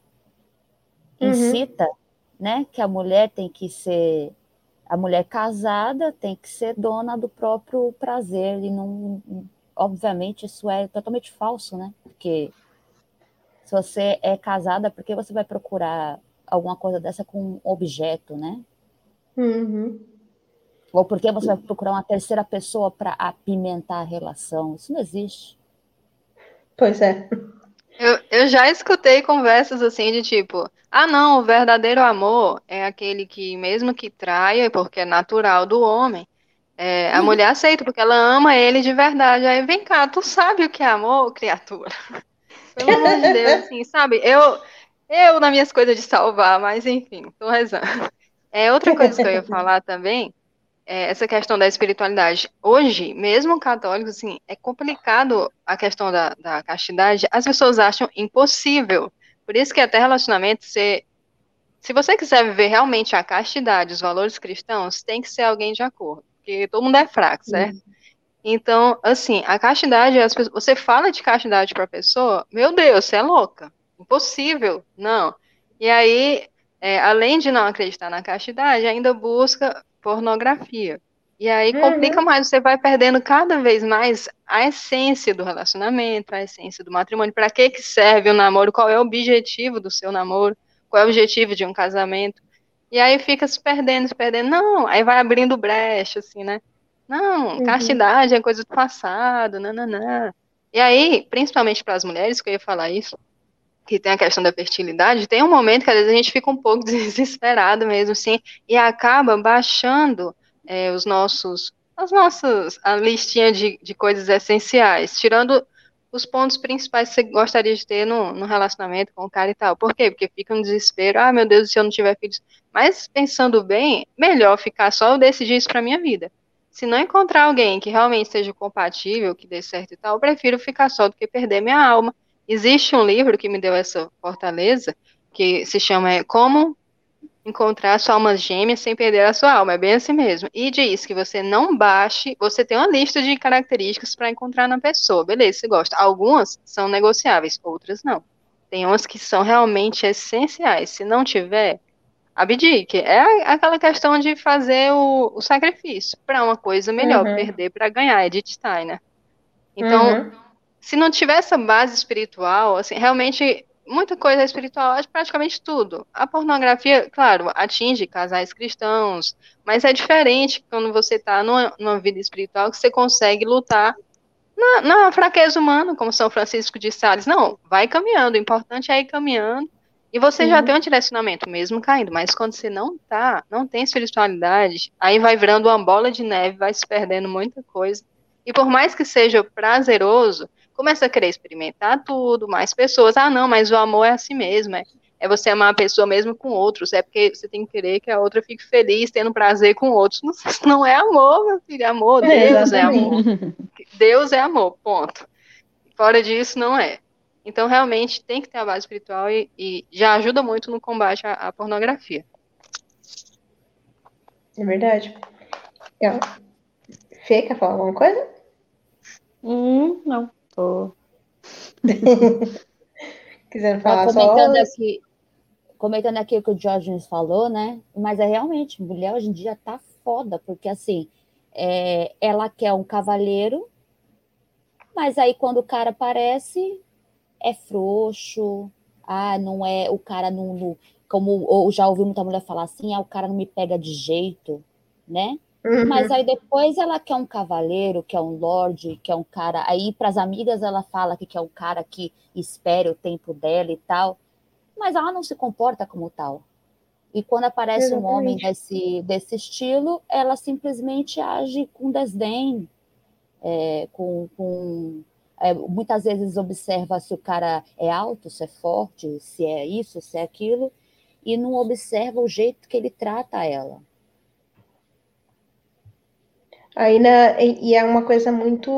incita, uhum. Né, que a mulher tem que ser, a mulher casada tem que ser dona do próprio prazer, e não, obviamente isso é totalmente falso, né, porque se você é casada, por que você vai procurar alguma coisa dessa com um objeto, né? Uhum. Ou por que você vai procurar uma terceira pessoa para apimentar a relação? Isso não existe. Pois é. Eu, eu já escutei conversas assim de tipo, ah não, o verdadeiro amor é aquele que mesmo que traia, porque é natural do homem, é, a mulher aceita porque ela ama ele de verdade. Aí vem cá, tu sabe o que é amor, criatura? Pelo amor de Deus, assim, sabe? Eu, eu nas minhas coisas de salvar, mas enfim, tô rezando. É, outra coisa que eu ia falar também, é essa questão da espiritualidade. Hoje, mesmo católicos, assim, é complicado a questão da, da castidade, as pessoas acham impossível. Por isso que até relacionamento, se, se você quiser viver realmente a castidade, os valores cristãos, tem que ser alguém de acordo, porque todo mundo é fraco, certo? Uhum. Então, assim, a castidade, as pessoas, você fala de castidade para a pessoa, meu Deus, você é louca, impossível, não. E aí, é, além de não acreditar na castidade, ainda busca pornografia. E aí complica uhum. mais, você vai perdendo cada vez mais a essência do relacionamento, a essência do matrimônio. Para que que serve o namoro? Qual é o objetivo do seu namoro? Qual é o objetivo de um casamento? E aí fica se perdendo, se perdendo. Não, aí vai abrindo brecha, assim, né? Não, uhum. castidade é coisa do passado, nananã. E aí, principalmente para as mulheres, que eu ia falar isso, que tem a questão da fertilidade, tem um momento que às vezes a gente fica um pouco desesperado mesmo, assim, e acaba baixando é, os nossos, as nossas, a listinha de, de coisas essenciais, tirando os pontos principais que você gostaria de ter no, no relacionamento com o cara e tal. Por quê? Porque fica um desespero, ah, meu Deus, se eu não tiver filhos. Mas, pensando bem, melhor ficar só, eu decidi isso para minha vida. Se não encontrar alguém que realmente seja compatível, que dê certo e tal, eu prefiro ficar só do que perder minha alma. Existe um livro que me deu essa fortaleza, que se chama Como Encontrar Sua Alma Gêmea Sem Perder a Sua Alma. É bem assim mesmo. E diz que você não baixe, você tem uma lista de características para encontrar na pessoa. Beleza, você gosta. Algumas são negociáveis, outras não. Tem umas que são realmente essenciais. Se não tiver, abdique. É aquela questão de fazer o, o sacrifício para uma coisa melhor, Uhum. perder para ganhar, Edith Steiner. Então, Uhum. se não tiver essa base espiritual, assim, realmente muita coisa é espiritual, acho praticamente tudo. A pornografia, claro, atinge casais cristãos, mas é diferente quando você está numa, numa vida espiritual que você consegue lutar na, na fraqueza humana, como São Francisco de Sales. Não, vai caminhando, o importante é ir caminhando. E você já tem Sim. um direcionamento mesmo caindo, mas quando você não tá, não tem espiritualidade, aí vai virando uma bola de neve, vai se perdendo muita coisa. E por mais que seja prazeroso, começa a querer experimentar tudo, mais pessoas. Ah, não, mas o amor é assim mesmo, é, é você amar a pessoa mesmo com outros, é porque você tem que querer que a outra fique feliz, tendo prazer com outros. Não, não é amor, meu filho, é amor, É, Deus é exatamente. amor. Deus é amor, ponto. Fora disso, não é. Então, realmente, tem que ter a base espiritual e, e já ajuda muito no combate à, à pornografia. É verdade. Ó, Fê, quer falar alguma coisa? Hum, não. Tô... Quiser Tá falar só. comentando aqui, comentando aqui o que o Diógenes falou, né? Mas é realmente, mulher hoje em dia tá foda, porque assim, é, ela quer um cavalheiro, mas aí quando o cara aparece, é frouxo, ah, não é, o cara não, não como ou já ouvi muita mulher falar assim, ah, o cara não me pega de jeito, né? Mas aí Uhum. depois ela quer um cavaleiro, quer um lorde, quer um cara. Aí para as amigas ela fala que quer um cara que espere o tempo dela e tal, mas ela não se comporta como tal. E quando aparece um homem Exatamente. desse, desse estilo, ela simplesmente age com desdém, é, com, com é, muitas vezes observa se o cara é alto, se é forte, se é isso, se é aquilo, e não observa o jeito que ele trata ela. Aí na, e e é uma coisa muito.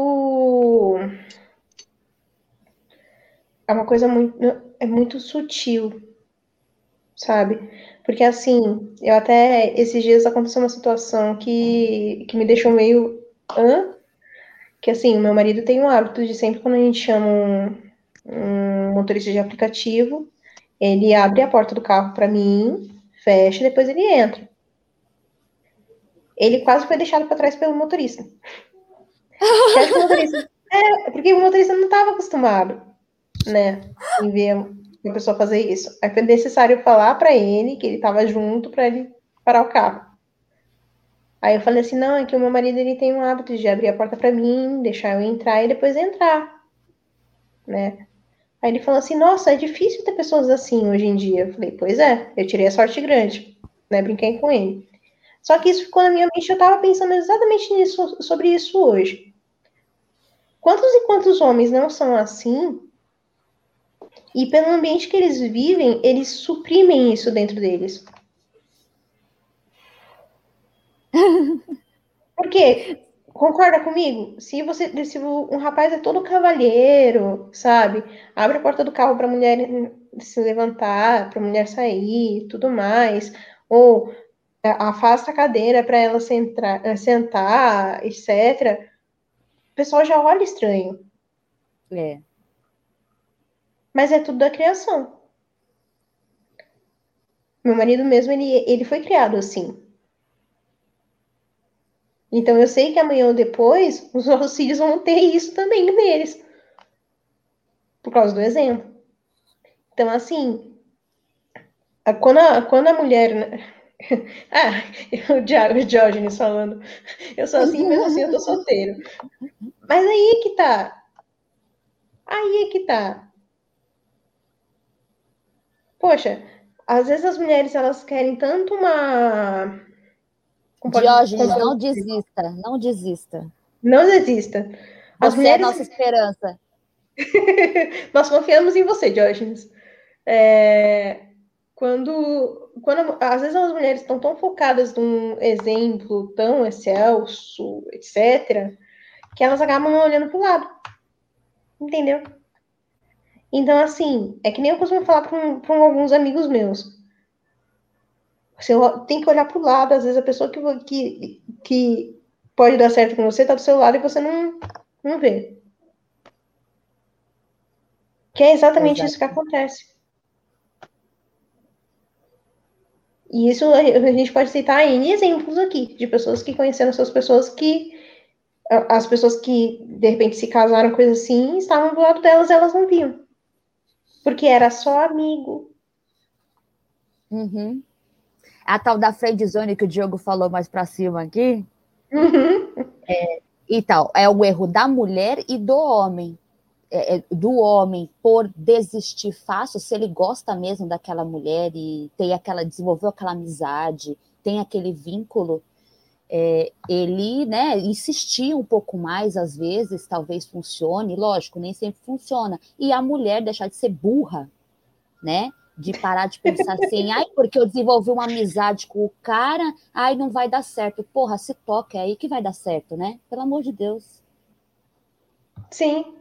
É uma coisa muito. É muito sutil, sabe? Porque assim, eu até. Esses dias aconteceu uma situação que, que me deixou meio. Hã? Que assim, o meu marido tem o hábito de sempre quando a gente chama um, um motorista de aplicativo, ele abre a porta do carro pra mim, fecha e depois ele entra. Ele quase foi deixado pra trás pelo motorista. Porque acho que o motorista. É, porque o motorista não estava acostumado, né, em ver uma pessoa fazer isso. Aí foi necessário falar pra ele que ele estava junto pra ele parar o carro. Aí eu falei assim, não, é que o meu marido ele tem um hábito de abrir a porta pra mim, deixar eu entrar e depois entrar, né? Aí ele falou assim, nossa, é difícil ter pessoas assim hoje em dia. Eu falei, pois é, eu tirei a sorte grande, né? Brinquei com ele. Só que isso ficou na minha mente, eu tava pensando exatamente nisso, sobre isso hoje. Quantos e quantos homens não são assim? E pelo ambiente que eles vivem, eles suprimem isso dentro deles. Por quê? Concorda comigo? Se você, se um rapaz é todo cavalheiro, sabe? Abre a porta do carro para a mulher se levantar, para a mulher sair, tudo mais, ou é, afasta a cadeira para ela sentar, sentar, etcétera. O pessoal já olha estranho, É. mas é tudo da criação. Meu marido mesmo, ele, ele foi criado assim. Então eu sei que amanhã ou depois os nossos filhos vão ter isso também neles, por causa do exemplo. Então, assim, a- quando a, quando a mulher. Né? Ah, o Dia- o Diógenes falando, eu sou assim, mesmo assim eu tô solteiro. Mas aí é que tá. Aí é que tá. Poxa, às vezes as mulheres elas querem tanto uma. Como pode, como Diógenes, pode- não desista, não desista. não desista. As Você é a mulheres. nossa esperança. Nós confiamos em você, Diógenes. É, quando, quando às vezes as mulheres estão tão focadas num exemplo tão excelso, etcétera, que elas acabam olhando pro lado, entendeu? Então, assim, é que nem eu costumo falar para um, pra alguns amigos meus. Você tem que olhar pro lado, às vezes a pessoa que, que, que pode dar certo com você tá do seu lado e você não, não vê. Que é exatamente isso que Exato. acontece. E isso a gente pode citar N exemplos aqui, de pessoas que conheceram essas pessoas que, as pessoas que, de repente, se casaram, coisa assim, estavam do lado delas, elas não viam. Porque era só amigo. Uhum. A tal da friendzone que o Diogo falou mais pra cima aqui. Uhum. É, então, é o erro da mulher e do homem. É, é, do homem por desistir fácil, se ele gosta mesmo daquela mulher e tem aquela, desenvolveu aquela amizade, tem aquele vínculo, é, ele, né, insistir um pouco mais, às vezes, talvez funcione, lógico, nem sempre funciona. E a mulher deixar de ser burra, né? De parar de pensar assim, ai, porque eu desenvolvi uma amizade com o cara, ai, não vai dar certo. Porra, se toca, é aí que vai dar certo, né? Pelo amor de Deus. Sim.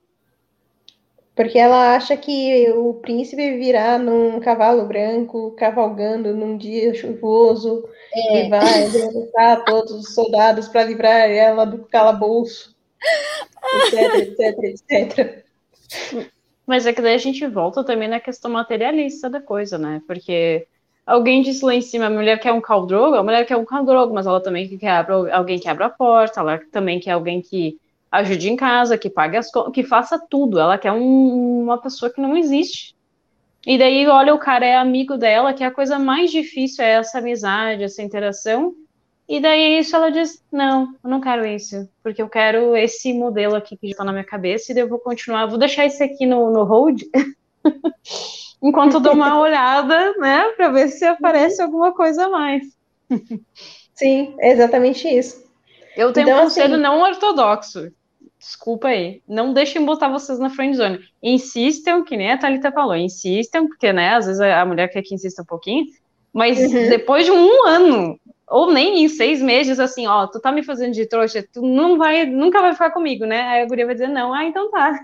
Porque ela acha que o príncipe virá num cavalo branco, cavalgando num dia chuvoso, É. e vai derrotar todos os soldados para livrar ela do calabouço, etc, etc, etcétera. Mas é que daí a gente volta também na questão materialista da coisa, né? Porque alguém disse lá em cima, a mulher quer um caldrogo, a mulher quer um caldrogo, mas ela também quer abra, alguém que abra a porta, ela também quer alguém que ajude em casa, que pague as contas, que faça tudo. Ela quer um, uma pessoa que não existe. E daí, olha, o cara é amigo dela, que a coisa mais difícil é essa amizade, essa interação. E daí isso ela diz, não, eu não quero isso, porque eu quero esse modelo aqui que já tá na minha cabeça, e daí eu vou continuar, vou deixar esse aqui no, no hold, enquanto eu dou uma olhada, né, pra ver se aparece alguma coisa a mais. Sim, é exatamente isso. Eu tenho Então, um conselho assim, não ortodoxo, desculpa aí, não deixem botar vocês na friendzone. Insistam, que nem a Thalita falou, insistam, porque, né, às vezes a mulher quer que insista um pouquinho, mas uhum. depois de um ano, ou nem em seis meses, assim, ó, tu tá me fazendo de trouxa, tu não vai, nunca vai ficar comigo, né? Aí a guria vai dizer, não, ah, então tá.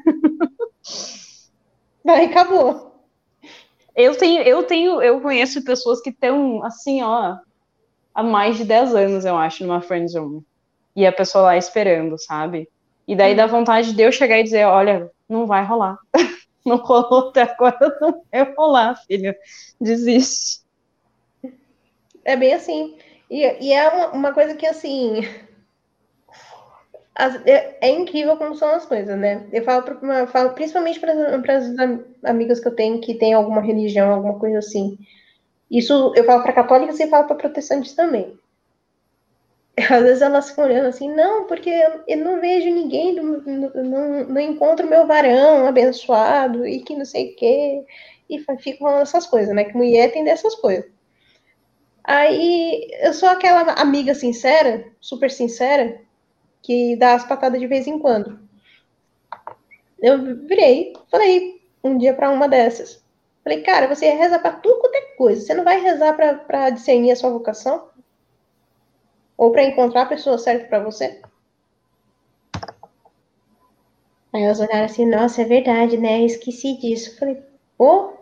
Aí acabou. Eu tenho, eu tenho, eu conheço pessoas que estão, assim, ó, há mais de dez anos, eu acho, numa friendzone. E a pessoa lá esperando, sabe? E daí dá vontade de eu chegar e dizer, olha, não vai rolar. Não rolou até agora, não vai rolar, filho. Desiste. É bem assim. E, e é uma, uma coisa que, assim, as, é, é incrível como são as coisas, né? Eu falo, pra, eu falo principalmente para as amigas que eu tenho que tem alguma religião, alguma coisa assim. Isso eu falo para católicas e falo para protestantes também. Às vezes elas ficam olhando assim, não, porque eu não vejo ninguém, do, não, não encontro meu varão abençoado e que não sei o quê. E ficam falando essas coisas, né? Que mulher tem dessas coisas. Aí eu sou aquela amiga sincera, super sincera, que dá as patadas de vez em quando. Eu virei, falei um dia para uma dessas. Falei, cara, você reza para tudo quanto é coisa. Você não vai rezar para discernir a sua vocação? Ou para encontrar a pessoa certa para você? Aí elas olharam assim, nossa, é verdade, né? Eu esqueci disso. Falei, pô,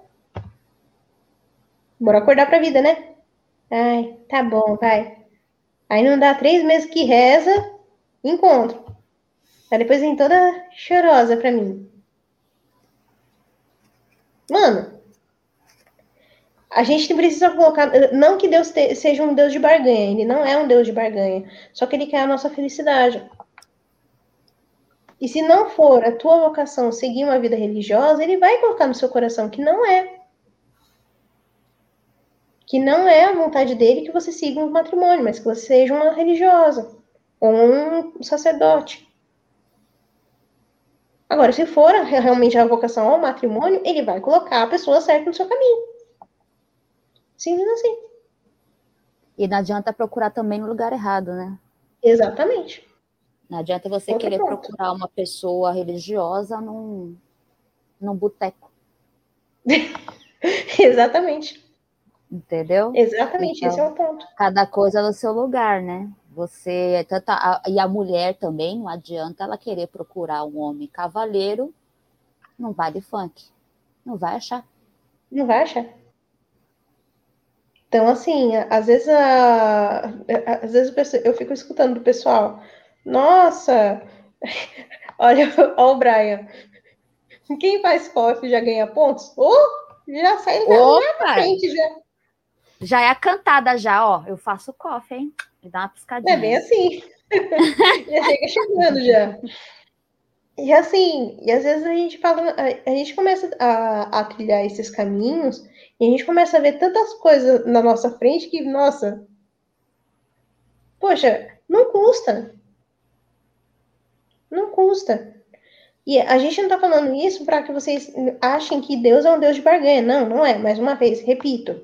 bora acordar pra vida, né? Ai, tá bom, vai. Aí não dá três meses que reza, encontro. Aí depois vem toda chorosa pra mim. Mano, a gente precisa colocar. Não que Deus te, seja um Deus de barganha, ele não é um Deus de barganha. Só que ele quer a nossa felicidade. E se não for a tua vocação seguir uma vida religiosa, ele vai colocar no seu coração que não é. Que não é a vontade dele que você siga um matrimônio, mas que você seja uma religiosa ou um sacerdote. Agora, se for realmente a vocação ao matrimônio, ele vai colocar a pessoa certa no seu caminho. Simples assim. E não adianta procurar também no lugar errado, né? Exatamente. Não adianta você Outro querer ponto. procurar uma pessoa religiosa num, num boteco. Exatamente. Entendeu? Exatamente, Então, esse é o ponto. cada coisa no seu lugar, né? Você, tanto a, e a mulher também, não adianta ela querer procurar um homem cavaleiro num baile funk. Não vai achar. Não vai achar. Então, assim, às vezes, a... às vezes eu fico escutando do pessoal, nossa, olha, olha o Brian, quem faz F O F já ganha pontos? Oh, já sai lá na frente, já. Já é a cantada já, ó. Eu faço coffee, hein? Me dá uma piscadinha. É bem assim. Já chega chegando já. E assim, e às vezes a gente fala, a, a gente começa a, a trilhar esses caminhos e a gente começa a ver tantas coisas na nossa frente que, nossa, poxa, não custa. Não custa. E a gente não tá falando isso para que vocês achem que Deus é um Deus de barganha. Não, não é. Mais uma vez, repito.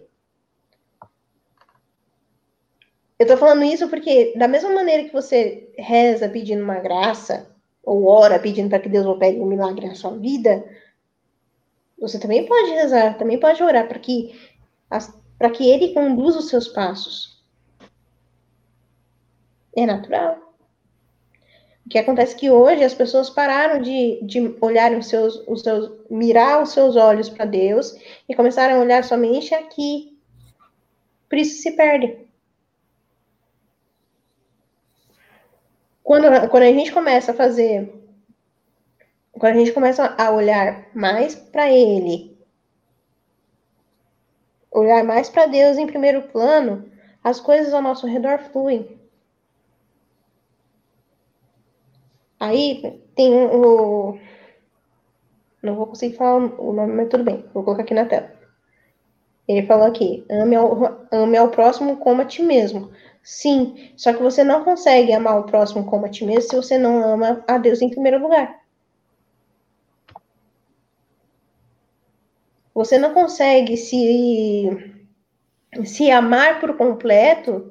Eu tô falando isso porque, da mesma maneira que você reza pedindo uma graça, ou ora pedindo para que Deus opere um milagre na sua vida, você também pode rezar, também pode orar para que, para que Ele conduza os seus passos. É natural. O que acontece é que hoje as pessoas pararam de, de olhar os seus, os seus, mirar os seus olhos para Deus e começaram a olhar somente aqui. Por isso se perde. Quando, quando a gente começa a fazer, quando a gente começa a olhar mais para Ele, olhar mais para Deus em primeiro plano, as coisas ao nosso redor fluem. Aí tem o. Não vou conseguir falar o nome, mas tudo bem. Vou colocar aqui na tela. Ele falou aqui: ame ao, ame ao próximo como a ti mesmo. Sim, só que você não consegue amar o próximo como a ti mesmo se você não ama a Deus em primeiro lugar. Você não consegue se, se amar por completo.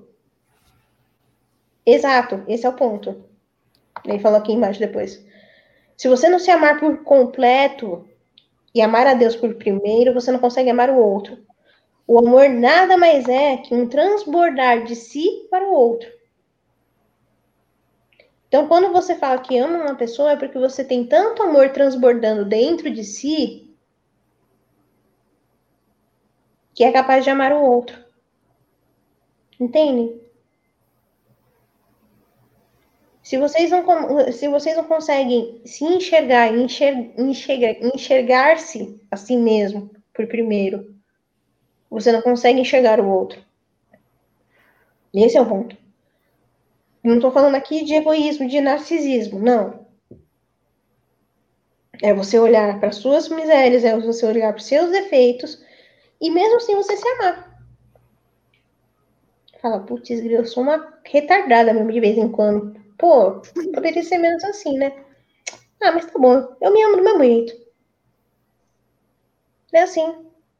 Exato, esse é o ponto. Ele falou aqui embaixo depois. Se você não se amar por completo e amar a Deus por primeiro, você não consegue amar o outro. O amor nada mais é que um transbordar de si para o outro. Então, quando você fala que ama uma pessoa, é porque você tem tanto amor transbordando dentro de si que é capaz de amar o outro. Entende? Se vocês não, se vocês não conseguem se enxergar, enxergar, enxergar, enxergar-se a si mesmo por primeiro, você não consegue enxergar o outro. Esse é o ponto. Não estou falando aqui de egoísmo, de narcisismo, não. É você olhar para suas misérias, é você olhar para os seus defeitos e mesmo assim você se amar. Fala, putz, eu sou uma retardada mesmo de vez em quando. Pô, poderia ser menos assim, né? Ah, mas tá bom, eu me amo do meu jeito. É assim.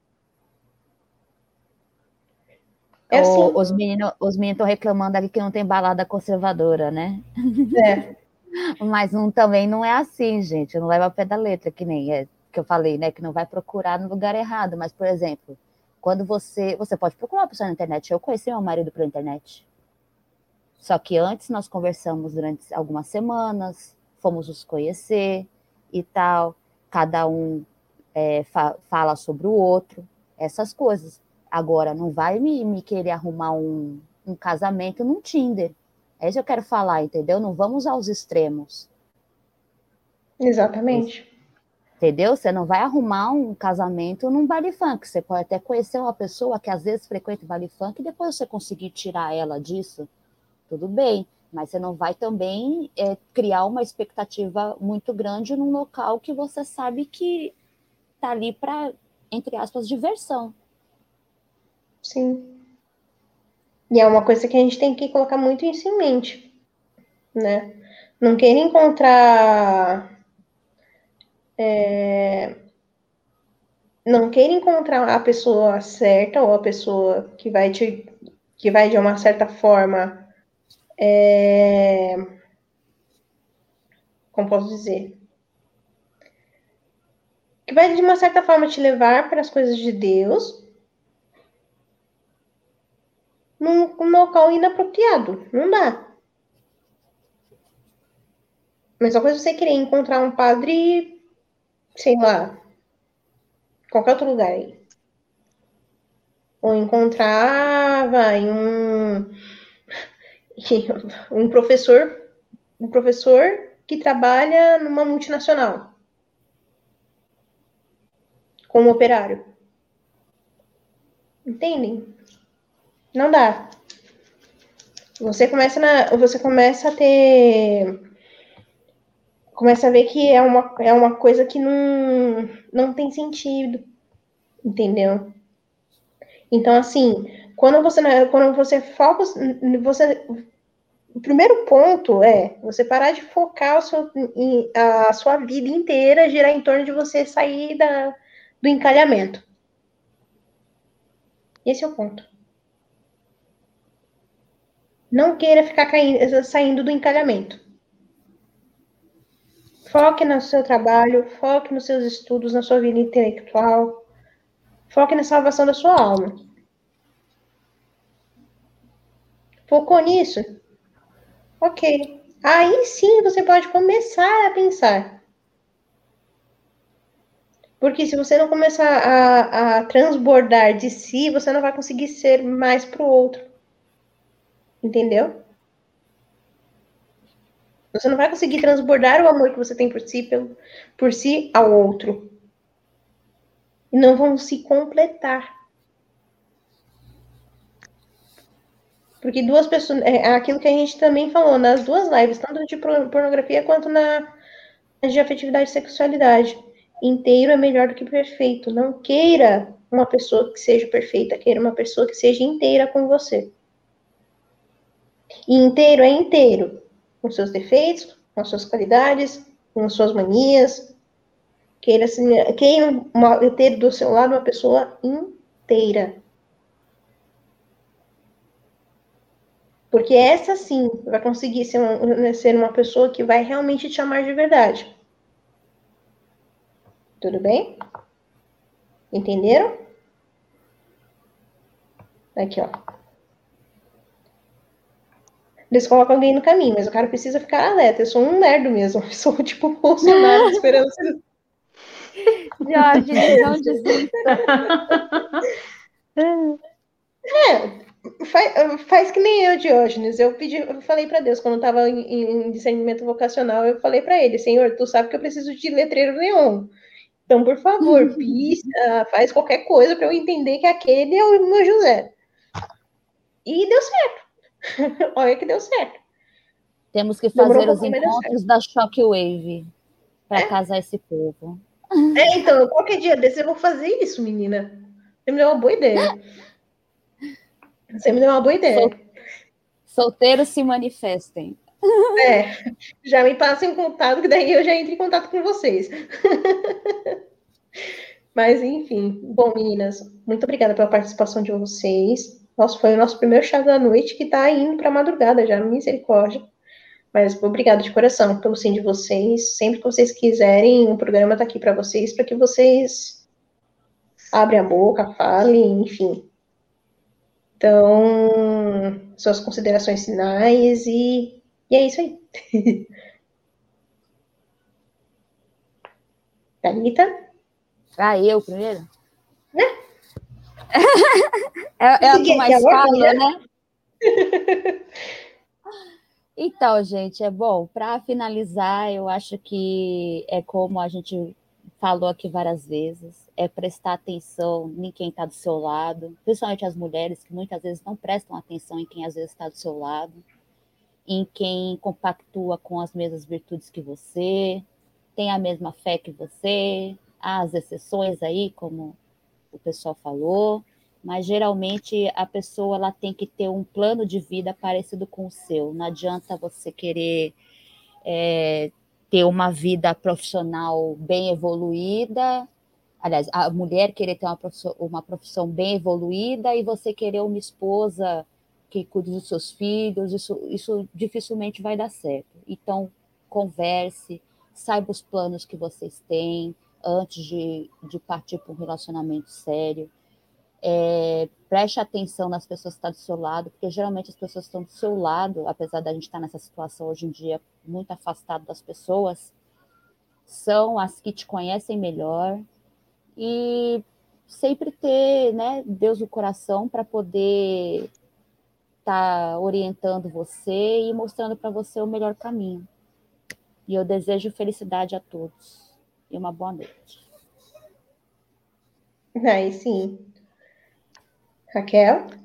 É assim. O, os meninos os meninos estão reclamando ali que não tem balada conservadora, né? É. Mas não, também não é assim, gente. Não leva a pé da letra, que nem é que eu falei, né? Que não vai procurar no lugar errado. Mas, por exemplo, quando você. Você pode procurar uma pessoa na internet. Eu conheci meu marido pela internet. Só que antes nós conversamos durante algumas semanas, fomos nos conhecer e tal. Cada um é, fa fala sobre o outro, essas coisas. Agora, não vai me, me querer arrumar um, um casamento num Tinder. É isso que eu quero falar, entendeu? Não vamos aos extremos. Exatamente. Entendeu? Você não vai arrumar um casamento num baile funk. Você pode até conhecer uma pessoa que às vezes frequenta baile funk e depois você conseguir tirar ela disso, tudo bem. Mas você não vai também é, criar uma expectativa muito grande num local que você sabe que tá ali para, entre aspas, diversão. Sim. E é uma coisa que a gente tem que colocar muito isso em mente, né? Não queira encontrar... É, não queira encontrar a pessoa certa ou a pessoa que vai te... que vai, de uma certa forma... É, como posso dizer? Que vai, de uma certa forma, te levar para as coisas de Deus num, num local inapropriado. Não dá. Mas uma coisa é você querer encontrar um padre, sei lá, qualquer outro lugar aí. Ou encontrar, vai, um, um professor, um professor que trabalha numa multinacional, como operário. Entendem? Não dá. Você começa, na, você começa a ter... Começa a ver que é uma, é uma coisa que não, não tem sentido. Entendeu? Então, assim, quando você, quando você foca... Você, o primeiro ponto é você parar de focar a sua, a sua vida inteira, girar em torno de você sair da, do encalhamento. Esse é o ponto. Não queira ficar caindo, saindo do encalhamento. Foque no seu trabalho, foque nos seus estudos, na sua vida intelectual. Foque na salvação da sua alma. Focou nisso? Ok. Aí sim você pode começar a pensar. Porque se você não começar a, a transbordar de si, você não vai conseguir ser mais para o outro. Entendeu? Você não vai conseguir transbordar o amor que você tem por si, pelo, por si ao outro. E não vão se completar. Porque duas pessoas... É aquilo que a gente também falou nas duas lives, tanto de pornografia quanto na de afetividade e sexualidade. Inteiro é melhor do que perfeito. Não queira uma pessoa que seja perfeita, queira uma pessoa que seja inteira com você. E inteiro é inteiro, com seus defeitos, com suas qualidades, com suas manias. Queira, queira uma, ter do seu lado uma pessoa inteira. Porque essa sim vai conseguir ser uma, ser uma pessoa que vai realmente te amar de verdade. Tudo bem? Entenderam? Aqui, ó. Eles colocam alguém no caminho, mas o cara precisa ficar alerta. Eu sou um lerdo mesmo. Eu sou tipo o Bolsonaro esperando ser... Diógenes, não desista. É, faz, faz que nem eu, Diógenes. Eu pedi, eu falei para Deus, quando eu estava em, em discernimento vocacional, eu falei para ele, Senhor, tu sabe que eu preciso de letreiro neon. Então, por favor, pista, faz qualquer coisa para eu entender que aquele é o meu José. E deu certo. Olha que deu certo. Temos que Demorou fazer um os pouquinho, mas deu encontros certo. da Shockwave para É? casar esse povo. É, então, qualquer dia desse eu vou fazer isso, menina. Você me deu uma boa ideia. Você me deu uma boa ideia. Sol... Solteiros se manifestem. É, já me passem em contato, que daí eu já entro em contato com vocês. Mas, enfim. Bom, meninas, muito obrigada pela participação de vocês. Nossa, foi o nosso primeiro chá da noite que tá indo pra madrugada já, misericórdia. Mas obrigada de coração pelo sim de vocês. Sempre que vocês quiserem, o programa tá aqui para vocês, para que vocês abrem a boca, falem, enfim. Então, suas considerações finais e, e é isso aí. Thalita? Ah, eu primeiro? Né? É, é a que mais fala, né? né? Então, gente, é bom. Para finalizar, eu acho que é como a gente falou aqui várias vezes, é prestar atenção em quem está do seu lado, principalmente as mulheres, que muitas vezes não prestam atenção em quem às vezes está do seu lado, em quem compactua com as mesmas virtudes que você, tem a mesma fé que você, há as exceções aí, como o pessoal falou, mas geralmente a pessoa ela tem que ter um plano de vida parecido com o seu. Não adianta você querer é, ter uma vida profissional bem evoluída, aliás, a mulher querer ter uma profissão, uma profissão bem evoluída e você querer uma esposa que cuide dos seus filhos, isso, isso dificilmente vai dar certo. Então, converse, saiba os planos que vocês têm antes de, de partir para um relacionamento sério. É, preste atenção nas pessoas que estão do seu lado, porque geralmente as pessoas que estão do seu lado, apesar da gente estar nessa situação hoje em dia muito afastado das pessoas, são as que te conhecem melhor e sempre ter, né, Deus no coração para poder estar tá orientando você e mostrando para você o melhor caminho. E eu desejo felicidade a todos e uma boa noite. Aí sim. Raquel?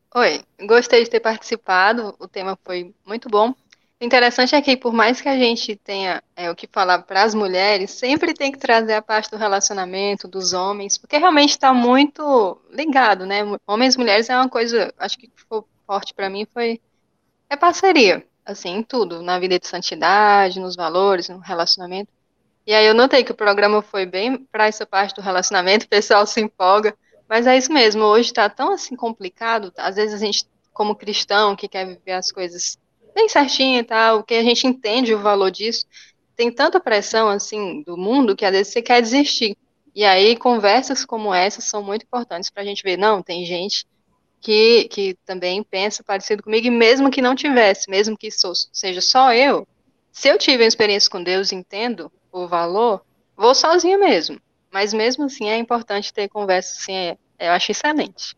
Oi, gostei de ter participado, o tema foi muito bom. O interessante é que, por mais que a gente tenha é, o que falar para as mulheres, sempre tem que trazer a parte do relacionamento, dos homens, porque realmente está muito ligado, né? Homens e mulheres é uma coisa, acho que ficou forte para mim foi é parceria, assim, em tudo, na vida de santidade, nos valores, no relacionamento. E aí eu notei que o programa foi bem para essa parte do relacionamento, o pessoal se empolga, mas é isso mesmo, hoje está tão assim complicado, às vezes a gente, como cristão, que quer viver as coisas bem certinho e tal, que a gente entende o valor disso, tem tanta pressão assim do mundo que às vezes você quer desistir. E aí conversas como essas são muito importantes para a gente ver, não, tem gente que, que também pensa parecido comigo, e mesmo que não tivesse, mesmo que sou, seja só eu, se eu tive uma experiência com Deus, entendo o valor, vou sozinha mesmo. Mas mesmo assim é importante ter conversa assim, é, eu acho excelente.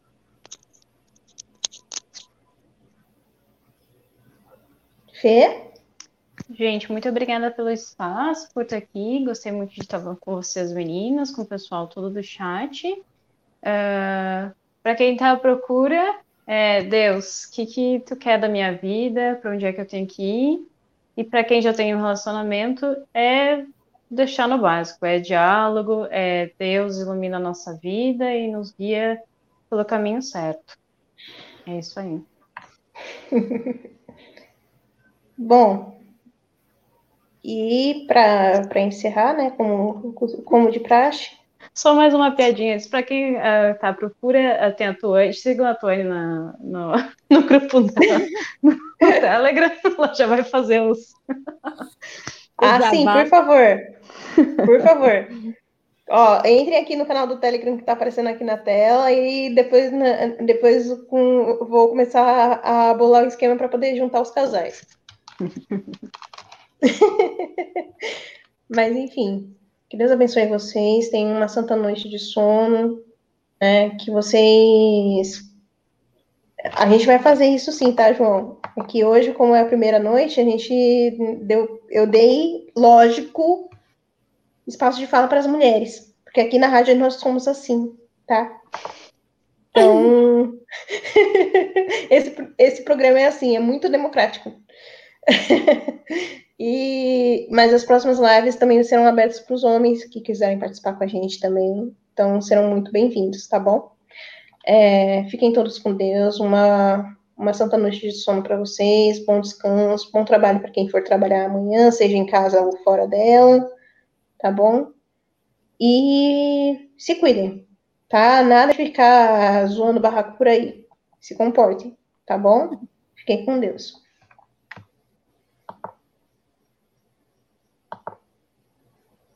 Fê? Gente, muito obrigada pelo espaço, por estar aqui. Gostei muito de estar com vocês, meninas, com o pessoal todo do chat. Uh, para quem está à procura, é, Deus, o que, que tu quer da minha vida? Para onde é que eu tenho que ir? E para quem já tem um relacionamento, é deixar no básico, é diálogo, é Deus ilumina a nossa vida e nos guia pelo caminho certo. É isso aí. Bom, e para encerrar, né, como, como de praxe. Só mais uma piadinha. Para quem uh, tá à procura, uh, tem a Tuane, sigam a Tuane na, no, no grupo da, no Telegram, ela já vai fazer os. Ah, sim, por favor. Por favor. Ó, entrem aqui no canal do Telegram que tá aparecendo aqui na tela e depois, depois com, vou começar a bolar o esquema para poder juntar os casais. Mas, enfim, que Deus abençoe vocês. Tenham uma santa noite de sono. Né, que vocês... A gente vai fazer isso sim, tá, João? Aqui hoje, como é a primeira noite, a gente deu... Eu dei, lógico, espaço de fala para as mulheres. Porque aqui na rádio nós somos assim, tá? Então, esse, esse programa é assim, é muito democrático. E, mas as próximas lives também serão abertas para os homens que quiserem participar com a gente também. Então, serão muito bem-vindos, tá bom? É, fiquem todos com Deus. Uma, uma santa noite de sono para vocês. Bom descanso, bom trabalho para quem for trabalhar amanhã, seja em casa ou fora dela, tá bom? E se cuidem, tá? Nada de ficar zoando barraco por aí. Se comportem, tá bom? Fiquem com Deus.